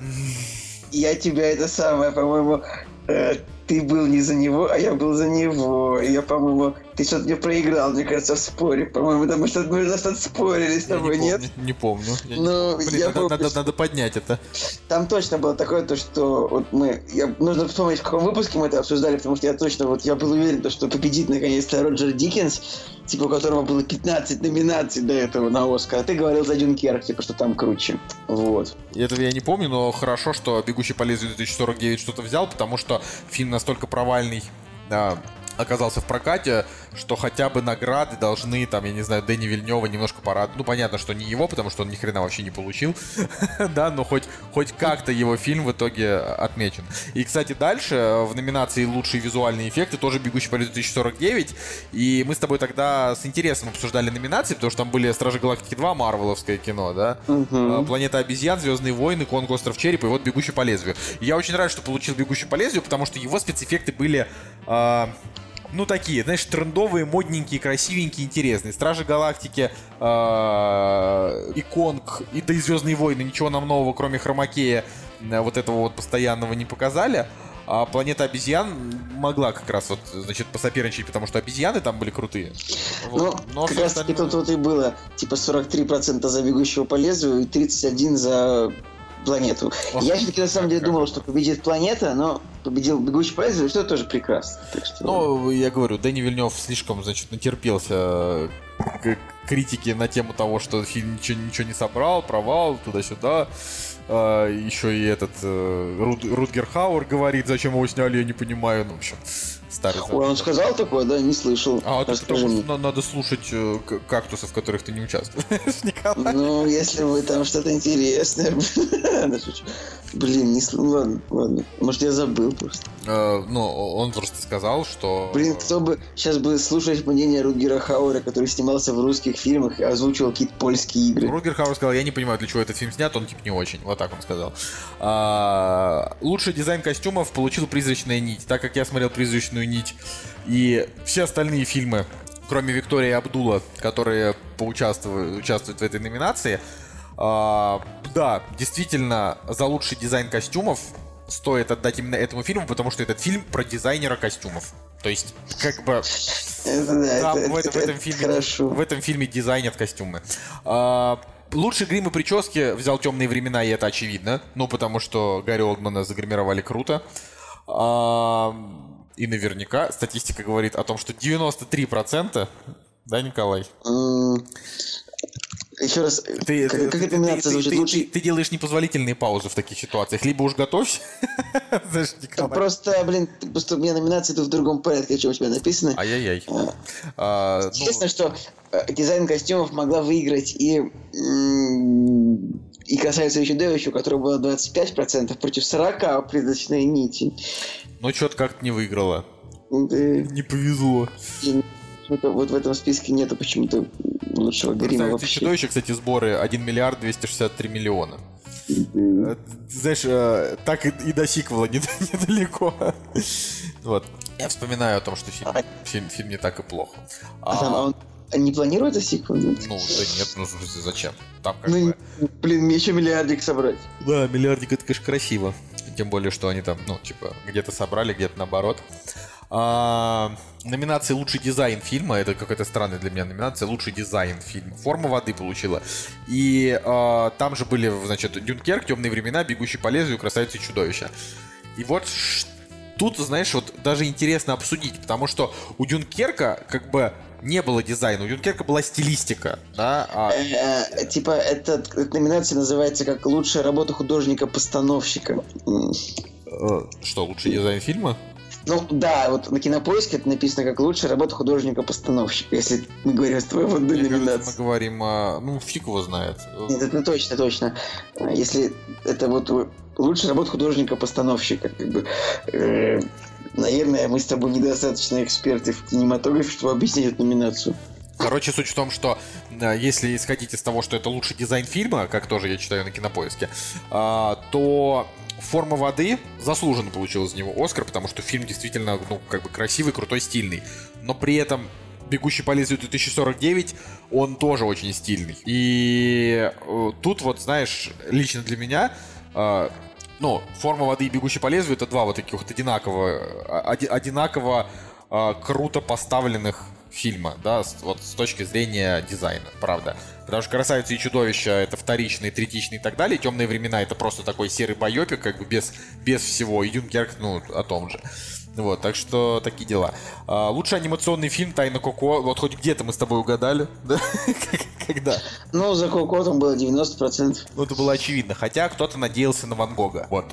я тебя это самое, по-моему, э, ты был не за него, а я был за него. И я, по-моему, ты что-то мне проиграл, мне кажется, в споре. По-моему, потому что мы же что-то спорили с тобой, я не нет? Помню, не помню. Я ну, не... Блин, я надо, помню, надо, что... надо поднять это. Там точно было такое, то, что вот мы... Я... Нужно вспомнить, в каком выпуске мы это обсуждали, потому что я точно, вот я был уверен, то, что победит наконец-то Роджер Диккенс, типа у которого было пятнадцать номинаций до этого на Оскар. А ты говорил за Дюнкерк, типа, что там круче. Вот. И этого я не помню, но хорошо, что «Бегущий по лезвию» две тысячи сорок девять что-то взял, потому что фильм настолько провальный, да, оказался в прокате, что хотя бы награды должны, там, я не знаю, Дэни Вильнёва немножко порадовать. Ну, понятно, что не его, потому что он ни хрена вообще не получил, да, но хоть, хоть как-то его фильм в итоге отмечен. И, кстати, дальше в номинации «Лучшие визуальные эффекты» тоже «Бегущий по лезвию» две тысячи сорок девять, и мы с тобой тогда с интересом обсуждали номинации, потому что там были «Стражи Галактики два», марвеловское кино, да, uh-huh. «Планета обезьян», «Звездные войны», «Конг. Остров Черепа» и вот «Бегущий по лезвию». И я очень рад, что получил «Бегущий по лезвию», потому что его спецэффекты были... Э, Ну, такие, знаешь, трендовые, модненькие, красивенькие, интересные. «Стражи Галактики», э, и «Конг», и «Да и Звездные войны» ничего нам нового, кроме хромакея, э, вот этого вот постоянного не показали. А «Планета обезьян» могла как раз вот, значит, посоперничать, потому что обезьяны там были крутые. Вот. Ну, Но как раз таки тут вот и было, типа, сорок три процента за «Бегущего по лезвию» и тридцать один процент за «Планету». Ох, я все-таки на самом деле думал, что победит «Планета», но победил «Бегущий по лезвию», что тоже прекрасно. Так что... Ну, я говорю, Дэни Вильнёв слишком, значит, натерпелся к критике на тему того, что фильм ничего, ничего не собрал, провал, туда-сюда. А, еще и этот Руд, Рутгер Хауэр говорит, зачем его сняли, я не понимаю. Ну, в общем, старый Ой, он сказал такое, да? Не слышал. А, это потому что надо слушать кактусы, в которых ты не участвуешь, Николай. Ну, если вы там что-то интересное... Блин, не слышал. Ладно, ладно. Может, я забыл просто. Ну, он просто сказал, что... Блин, кто бы сейчас бы слушать мнение Рутгера Хауэра, который снимался в русских фильмах и озвучивал какие-то польские игры. Рутгер Хауэр сказал, я не понимаю, для чего этот фильм снят, он типа не очень. Вот так он сказал. А, лучший дизайн костюмов получил «Призрачная нить». Так как я смотрел «Призрачную нить» и все остальные фильмы, кроме Виктории Абдула, которые поучаствуют участвуют в этой номинации, а, да, действительно, за лучший дизайн костюмов стоит отдать именно этому фильму, потому что этот фильм про дизайнера костюмов. То есть, как бы... Это, да, там, это, в, этом, это, в, этом это фильме, хорошо. в этом фильме дизайнят костюмы. А, лучший грим и прически взял «Темные времена», и это очевидно. Ну, потому что Гарри Олдмана загримировали круто. А, и наверняка статистика говорит о том, что девяносто три процента... Да, Николай? Еще раз, Ты, как, ты, как ты, эта номинация ты, звучит? ты, Лучший... ты, ты делаешь непозволительные паузы в таких ситуациях. Либо уж готовься. Знаешь, Николай. Просто, блин, просто у меня номинации тут в другом порядке, чем у тебя написано. Ай-яй-яй. А, А, Честно, ну, что э, дизайн костюмов могла выиграть и, м, и «Красавица и чудовище», у которой было двадцать пять процентов против сорок процентов «Призрачной нити». ну что-то как-то не выиграла. Да, Не повезло. и почему-то вот в этом списке нету почему-то лучшего грима «Красавица и вообще. чудовище», кстати, сборы один миллиард двести шестьдесят три миллиона. Да. Э, Знаешь, э, так и, и до сиквела не- недалеко. Вот. Я вспоминаю о том, что фильм, фильм, фильм не так и плохо. А там а он а не планируется сиквел? Нет? Ну, да нет, ну в смысле, зачем? Там как Ну, бы... блин, еще миллиардик собрать. Да, миллиардик это, конечно, красиво. Тем более, что они там, ну, типа, где-то собрали, где-то наоборот. А, номинация «Лучший дизайн фильма» — это какая-то странная для меня номинация. «Лучший дизайн фильма». «Форма воды» получила. И а, там же были, значит, «Дюнкерк», «Темные времена», «Бегущий по лезвию», «Красавица и чудовище». И вот ш- тут, знаешь, вот даже интересно обсудить, потому что у «Дюнкерка» как бы не было дизайна, у «Дюнкерка» была стилистика, да? А, Э, э, Типа, эта эта номинация называется как «Лучшая работа художника-постановщика». М. э, что, лучший дизайн фильма? Ну да, вот на Кинопоиске это написано как «Лучшая работа художника-постановщика», если мы говорим с твоей вот Мне кажется, мы номинации. говорим, о- ну, фиг его знает. Нет, это точно, точно. А Если это вот э, лучшая работа художника-постановщика, как бы, э, наверное, мы с тобой недостаточно эксперты в кинематографе, чтобы объяснить эту номинацию. Короче, суть в том, что э, если исходить из того, что это лучший дизайн фильма, как тоже я читаю на Кинопоиске, а, то «Форма воды» заслуженно получила за него Оскар, потому что фильм действительно, ну, как бы красивый, крутой, стильный. Но при этом «Бегущий по лезвию две тысячи сорок девять», он тоже очень стильный. И э, тут вот, знаешь, лично для меня... э, ну, «Форма воды» и «Бегущий по лезвию» — это два вот таких вот одинаково, оди- одинаково э, круто поставленных фильма, да, с, вот с точки зрения дизайна, правда. Потому что «Красавица и чудовище» — это вторичные, третичные и так далее. «Темные времена» — это просто такой серый байопик, как бы без, без всего. И «Дюнкерк», ну, о том же. Вот, так что такие дела. А, лучший анимационный фильм «Тайна Коко». Вот хоть где-то мы с тобой угадали, да? Когда? Ну, за Коко там было девяносто процентов. Ну, это было очевидно. Хотя кто-то надеялся на Ван Гога. Вот.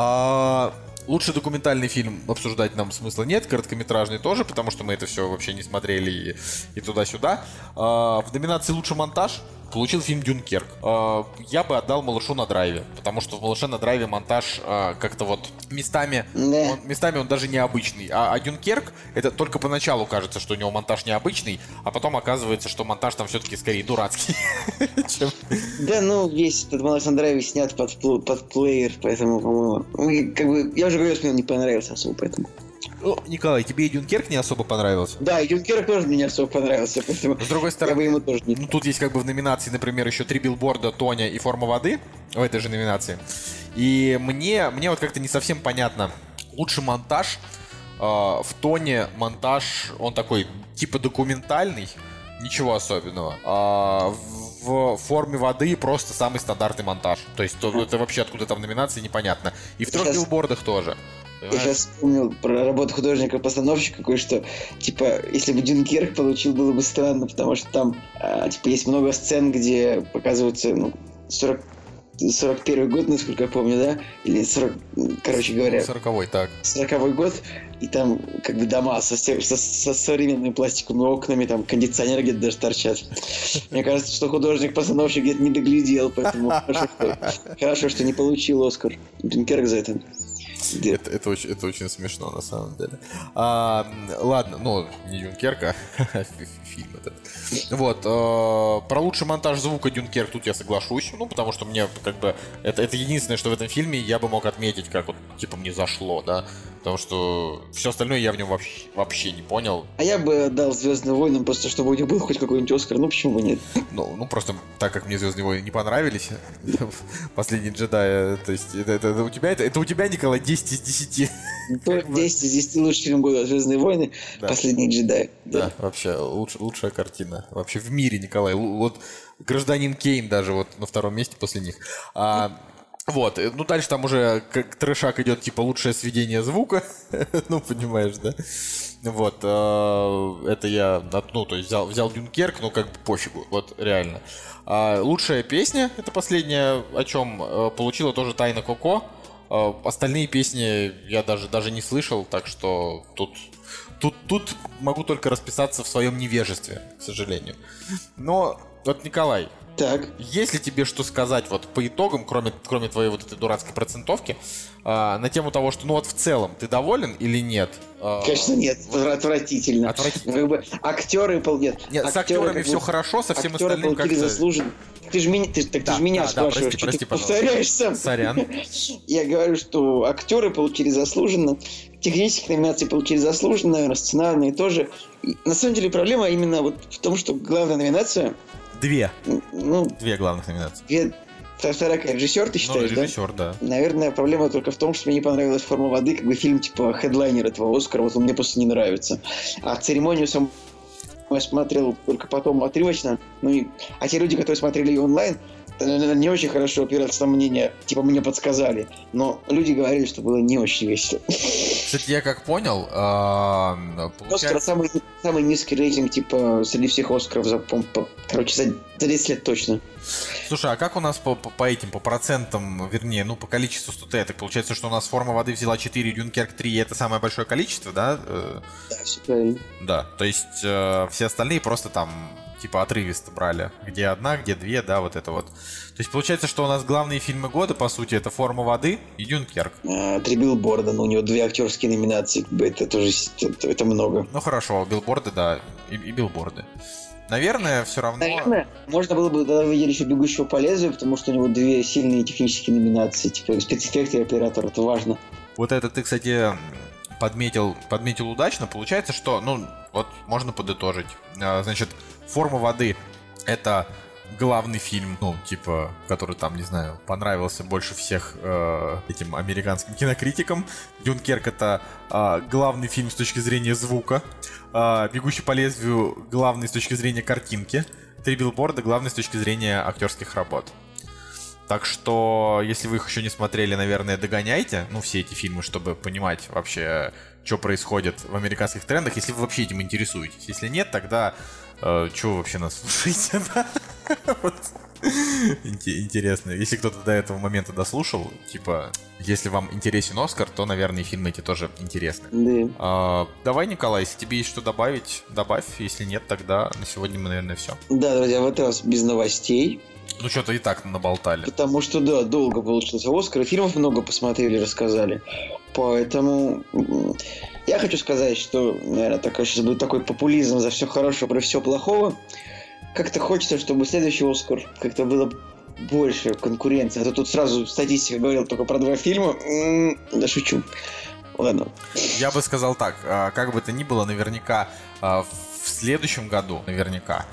А, лучший документальный фильм обсуждать нам смысла нет. Короткометражный тоже, потому что мы это все вообще не смотрели и, и туда-сюда. А, в номинации «Лучший монтаж» получил фильм «Дюнкерк». А, я бы отдал «Малышу на драйве», потому что в «Малыше на драйве» монтаж а, как-то вот местами, Да. он, местами он даже необычный. А, а «Дюнкерк» это только поначалу кажется, что у него монтаж необычный, а потом оказывается, что монтаж там все-таки скорее дурацкий. чем- Да, ну, весь этот «Малыш на драйве» снят под, пл- под плеер, поэтому, по-моему... ну, и как бы, я уже говорил, что мне он не понравился особо, поэтому... Ну, Николай, тебе и «Дюнкерк» не особо понравился? Да, и «Дюнкерк» тоже мне не особо понравился, поэтому С другой я бы стороны, ему тоже не... ну, тут есть как бы в номинации, например, еще «Три билборда», «Тоня» и «Форма воды» в этой же номинации. И мне, мне вот как-то не совсем понятно. Лучший монтаж. э, в «Тоне» монтаж, он такой типа документальный, ничего особенного. А в «Форме воды» просто самый стандартный монтаж. То есть то- это вообще откуда там номинации, непонятно. И в «Трех Сейчас- билбордах» тоже. Я Понимаешь? сейчас вспомнил про работу художника-постановщика кое-что. Типа, если бы Дюнкерк получил, было бы странно, потому что там, а, типа, есть много сцен, где показываются, ну, сорок, сорок первый год, насколько я помню, да? Или сорок, короче говоря, Сороковой, так. сороковой год, и там, как бы, дома со, се- со, со современными пластиковыми окнами, там, кондиционеры где-то даже торчат. Мне кажется, что художник-постановщик где-то не доглядел, поэтому хорошо, что, хорошо, что не получил Оскар Дюнкерк за это. Где- Это, это, очень, это очень смешно, на самом деле. А, ладно, ну, не Дюнкерка, а фильм этот. Вот, э, про лучший монтаж звука «Дюнкерк» тут я соглашусь, ну, потому что мне, как бы, это, это единственное, что в этом фильме я бы мог отметить, как вот, типа, мне зашло, да, потому что все остальное я в нем вообще, вообще не понял. А я бы отдал «Звездным войнам», просто чтобы у них был хоть какой-нибудь Оскар. Ну, почему бы нет? Ну, ну просто так как мне «Звездные войны» не понравились, «Последний джедай», то есть, это, это- это у тебя, это, это у тебя, Николай, десять из десяти. десять из десяти лучший фильм года «Звездные войны», Да. «Последний джедай». Да, вообще луч- лучшая картина вообще в мире, Николай. Л- Вот «Гражданин Кейн» даже вот на втором месте после них. А, Вот, ну дальше там уже как трешак идет, типа, лучшее сведение звука, ну, понимаешь, да? Вот, э, это я, ну, то есть взял, взял Дюнкерк, ну, как бы пофигу, вот, реально. А лучшая песня, это последняя, о чем э, получила тоже Тайна Коко. Э, остальные песни я даже, даже не слышал, так что тут, тут, тут могу только расписаться в своем невежестве, к сожалению. Но, вот, Николай, Так. есть ли тебе что сказать вот по итогам, кроме, кроме твоей вот этой дурацкой процентовки, э, на тему того, что, ну вот в целом, ты доволен или нет? Э, Конечно, нет, отвратительно. Отвратительно. Как бы актеры пол нет. Нет, с актерами все хорошо, со всем актеры остальным получили как-то... заслуженно. Ты же меня, ты, так Да, ты же меня да, да, спрашиваешь, прости, что прости, ты пожалуйста. повторяешь сам. Сорян. Я говорю, что актеры получили заслуженно, технические номинации получили заслуженно, наверное, сценарные тоже. И, на самом деле проблема именно вот в том, что главная номинация, Две. ну, Две главных номинации. две, вторая режиссер, ты считаешь, ну, режиссер, да? да? Наверное, проблема только в том, что мне не понравилась «Форма воды», как бы фильм типа хедлайнер этого Оскара, вот он мне просто не нравится. А церемонию сам я смотрел только потом отрывочно. Ну и, а те люди, которые смотрели ее онлайн, не очень хорошо опираться на мнение, типа мне подсказали. Но люди говорили, что было не очень весело. Кстати, я как понял, э, получается... Оскар самый, самый низкий рейтинг, типа, среди всех Оскаров за, по, по, короче, за, за десять лет точно. Слушай, а как у нас по, по, по этим, по процентам, вернее, ну, по количеству статуэток? Получается, что у нас «Форма воды» взяла четыре, «Дюнкерк» три, и это самое большое количество, да? Да, все правильно. Да, то есть э, все остальные просто там, типа, отрывисто брали. Где одна, где две, да, вот это вот. То есть получается, что у нас главные фильмы года, по сути, это «Форма воды» и «Дюнкерк». А, три билборда, но у него две актерские номинации, это тоже это, это много. Ну хорошо, билборды, да, и, и билборды. Наверное, все равно... Наверное, можно было бы тогда выделить еще «Бегущего по лезвию», потому что у него две сильные технические номинации, типа спецэффекты и оператор, это важно. Вот это ты, кстати, подметил, подметил удачно. Получается, что, ну, вот можно подытожить. Значит, «Форма воды» — это главный фильм, ну, типа, который там, не знаю, понравился больше всех э, этим американским кинокритикам. «Дюнкерк» — это э, главный фильм с точки зрения звука. Э, «Бегущий по лезвию» — главный с точки зрения картинки. «Три билборда» — главный с точки зрения актерских работ. Так что, если вы их еще не смотрели, наверное, догоняйте, ну, все эти фильмы, чтобы понимать вообще, что происходит в американских трендах, если вы вообще этим интересуетесь. Если нет, тогда э, что вы вообще нас слушаете, да? Вот. Интересно. Если кто-то до этого момента дослушал, типа, если вам интересен Оскар, то, наверное, фильмы эти тоже интересны. Да. А, давай, Николай, если тебе есть что добавить, добавь. Если нет, тогда на сегодня мы, наверное, все. Да, друзья, в этот раз без новостей. Ну, что-то и так наболтали. Потому что, да, долго получился Оскар, и фильмов много посмотрели, рассказали. Поэтому я хочу сказать, что, наверное, такой, сейчас будет такой популизм за все хорошее про все плохого. Как-то хочется, чтобы следующий Оскар как-то было больше конкуренции. А то тут сразу статистика говорила только про два фильма. М-м, да шучу. Ладно. Я бы сказал так, как бы то ни было, наверняка в следующем году, наверняка,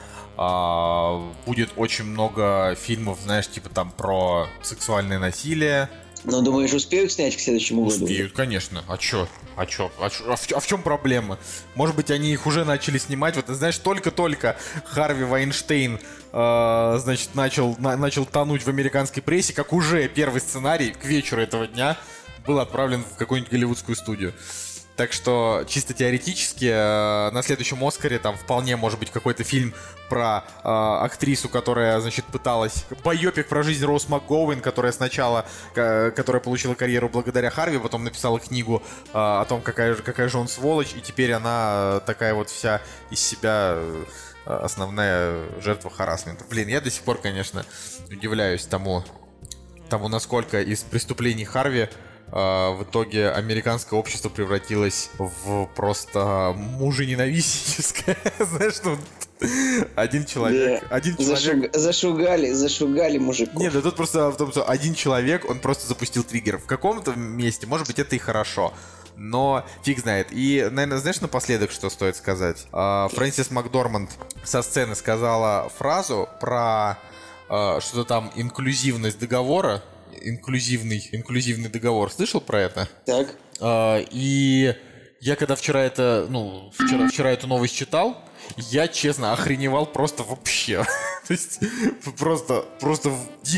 будет очень много фильмов, знаешь, типа там про сексуальное насилие. Ну, думаешь, успеют снять к следующему году? Успеют, конечно. А чё? А чё? А, чё? А, в, а в чем проблема? Может быть, они их уже начали снимать. Вот, знаешь, только-только Харви Вайнштейн, э, значит, начал, на, начал тонуть в американской прессе, как уже первый сценарий к вечеру этого дня был отправлен в какую-нибудь голливудскую студию. Так что, чисто теоретически, э, на следующем Оскаре там вполне может быть какой-то фильм про э, актрису, которая, значит, пыталась... Байопик про жизнь Роуз МакГоуэн, которая сначала... К, которая получила карьеру благодаря Харви, потом написала книгу э, о том, какая, какая же он сволочь, и теперь она такая вот вся из себя... Э, основная жертва харассмента. Блин, я до сих пор, конечно, удивляюсь тому, тому насколько из преступлений Харви в итоге американское общество превратилось в просто мужененавистническое. Знаешь, ну, один человек... Да. Один человек... Зашуг... Зашугали, зашугали мужиков. Нет, да тут просто в том, что один человек, он просто запустил триггер. В каком-то месте, может быть, это и хорошо. Но фиг знает. И, наверное, знаешь, напоследок, что стоит сказать? Фрэнсис Макдорманд со сцены сказала фразу про что-то там инклюзивность договора. Инклюзивный, инклюзивный договор. Слышал про это? Так. А, и я когда вчера это, ну, вчера, вчера эту новость читал, я, честно, охреневал просто вообще. То есть, просто, просто дико,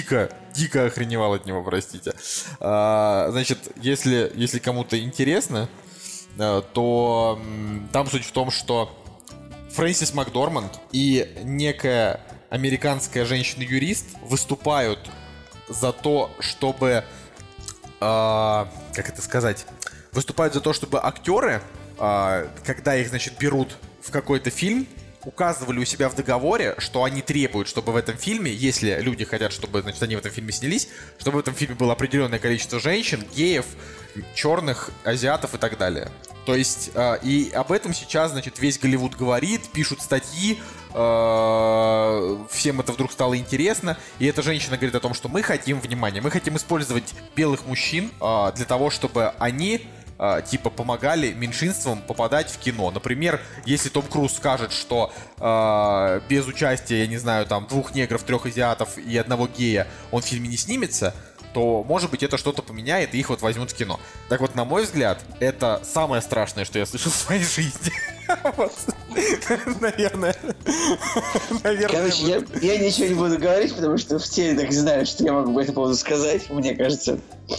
дико охреневал от него, простите. А, значит, если, если кому-то интересно, то там суть в том, что Фрэнсис Макдорманд и некая американская женщина-юрист выступают за то, чтобы... Э, как это сказать? Выступают за то, чтобы актеры, э, когда их, значит, берут в какой-то фильм, указывали у себя в договоре, что они требуют, чтобы в этом фильме, если люди хотят, чтобы, значит, они в этом фильме снялись, чтобы в этом фильме было определенное количество женщин, геев, черных, азиатов и так далее. То есть, э, и об этом сейчас, значит, весь Голливуд говорит, пишут статьи, э, всем это вдруг стало интересно, и эта женщина говорит о том, что мы хотим, внимание, мы хотим использовать белых мужчин э, для того, чтобы они... типа помогали меньшинствам попадать в кино. Например, если Том Круз скажет, что э, без участия, я не знаю, там двух негров, трех азиатов и одного гея он в фильме не снимется, то, может быть, это что-то поменяет, и их вот возьмут в кино. Так вот, на мой взгляд, это самое страшное, что я слышал в своей жизни. Наверное. Короче, я, я ничего не буду говорить, потому что все так знают, что я могу по этому поводу сказать. Мне кажется...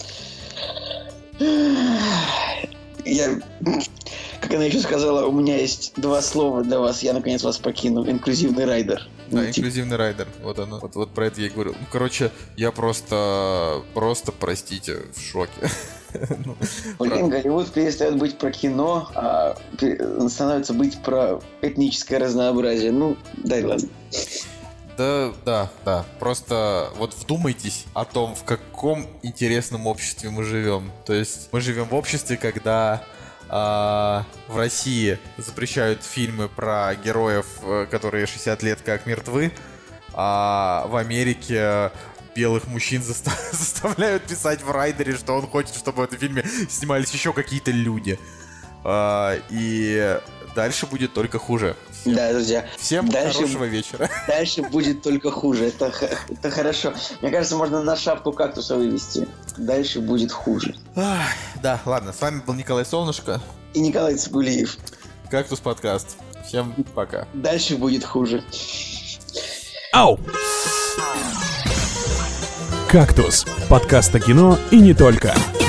Я, как она еще сказала, у меня есть два слова для вас. Я наконец вас покину. Инклюзивный райдер. Да, ну, инклюзивный типа... райдер. Вот оно. Вот, вот про это я и говорю. Ну, короче, я просто, просто, простите, в шоке. Блин, Голливуд перестает быть про кино, а становится быть про этническое разнообразие. Ну, дай ладно. Да, да, да. Просто вот вдумайтесь о том, в каком интересном обществе мы живем. То есть мы живем в обществе, когда э, в России запрещают фильмы про героев, которые шестьдесят лет как мертвы, а в Америке белых мужчин заста- заставляют писать в райдере, что он хочет, чтобы в этом фильме снимались еще какие-то люди. Э, и дальше будет только хуже. Всем, да, друзья. Всем дальше, хорошего вечера. Дальше будет только хуже. Это, это хорошо. Мне кажется, можно на шапку кактуса вывести. Дальше будет хуже. Ах, да, ладно. С вами был Николай Солнышко. И Николай Цибулиев. Кактус подкаст. Всем пока. Дальше будет хуже. Ау! Кактус. Подкаст о кино и не только.